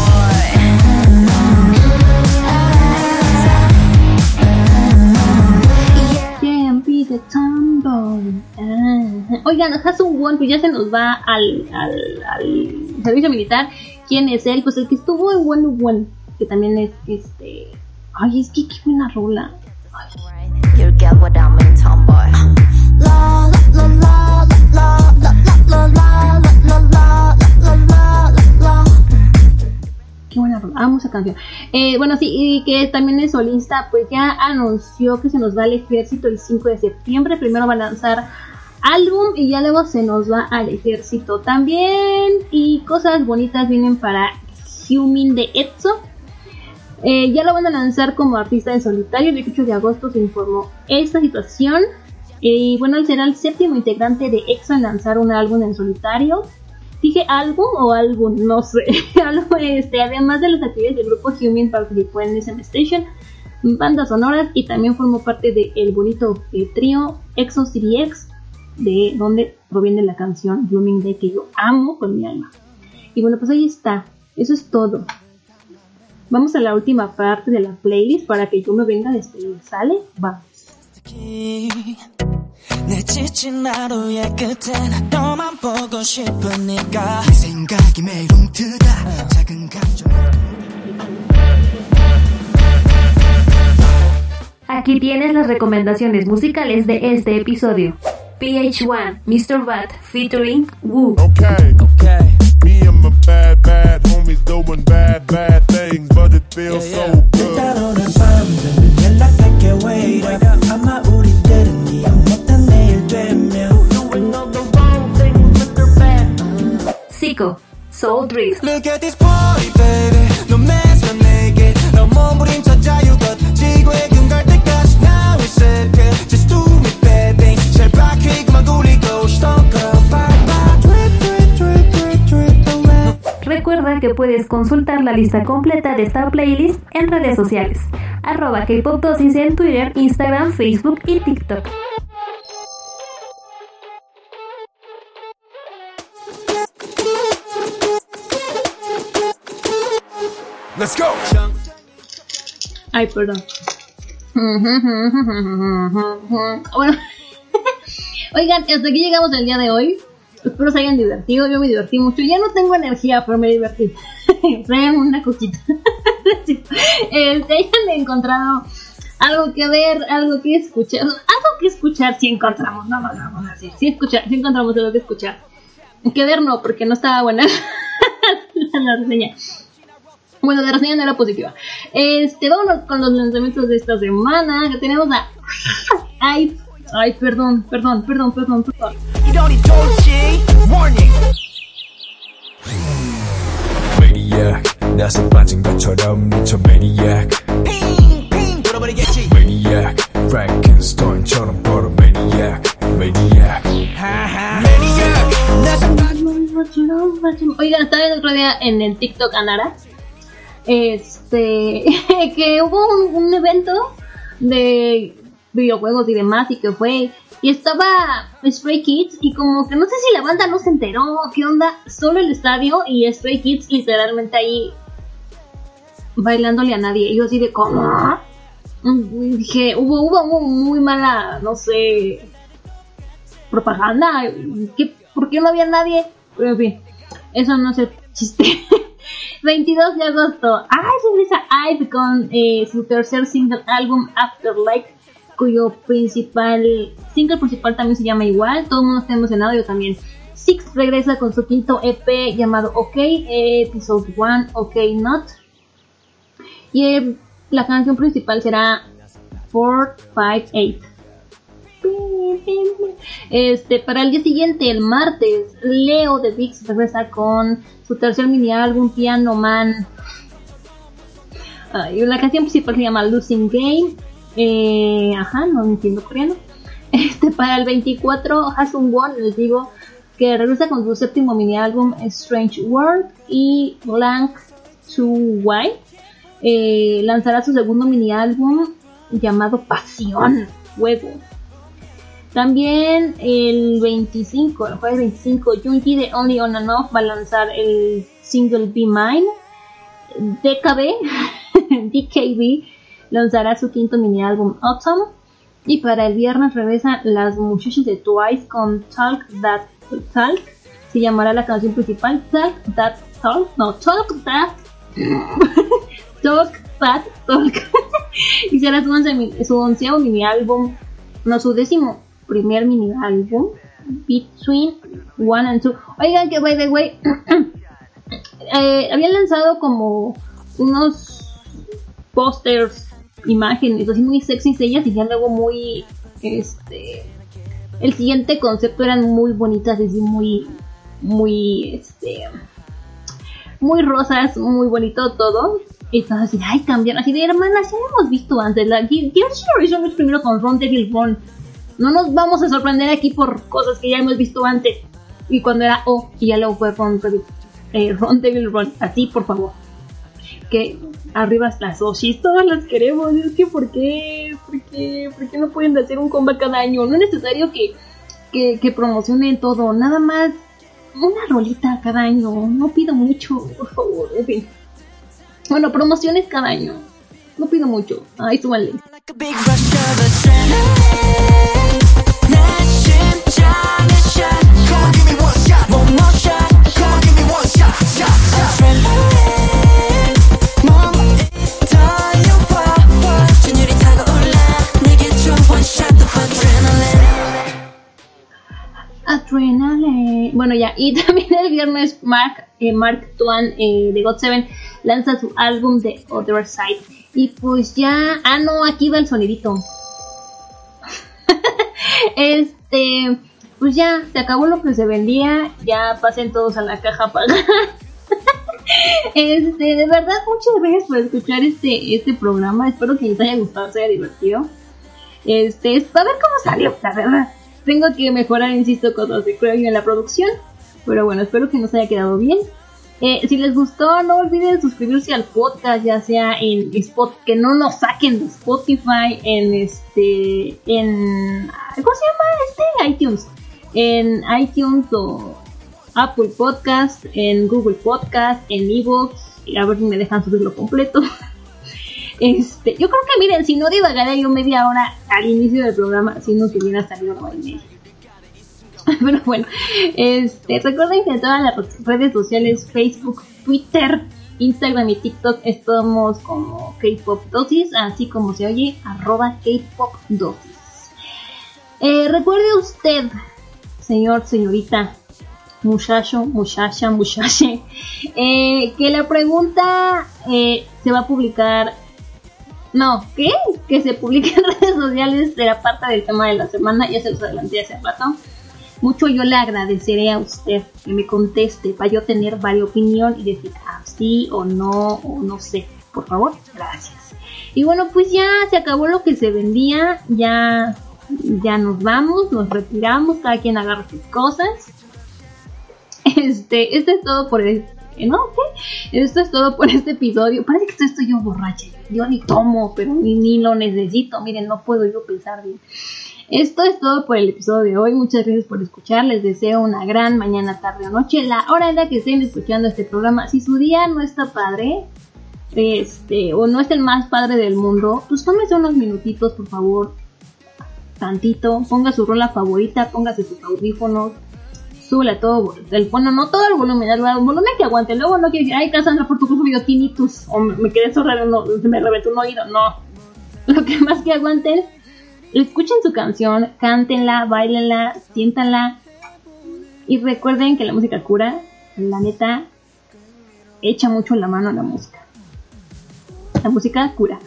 The tomboy. Oigan, Hasun Won pues ya se nos va al servicio militar. ¿Quién es él? Pues el que estuvo en One One, que también es Ay, es que qué buena rola. You get what I mean, tomboy. La la la la la la la la la la la. Qué buena rola, amo esa canción. Bueno, sí, y que también es solista, pues ya anunció que se nos va al ejército el 5 de septiembre. Primero va a lanzar álbum y ya luego se nos va al ejército también. Y cosas bonitas vienen para Hyumin de EXO. Ya lo van a lanzar como artista en solitario. El 18 de agosto se informó esta situación. Y bueno, él será el séptimo integrante de EXO en lanzar un álbum en solitario. Dije álbum o álbum, no sé. Además de las actividades del grupo, Hyumin participó en SM Station, bandas sonoras, y también formó parte del bonito trío EXO CDX, de donde proviene la canción Blooming Day, que yo amo con mi alma. Y bueno, pues ahí está. Eso es todo. Vamos a la última parte de la playlist para que yo me venga a despedir. ¿Sale? Vamos. 내 지친 하루의 끝엔 너만 보고 싶으니까 네 생각이 매일 움트다 작은 감정. Aquí tienes las recomendaciones musicales de este episodio. PH1, Mr. Bad, featuring Woo. Okay. Me and my bad homies doing bad things, but it feels so good. 때로는 밤새는 연락할게 wait up 아마 우리들은 이형 못한 내일 되면 Zico, Soul Drift. Look at this party baby 너 매서 내게 너 몸부림쳐 자유껏 지구의 균 갈 때까지 now it's it just do me baby 제발 quick 굴리고 스토커 bye drip away. Recuerda que puedes consultar la lista completa de esta playlist en redes sociales. @Kpopdosis en Twitter, Instagram, Facebook y TikTok. Let's go. Ay, perdón. Bueno, oigan, hasta aquí llegamos el día de hoy. Espero se hayan divertido, yo me divertí mucho. Ya no tengo energía, pero me divertí. Traigan una coquita. Hayan encontrado algo que ver, algo que escuchar si encontramos. No, vamos a decir, si encontramos algo que escuchar. Que ver no, porque no estaba buena la reseña. Bueno, la reseña no era positiva. Vámonos con los lanzamientos de esta semana. Que tenemos a Ay, perdón. Maniac, 나서 빠진 것처럼 미쳐 maniac. 핑핑 돌아버리겠지. Maniac, Frankenstein처럼 걸어 maniac. 하하 maniac. 나서 Oigan, estaba el otro día en el TikTok a Nara. Que hubo un evento de videojuegos y demás, y que fue, y estaba Stray Kids, y como que no sé si la banda no se enteró, qué onda, solo el estadio y Stray Kids literalmente ahí bailándole a nadie. Y yo así de ¿cómo? Dije, hubo muy mala, no sé, propaganda. ¿Por qué no había nadie? Pero en fin, eso no es el chiste. 22 de agosto, regresa IVE con su tercer single álbum Afterlife, cuyo single principal también se llama igual. Todo el mundo está emocionado, yo también. Six regresa con su quinto EP llamado OK, Episode 1, OK Not. Y la canción principal será 458. Para el día siguiente, el martes, Leo de Vix regresa con su tercer mini álbum Piano Man. La canción principal se llama Losing Game. No entiendo coreano. Para el 24, Hasun Won, les digo que regresa con su séptimo mini álbum Strange World. Y Blank 2Y lanzará su segundo mini álbum llamado Pasión, Fuego. También el jueves 25, Junji de Only On and Off va a lanzar el single Be Mine. DKB lanzará su quinto mini álbum Autumn. Y para el viernes regresan las muchachas de Twice con Talk That Talk. Se llamará la canción principal Talk That Talk. Y será su onceavo mini álbum, su décimo primer mini álbum, Between 1 and 2. Oigan, que by the way, habían lanzado como unos pósters, imágenes así muy sexy de ellas, y ya luego muy el siguiente concepto eran muy bonitas, así muy rosas, muy bonito todo. Y todas así, cambiaron, así de hermanas, ya lo hemos visto antes. La Girls' Generation es primero con Ron Devil Run. No nos vamos a sorprender aquí por cosas que ya hemos visto antes. Y cuando era y ya luego fue Ron Devil Run. Así, por favor. Que arriba las Oshis, todas las queremos. Es que ¿por qué no pueden hacer un comeback cada año? No es necesario que promocionen todo. Nada más una rolita cada año. No pido mucho, por favor. En fin. Bueno, promociones cada año. No pido mucho. Súbanle. Adrenaline. Bueno, ya. Y también el viernes Mark Twain de GOT7 lanza su álbum The Other Side. Y pues ya... aquí va el sonidito. Pues ya, se acabó lo que se vendía. Ya pasen todos a la caja a pagar. De verdad, muchas gracias por escuchar este programa. Espero que les haya gustado, se haya divertido. A ver cómo salió, la verdad. Tengo que mejorar, insisto, cosas de creo en la producción. Pero bueno, espero que nos haya quedado bien. Si les gustó, no olviden suscribirse al podcast, ya sea en Spotify, que no nos saquen de Spotify, ¿cómo se llama iTunes? En iTunes o Apple Podcast, en Google Podcast, en iVoox, a ver si me dejan subirlo completo. Yo creo que miren, si no divagaría yo media hora al inicio del programa, si nos hubiera salido una hora y media. Pero bueno, recuerden que en todas las redes sociales, Facebook, Twitter, Instagram y TikTok estamos como K-Pop Dosis, así como se oye, @K-Pop Dosis. Recuerde usted, señor, señorita, muchacho, muchacha, muchache, que la pregunta se va a publicar. No, ¿qué? Que se publique en redes sociales de la parte del tema de la semana, ya se los adelanté hace rato. Mucho yo le agradeceré a usted que me conteste para yo tener varias opiniones y decir sí o no sé. Por favor, gracias. Y bueno, pues ya se acabó lo que se vendía, ya nos vamos, nos retiramos, cada quien agarra sus cosas. Esto es todo por Esto es todo por este episodio. Parece que estoy yo borracha. Yo ni tomo, pero ni lo necesito. Miren, no puedo yo pensar bien. Esto es todo por el episodio de hoy. Muchas gracias por escuchar. Les deseo una gran mañana, tarde o noche, la hora en la que estén escuchando este programa. Si su día no está padre, o no es el más padre del mundo, pues tómese unos minutitos, por favor. Tantito. Ponga su rola favorita, póngase sus audífonos. Súbele a todo no todo el volumen, el volumen que aguante. Luego no quiero decir, ay, Cassandra, por tu culpa me dio tinnitus, o me quedé sorda, se me reventó un oído. No, lo que más que aguanten, escuchen su canción, cántenla, bailenla, siéntanla, y recuerden que la música cura. La neta, echa mucho la mano a la música. La música cura.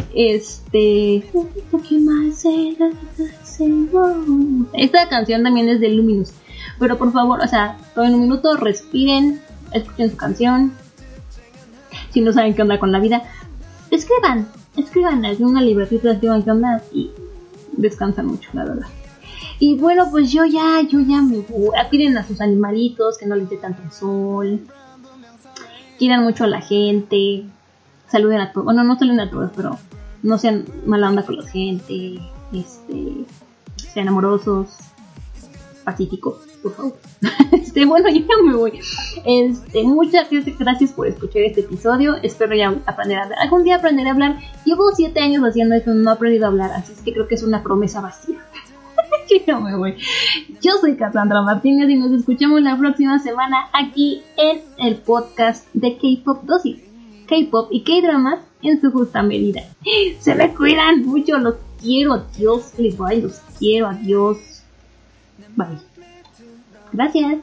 Esta canción también es de Luminous. Pero por favor, tomen un minuto, respiren, escuchen su canción. Si no saben qué onda con la vida, escriban una libretita, escriban qué onda y descansan mucho, la verdad. Y bueno, pues yo ya me voy. Cuiden a sus animalitos, que no les dé tanto el sol. Quieran mucho a la gente. Saluden a todos. Bueno, no saluden a todos, pero no sean mala onda con la gente. Sean amorosos, pacíficos, por favor. Bueno, yo ya me voy. Muchas gracias por escuchar este episodio. Espero ya aprender a hablar. Algún día aprenderé a hablar. Llevo 7 años haciendo esto, no he aprendido a hablar, así es que creo que es una promesa vacía. Yo ya me voy. Yo soy Cassandra Martínez y nos escuchamos la próxima semana aquí en el podcast de K-Pop Dosis. K-Pop y K-Dramas en su justa medida. Se me cuidan mucho, los quiero, adiós, bye, los quiero, adiós, bye. Gracias.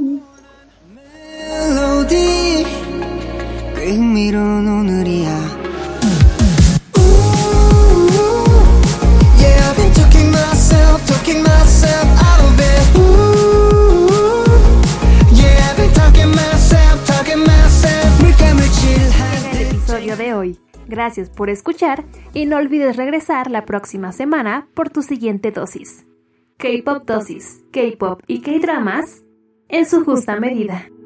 멜로디 꽤 흥미로운 오늘이야. Yeah, I've been talking myself out of it. Yeah, I've been talking myself 물감을 칠한 El episodio de hoy. Gracias por escuchar y no olvides regresar la próxima semana por tu siguiente dosis. K-Pop Dosis, K-Pop y K-Dramas en su justa medida.